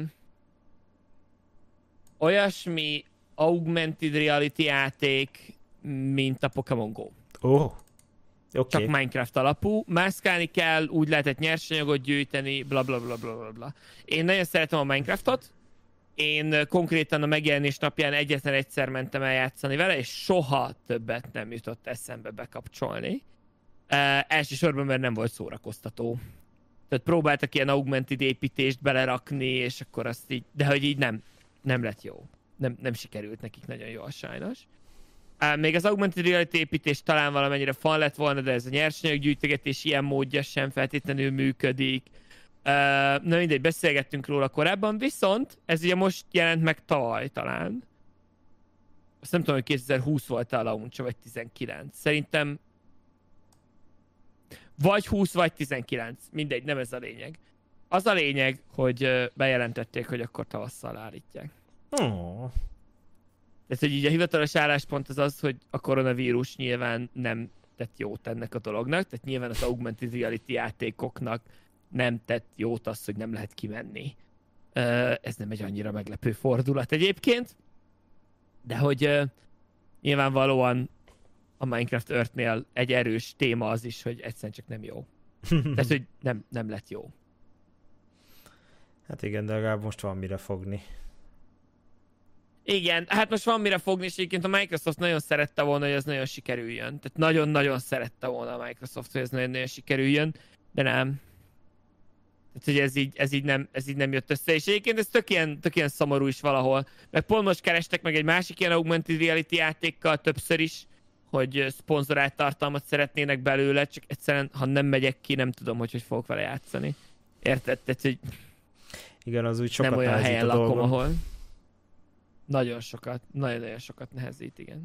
olyasmi augmented reality játék, mint a Pokémon Go. Oh. Okay. Csak Minecraft alapú. Mászkálni kell, úgy lehetett nyersanyagot gyűjteni, bla bla bla bla bla. Én nagyon szeretem a Minecraftot. Én konkrétan a megjelenés napján egyetlen egyszer mentem el játszani vele, és soha többet nem jutott eszembe bekapcsolni. Uh, elsősorban, mert nem volt szórakoztató. Tehát próbáltak ilyen augmented építést belerakni, és akkor azt így, de hogy így nem, nem lett jó. Nem, nem sikerült nekik nagyon jól sajnos. Uh, még az augmented reality építés talán valamennyire fun lett volna, de ez a nyersanyaggyűjtögetés ilyen módja sem feltétlenül működik. Uh, na mindegy, beszélgettünk róla korábban, viszont ez ugye most jelent meg tavaly talán. Azt nem tudom, hogy kétezer-húsz volt a launch, vagy tizenkilenc. Szerintem vagy húsz, vagy tizenkilenc. Mindegy, nem ez a lényeg. Az a lényeg, hogy bejelentették, hogy akkor tavasszal állítják. Oh. Tehát, hogy így a hivatalos álláspont az az, hogy a koronavírus nyilván nem tett jót ennek a dolognak, tehát nyilván az augmented reality játékoknak nem tett jót az, hogy nem lehet kimenni. Ez nem egy annyira meglepő fordulat egyébként, de hogy nyilvánvalóan a Minecraft Earth-nél egy erős téma az is, hogy egyszerűen csak nem jó. Tehát, hogy nem, nem lett jó. Hát igen, de legalább most van mire fogni. Igen, hát most van mire fogni, és egyébként a Microsoft nagyon szerette volna, hogy ez nagyon sikerüljön. Tehát nagyon-nagyon szerette volna a Microsoft, hogy ez nagyon-nagyon sikerüljön, de nem. Tehát, hogy ez így, ez így, nem, ez így nem jött össze. És egyébként ez tök ilyen, tök ilyen szomorú is valahol. Meg pont most kerestek meg egy másik ilyen augmented reality játékkal többször is, hogy szponzorált tartalmat szeretnének belőle, csak egyszerűen, ha nem megyek ki, nem tudom, hogy hogy fogok vele játszani. Érted? Tehát, hogy igen, az úgy sokat nem olyan helyen lakom, dolgom. ahol nagyon sokat, nagyon-nagyon sokat nehezít, igen.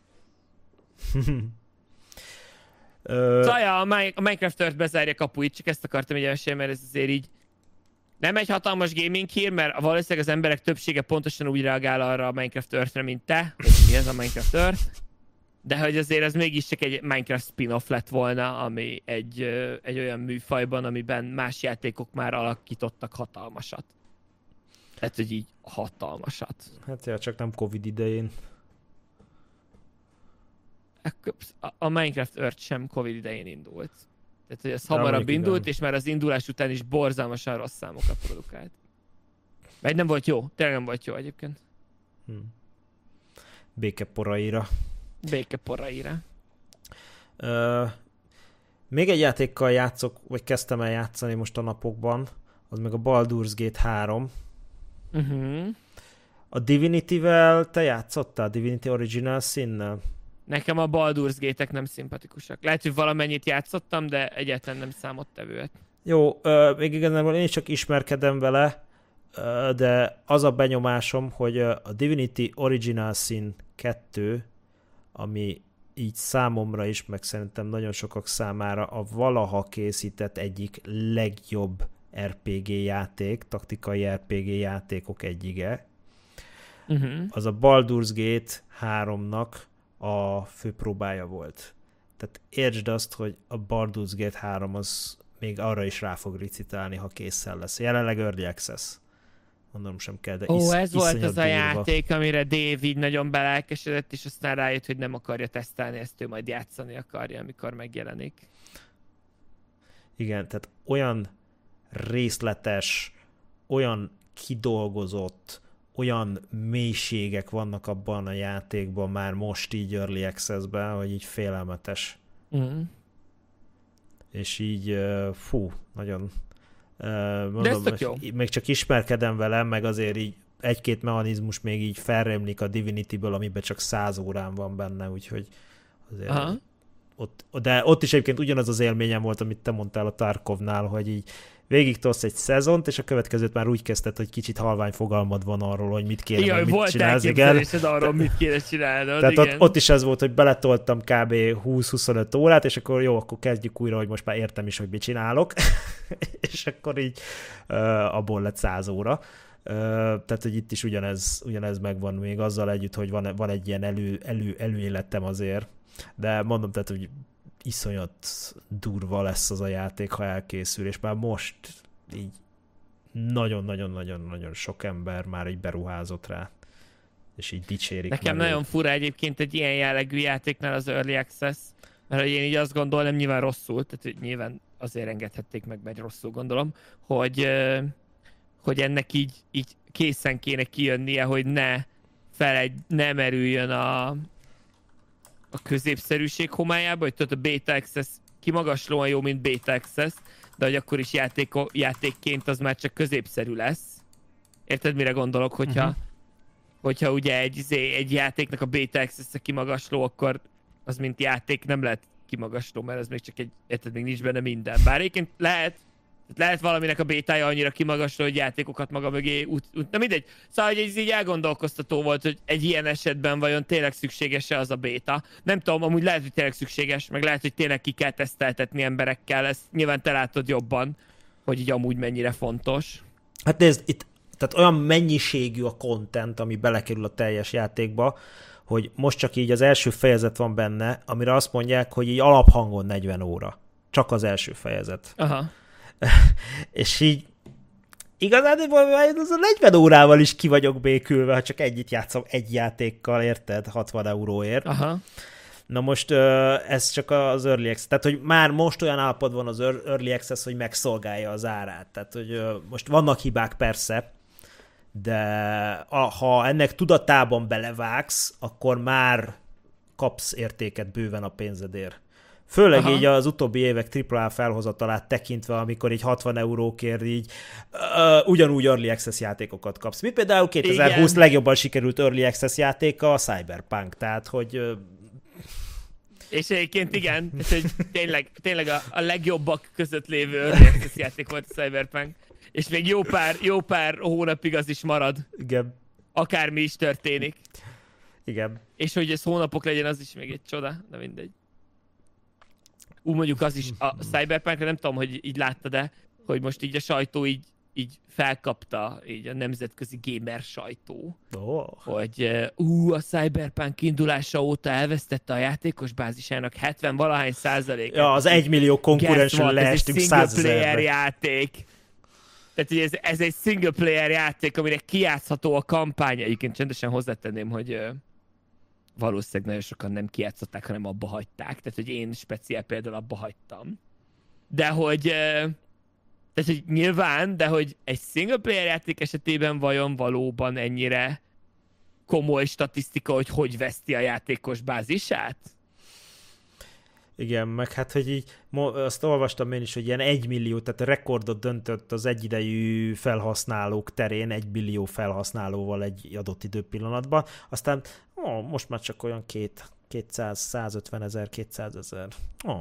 Szóval a Minecraft Earth bezárja kapuit, csak ezt akartam így elmesélni, mert ez azért így nem egy hatalmas gaming hír, mert valószínűleg az emberek többsége pontosan úgy reagál arra a Minecraft Earth-re, mint te, hogy mi ez a Minecraft Earth. De hogy azért ez mégis csak egy Minecraft spin-off lett volna, ami egy, egy olyan műfajban, amiben más játékok már alakítottak hatalmasat. Tehát, hogy így hatalmasat. Hát ja, csak nem Covid idején. A Minecraft Earth sem Covid idején indult. Tehát, hogy ez hamarabb indult, igen. És már az indulás után is borzalmasan rossz számokat produkált. Mert nem volt jó. Tényleg nem volt jó egyébként. Hmm. Békeporaira. Békeporaira. Uh, még egy játékkal játszok, vagy kezdtem el játszani most a napokban, az meg a Baldur's Gate három. Uh-huh. A Divinity-vel te játszottál? Divinity Original Sin-nel? Nekem a Baldur's Gate-ek nem szimpatikusak. Lehet, hogy valamennyit játszottam, de egyáltalán nem számottevőet. Jó, uh, még igazából én csak ismerkedem vele, uh, de az a benyomásom, hogy uh, a Divinity Original Sin kettő, ami így számomra is, meg szerintem nagyon sokak számára a valaha készített egyik legjobb er pé gé játék, taktikai er pé gé játékok egyike. Uh-huh. Az a Baldur's Gate háromnak a főpróbája volt. Tehát értsd azt, hogy a Baldur's Gate három az még arra is rá fog licitálni, ha készen lesz. Jelenleg Early Access. mondanom sem kell, de Ó, isz, ez volt az a durva. játék, amire Dave így nagyon belelkesedett, és aztán rájött, hogy nem akarja tesztelni, ezt ő majd játszani akarja, amikor megjelenik. Igen, tehát olyan részletes, olyan kidolgozott, olyan mélységek vannak abban a játékban már most így Early Access-ben, hogy így félelmetes. Mm. És így, fú, nagyon... Mondom, de ez tök jó. Még csak ismerkedem vele, meg azért így egy-két mechanizmus még így felrémlik a Divinity-ből, amiben csak száz órán van benne, úgyhogy azért... Aha. Ott, de ott is egyébként ugyanaz az élményem volt, amit te mondtál a Tarkovnál, hogy így végig tolsz egy szezont, és a következőt már úgy kezdted, hogy kicsit halvány fogalmad van arról, hogy mit kéne, igen, mit volt csinálsz. elképzelésed arról, mit kéne csinálnod. Tehát igen. ott, ott is ez volt, hogy beletoltam kb. húsz-huszonöt órát, és akkor jó, akkor kezdjük újra, hogy most már értem is, hogy mit csinálok. És akkor így uh, abból lett száz óra. Uh, tehát, hogy itt is ugyanez, ugyanez megvan még azzal együtt, hogy van, van egy ilyen elő, elő, előéletem azért. De mondom, tehát, hogy iszonyat durva lesz az a játék, ha elkészül, és már most így nagyon-nagyon-nagyon-nagyon sok ember már így beruházott rá, és így dicsérik. Nekem meg nagyon őt. fura egyébként egy ilyen jellegű játéknál az Early Access, mert hogy én így azt gondolom, nyilván rosszul, tehát hogy nyilván azért engedhették meg, mert rosszul gondolom, hogy, hogy ennek így, így készen kéne kijönnie, hogy ne felegy, ne merüljön a, a középszerűség homályába, hogy tudod, a Beta Access kimagaslóan jó, mint Beta Access, de hogy akkor is játék, játékként az már csak középszerű lesz. Érted, mire gondolok, hogyha, uh-huh. hogyha ugye egy, egy játéknak a Beta Access-e kimagasló, akkor az mint játék nem lehet kimagasló, mert ez még csak egy, érted, még nincs benne minden. Bár egyébként lehet, lehet valaminek a bétája annyira kimagasló, hogy játékokat maga mögé út, út. Na mindegy. Szóval hogy ez így elgondolkoztató volt, hogy egy ilyen esetben vajon tényleg szükséges-e az a béta. Nem tudom, amúgy lehet, hogy tényleg szükséges, meg lehet, hogy tényleg ki kell teszteltetni emberekkel. Ezt nyilván te látod jobban, hogy így amúgy mennyire fontos. Hát nézd, itt tehát olyan mennyiségű a content, ami belekerül a teljes játékba, hogy most csak így az első fejezet van benne, amire azt mondják, hogy így alaphangon negyven óra. Csak az első fejezet. Aha. És így igazán az a negyven órával is ki vagyok békülve, ha csak egyit játszom egy játékkal, érted? hatvan euróért. Aha. Na most ez csak az Early Access. Tehát, hogy már most olyan állapotban van az Early Access, hogy megszolgálja az árát. Tehát, hogy most vannak hibák persze, de ha ennek tudatában belevágsz, akkor már kapsz értéket bőven a pénzedért. Főleg Aha. így az utóbbi évek tripla á felhozatalát tekintve, amikor így hatvan eurókért így uh, ugyanúgy Early Access játékokat kapsz. Mint például kétezer-húsz Igen. legjobban sikerült Early Access játéka a Cyberpunk, tehát hogy... Uh... És egyébként igen, és hogy tényleg, tényleg a, a legjobbak között lévő Early Access játék volt a Cyberpunk. És még jó pár, jó pár hónapig az is marad. Igen. Akármi is történik. Igen. És hogy ez hónapok legyen, az is még egy csoda, de mindegy. Úgy mondjuk az is, a Cyberpunkra nem tudom, hogy így láttad-e, hogy most így a sajtó így, így felkapta, így a nemzetközi gamer sajtó, oh. hogy ú, a Cyberpunk indulása óta elvesztette a játékos bázisának hetven valahány százalékát. Ja, az egymillió konkurensen leestünk százezerbe. Ez egy single player játék. Tehát ez, ez egy single player játék, amire kijátszható a kampánya. Egyébként csendesen hozzátenném, hogy valószínűleg nagyon sokan nem kijátszották, hanem abba hagyták. Tehát, hogy én speciál például abba hagytam. De hogy, tehát, hogy nyilván, de hogy egy single player játék esetében vajon valóban ennyire komoly statisztika, hogy hogy veszti a játékos bázisát? Igen, meg hát, hogy így, azt olvastam én is, hogy ilyen egymillió, tehát rekordot döntött az egyidejű felhasználók terén, egy billió felhasználóval egy adott időpillanatban. Aztán ó, most már csak olyan két, kétszáz, százötven ezer, kétszázezer. Ó,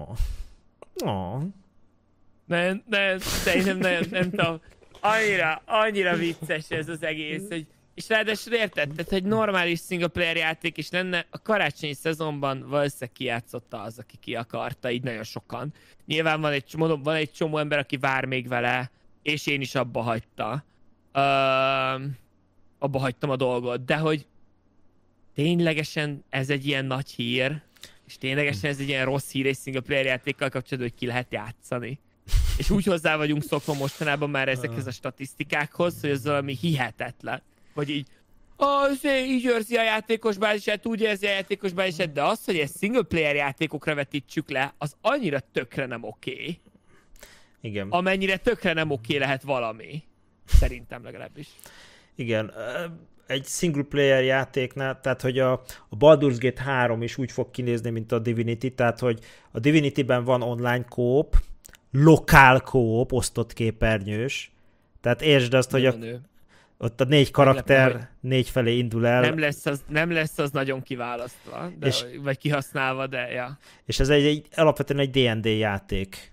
ó. Nem, nem, szerintem nem, nem tudom. Annyira, annyira vicces ez az egész, hogy és ráadásul érted, tehát egy normális single player játék is lenne, a karácsonyi szezonban valószínűleg kijátszotta az, aki ki akarta, így nagyon sokan. Nyilván van egy, mondom, van egy csomó ember, aki vár még vele, és én is abba hagyta. Uh, abba hagytam a dolgot, de hogy ténylegesen ez egy ilyen nagy hír, és ténylegesen ez egy ilyen rossz hír egy single player játékkal kapcsolatban, hogy ki lehet játszani. És úgy hozzá vagyunk szokva mostanában már ezekhez a statisztikákhoz, hogy ez valami hihetetlen. Vagy így, az így érzi a játékos bázisát, úgy érzi a játékos bázisát, de az, hogy ezt single player játékokra vetítsük le, az annyira tökre nem oké. Okay. Igen. Amennyire tökre nem oké okay lehet valami. Szerintem legalábbis. Igen. Egy single player játéknál, tehát hogy a, a Baldur's Gate három is úgy fog kinézni, mint a Divinity, tehát hogy a Divinity-ben van online co-op, lokál co-op, osztott képernyős, tehát értsd azt, hogy a, ott a négy karakter Meglepne, négy felé indul el. Nem lesz az, nem lesz az nagyon kiválasztva, de, és, vagy kihasználva, de ja. És ez egy, egy alapvetően egy dé end dé játék.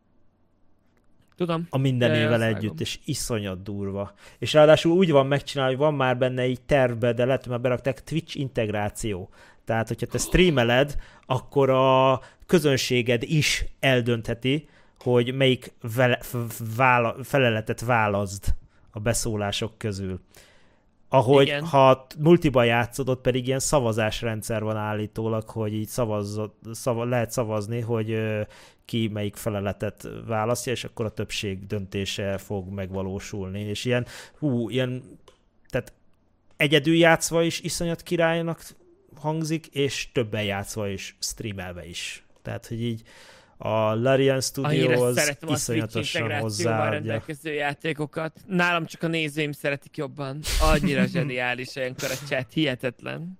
Tudom. A mindenével együtt, vágom. És iszonyat durva. És ráadásul úgy van megcsinálva, hogy van már benne így tervbe, de lehet, hogy már berakták Twitch integráció. Tehát, hogyha te streameled, akkor a közönséged is eldöntheti, hogy melyik vele, vála, feleletet válaszd a beszólások közül. Ahogy, igen. Ha multiban játszod, ott pedig ilyen szavazásrendszer van állítólag, hogy így szavazzod, szava, lehet szavazni, hogy ö, ki melyik feleletet választja, és akkor a többség döntése fog megvalósulni. És ilyen, hú, ilyen, tehát egyedül játszva is iszonyat királynak hangzik, és többen játszva is, streamelve is. Tehát, hogy így a Larian Studios iszonyatosan hozzáadja. rendelkező játékokat. Nálam csak a nézőim szeretik jobban. Annyira zseniális olyankor a chat, hihetetlen.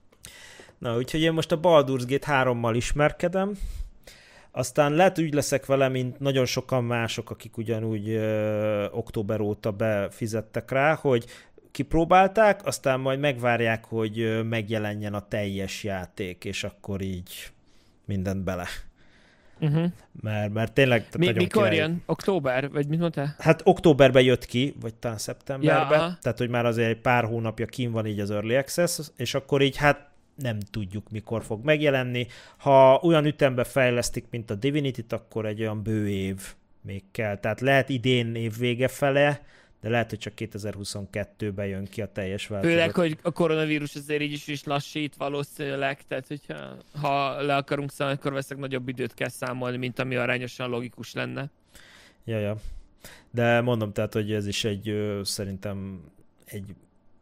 Na, úgyhogy én most a Baldur's Gate hárommal ismerkedem. Aztán lehet úgy leszek vele, mint nagyon sokan mások, akik ugyanúgy ö, október óta befizettek rá, hogy kipróbálták, aztán majd megvárják, hogy ö, megjelenjen a teljes játék, és akkor így mindent bele. Uh-huh. Mert, mert tényleg... Mi, mikor király... jön? Október? Vagy mit mondtál? Hát októberben jött ki, vagy talán szeptemberben, ja, tehát hogy már azért egy pár hónapja kín van így az Early Access, és akkor így hát nem tudjuk, mikor fog megjelenni. Ha olyan ütembe fejlesztik, mint a Divinity-t, akkor egy olyan bő év még kell. Tehát lehet idén év vége fele, de lehet, hogy csak kétezer-huszonkettőben jön ki a teljes változat. Főleg, hogy a koronavírus azért így is, is lassít valószínűleg, tehát hogyha ha le akarunk számolni, akkor veszek nagyobb időt kell számolni, mint ami arányosan logikus lenne. Ja, ja. De mondom, tehát, hogy ez is egy, ö, szerintem egy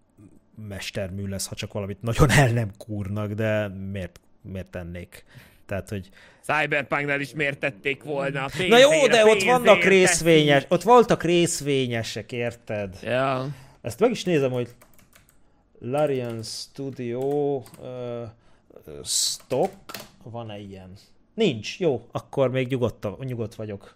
mestermű lesz, ha csak valamit nagyon el nem kúrnak, de miért, miért tennék? Tehát, hogy... Cyberpunknál is miért tették volna? Pénzére, na jó, de ott vannak részvényes, ott voltak részvényesek, érted? Ja. Ezt meg is nézem, hogy Larian Studio uh, stock, van-e ilyen? Nincs, jó, akkor még nyugodt, nyugodt vagyok.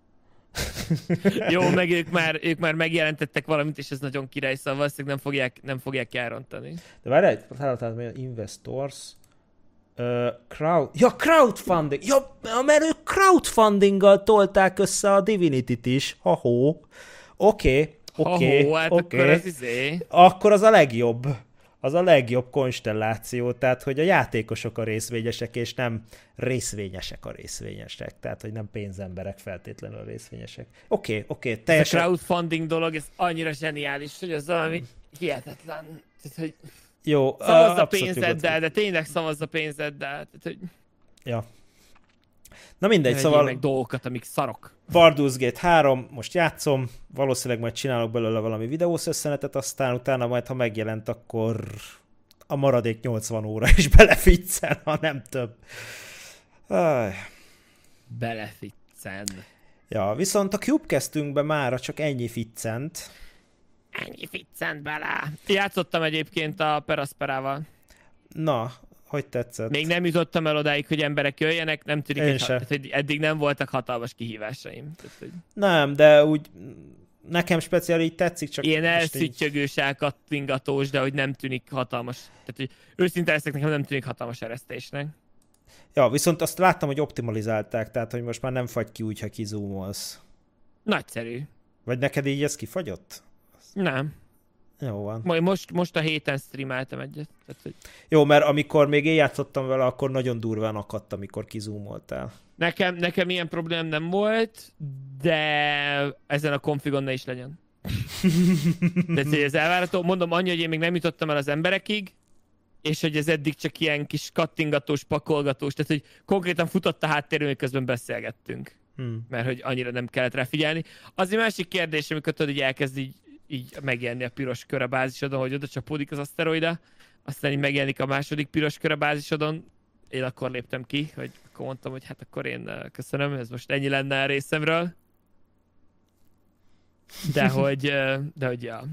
Jó, meg ők már, ők már megjelentettek valamit, és ez nagyon király, szóval valószínűleg nem fogják, nem fogják elrontani. De várj, felálltál, hogy investors... Uh, crowd... Ja, crowdfunding! Ja, mert ők crowdfundinggal tolták össze a Divinity-t is. Ha-hó. Oké, oké, hát oké. Akkor az izé... Akkor az a legjobb. Az a legjobb konstelláció. Tehát, hogy a játékosok a részvényesek, és nem részvényesek a részvényesek. Tehát, hogy nem pénzemberek feltétlenül a részvényesek. Oké, oké. Teljesen... Ez a crowdfunding dolog, ez annyira zseniális, hogy az valami hihetetlen. Tehát, hogy... Jó, szavazz a pénzeddel, de tényleg szavazz a pénzeddel. Tehát, hogy... Ja. Na mindegy, szóval... meg dolgokat, amik szarok. Baldur's Gate három, most játszom, valószínűleg majd csinálok belőle valami videós összenetet, aztán utána majd, ha megjelent, akkor a maradék nyolcvan óra is beleficcen, ha nem több. Aj. Beleficcen. Ja, viszont a Cubecastünkben mára csak ennyi ficcent. Ennyi ficcent bele. Játszottam egyébként a Perasperával. Na, hogy tetszett? Még nem jutottam el odáig, hogy emberek jöjjenek, nem tűnik, egy, tehát, hogy eddig nem voltak hatalmas kihívásaim. Tehát, hogy... Nem, de úgy nekem speciál így tetszik, csak... Ilyen elszüttyögős, elkattingatós, de hogy nem tűnik hatalmas. Tehát, hogy őszinte leszek, nekem nem tűnik hatalmas eresztésnek. Ja, viszont azt láttam, hogy optimalizálták, tehát hogy most már nem fagy ki úgy, ha kizoomolsz. Nagyszerű. Vagy neked így ez kifagyott? Nem. Jó van. Majd most, most a héten streameltem egyet. Tehát, hogy... Jó, mert amikor még én játszottam vele, akkor nagyon durván akadt, amikor kizoomoltál. Nekem, nekem ilyen problém nem volt, de ezen a konfigon ne is legyen. De ez elvárható. Mondom annyi, hogy én még nem jutottam el az emberekig, és hogy ez eddig csak ilyen kis kattingatós, pakolgatós, tehát hogy konkrétan futott a háttérről, miközben beszélgettünk. hmm. mert hogy annyira nem kellett rá figyelni. Az egy másik kérdés, amikor tudod, így elkezd így, így megjelenni a piros kör a bázisodon, hogy oda csapódik az aszteroida, aztán így megjelenik a második piros kör a bázisodon. Én akkor léptem ki, hogy akkor mondtam, hogy hát akkor én köszönöm, ez most ennyi lenne a részemről. De hogy, de hogy ja.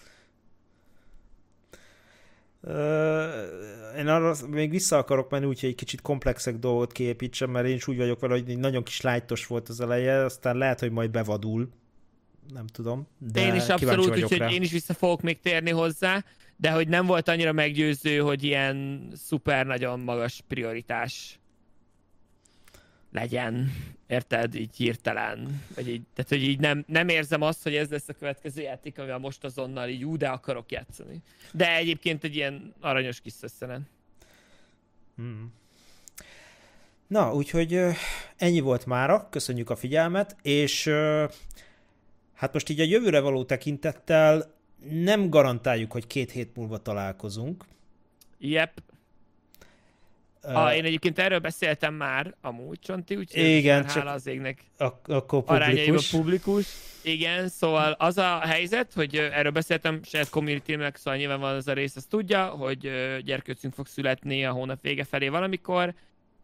Uh, én arra még vissza akarok menni úgy, hogy egy kicsit komplexek dolgot kiépítsem, mert én is úgy vagyok vele, hogy nagyon kis lightos volt az eleje, aztán lehet, hogy majd bevadul. Nem tudom, de én is abszolút, úgyhogy én is vissza fogok még térni hozzá, de hogy nem volt annyira meggyőző, hogy ilyen szuper nagyon magas prioritás legyen. Érted? Így hirtelen. Vagy így, tehát, hogy így nem, nem érzem azt, hogy ez lesz a következő játék, amivel most azonnal így ú, de akarok játszani. De egyébként egy ilyen aranyos kis szösszenet. Hmm. Na, úgyhogy ennyi volt mára. Köszönjük a figyelmet, és hát most így a jövőre való tekintettel nem garantáljuk, hogy két hét múlva találkozunk. Yep. Uh, ah, én egyébként erről beszéltem már, amúgy, Csonti, úgyhogy igen, már hála az égnek akkor arányaiban publikus. Igen, szóval az a helyzet, hogy erről beszéltem saját community-nek, szóval nyilván van az a rész, azt tudja, hogy gyerkőcünk fog születni a hónap vége felé valamikor,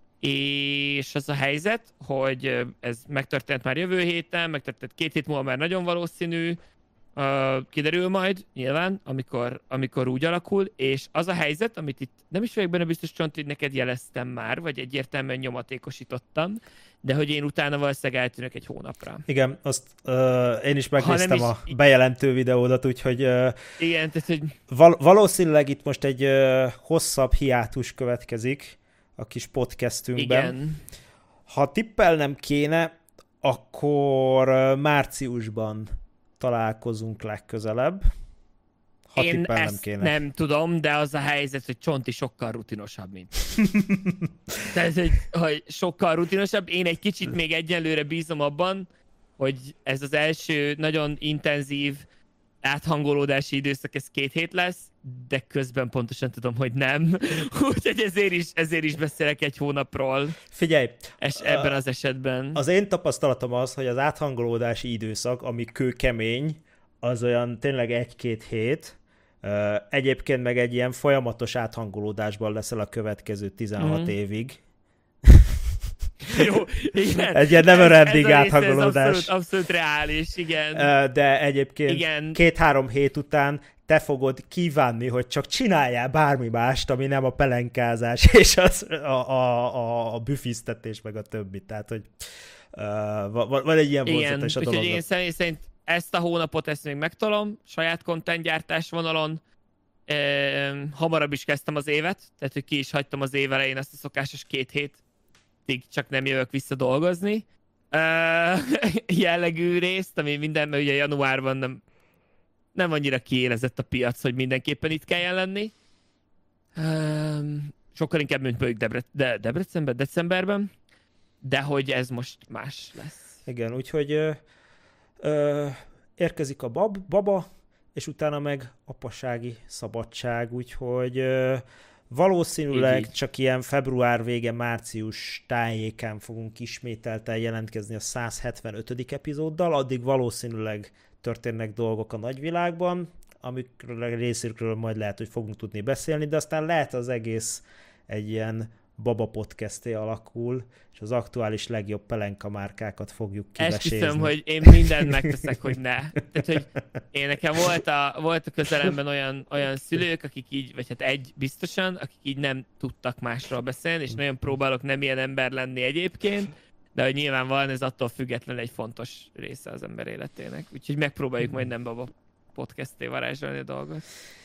és az a helyzet, hogy ez megtörtént már jövő héten, megtörtént két hét múlva már nagyon valószínű, Uh, kiderül majd, nyilván, amikor, amikor úgy alakul, és az a helyzet, amit itt nem is vagyok benne biztos, Csont, hogy neked jeleztem már, vagy egyértelműen nyomatékosítottam, de hogy én utána valószínűleg eltűnök egy hónapra. Igen, azt uh, én is megnéztem is, a bejelentő videódat, úgyhogy uh, igen, tehát, hogy... val- valószínűleg itt most egy uh, hosszabb hiátus következik a kis podcastünkben. Igen. Ha tippelnem kéne, akkor uh, márciusban találkozunk legközelebb. Ha én ezt kéne. Nem tudom, de az a helyzet, hogy Csonti sokkal rutinosabb, mint. Tehát, hogy, hogy sokkal rutinosabb. Én egy kicsit még egyelőre bízom abban, hogy ez az első nagyon intenzív áthangolódási időszak, ez két hét lesz, de közben pontosan tudom, hogy nem. Úgyhogy ezért is, ezért is beszélek egy hónapról. Figyelj! És ebben az esetben. Az én tapasztalatom az, hogy az áthangolódási időszak, ami kőkemény, az olyan tényleg egy-két hét. Egyébként meg egy ilyen folyamatos áthangolódásban leszel a következő tizenhat mm. évig. Jó, igen. Egy ilyen never ending áthangolódás. Abszolút, abszolút reális, igen. De egyébként igen. két-három hét után te fogod kívánni, hogy csak csináljál bármi mást, ami nem a pelenkázás, és az, a, a, a, a büfisztetés, meg a többi. Tehát, hogy uh, van egy ilyen vonzatos a dolog. Igen, én szerint, szerint ezt a hónapot ezt még megtolom, saját contentgyártás vonalon. E, hamarabb is kezdtem az évet, tehát, hogy ki is hagytam az év elején ezt a szokásos két hét, csak nem jövök vissza dolgozni. Uh, jellegű részt, ami minden, mert ugye januárban nem, nem annyira kiélezett a piac, hogy mindenképpen itt kelljen lenni. Uh, sokkal inkább, mint mondjuk Debre- De- Debrecenben, decemberben, de hogy ez most más lesz. Igen, úgyhogy ö, ö, érkezik a bab, baba, és utána meg apasági szabadság, úgyhogy ö, valószínűleg így, így. csak ilyen február vége, március tájékán fogunk ismételten jelentkezni a száz hetvenötödik epizóddal, addig valószínűleg történnek dolgok a nagyvilágban, amikről részükről majd lehet, hogy fogunk tudni beszélni, de aztán lehet az egész egy ilyen baba podcasté alakul, és az aktuális legjobb pelenka márkákat fogjuk kivesézni. Esküszöm, hogy én mindent megteszek, hogy ne. Tehát, hogy én nekem volt a, volt a közelemben olyan, olyan szülők, akik így, vagy hát egy biztosan, akik így nem tudtak másról beszélni, és nagyon próbálok nem ilyen ember lenni egyébként, de hogy nyilvánvalóan ez attól függetlenül egy fontos része az ember életének. Úgyhogy megpróbáljuk majd nem baba podcasté varázsolni a dolgot.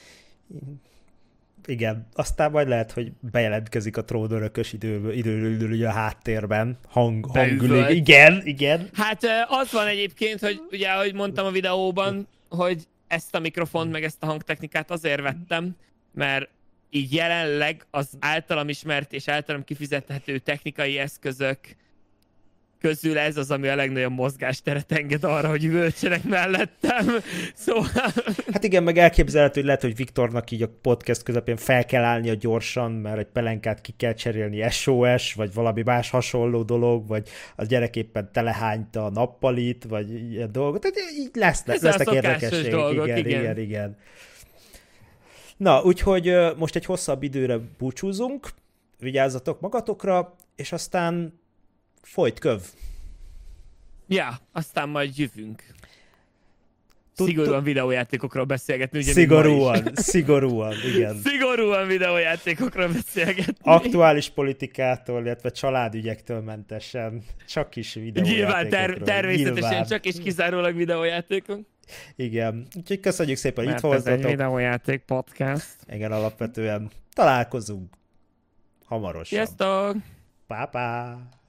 Igen, aztán majd lehet, hogy bejelentkezik a trónörökös időről, időről, időről a háttérben, hang, hangulig. Igen, igen. Hát az van egyébként, hogy ugye, ahogy mondtam a videóban, hogy ezt a mikrofont, meg ezt a hangtechnikát azért vettem, mert így jelenleg az általam ismert és általam kifizethető technikai eszközök közül ez az, ami a legnagyobb mozgásteret enged arra, hogy üvöltsenek mellettem. Szóval... Hát igen, meg elképzelhető, hogy lehet, hogy Viktornak így a podcast közepén fel kell állnia gyorsan, mert egy pelenkát ki kell cserélni es o es, vagy valami más hasonló dolog, vagy a gyerek éppen telehányta a nappalit, vagy ilyen dolgok. Tehát így lesz, lesz, lesznek érdekességek. Dolgok, igen, igen, igen, igen. Na, úgyhogy most egy hosszabb időre búcsúzunk, vigyázzatok magatokra, és aztán folyt köv. Ja, aztán majd jövünk. Tud, szigorúan videójátékokról beszélgetni. Ugye szigorúan, szigorúan, igen. Szigorúan videójátékokról beszélgetni. Aktuális politikától, illetve családügyektől mentesen, csak is videójátékokról. Nyilván, ter- természetesen Nyilván. Csak és kizárólag videójátékok. Igen, úgyhogy köszönjük szépen, hogy itt voltatok. voltatok. Ez egy videójáték podcast. Igen, alapvetően találkozunk hamarosan. Sziasztok! Pá-pá!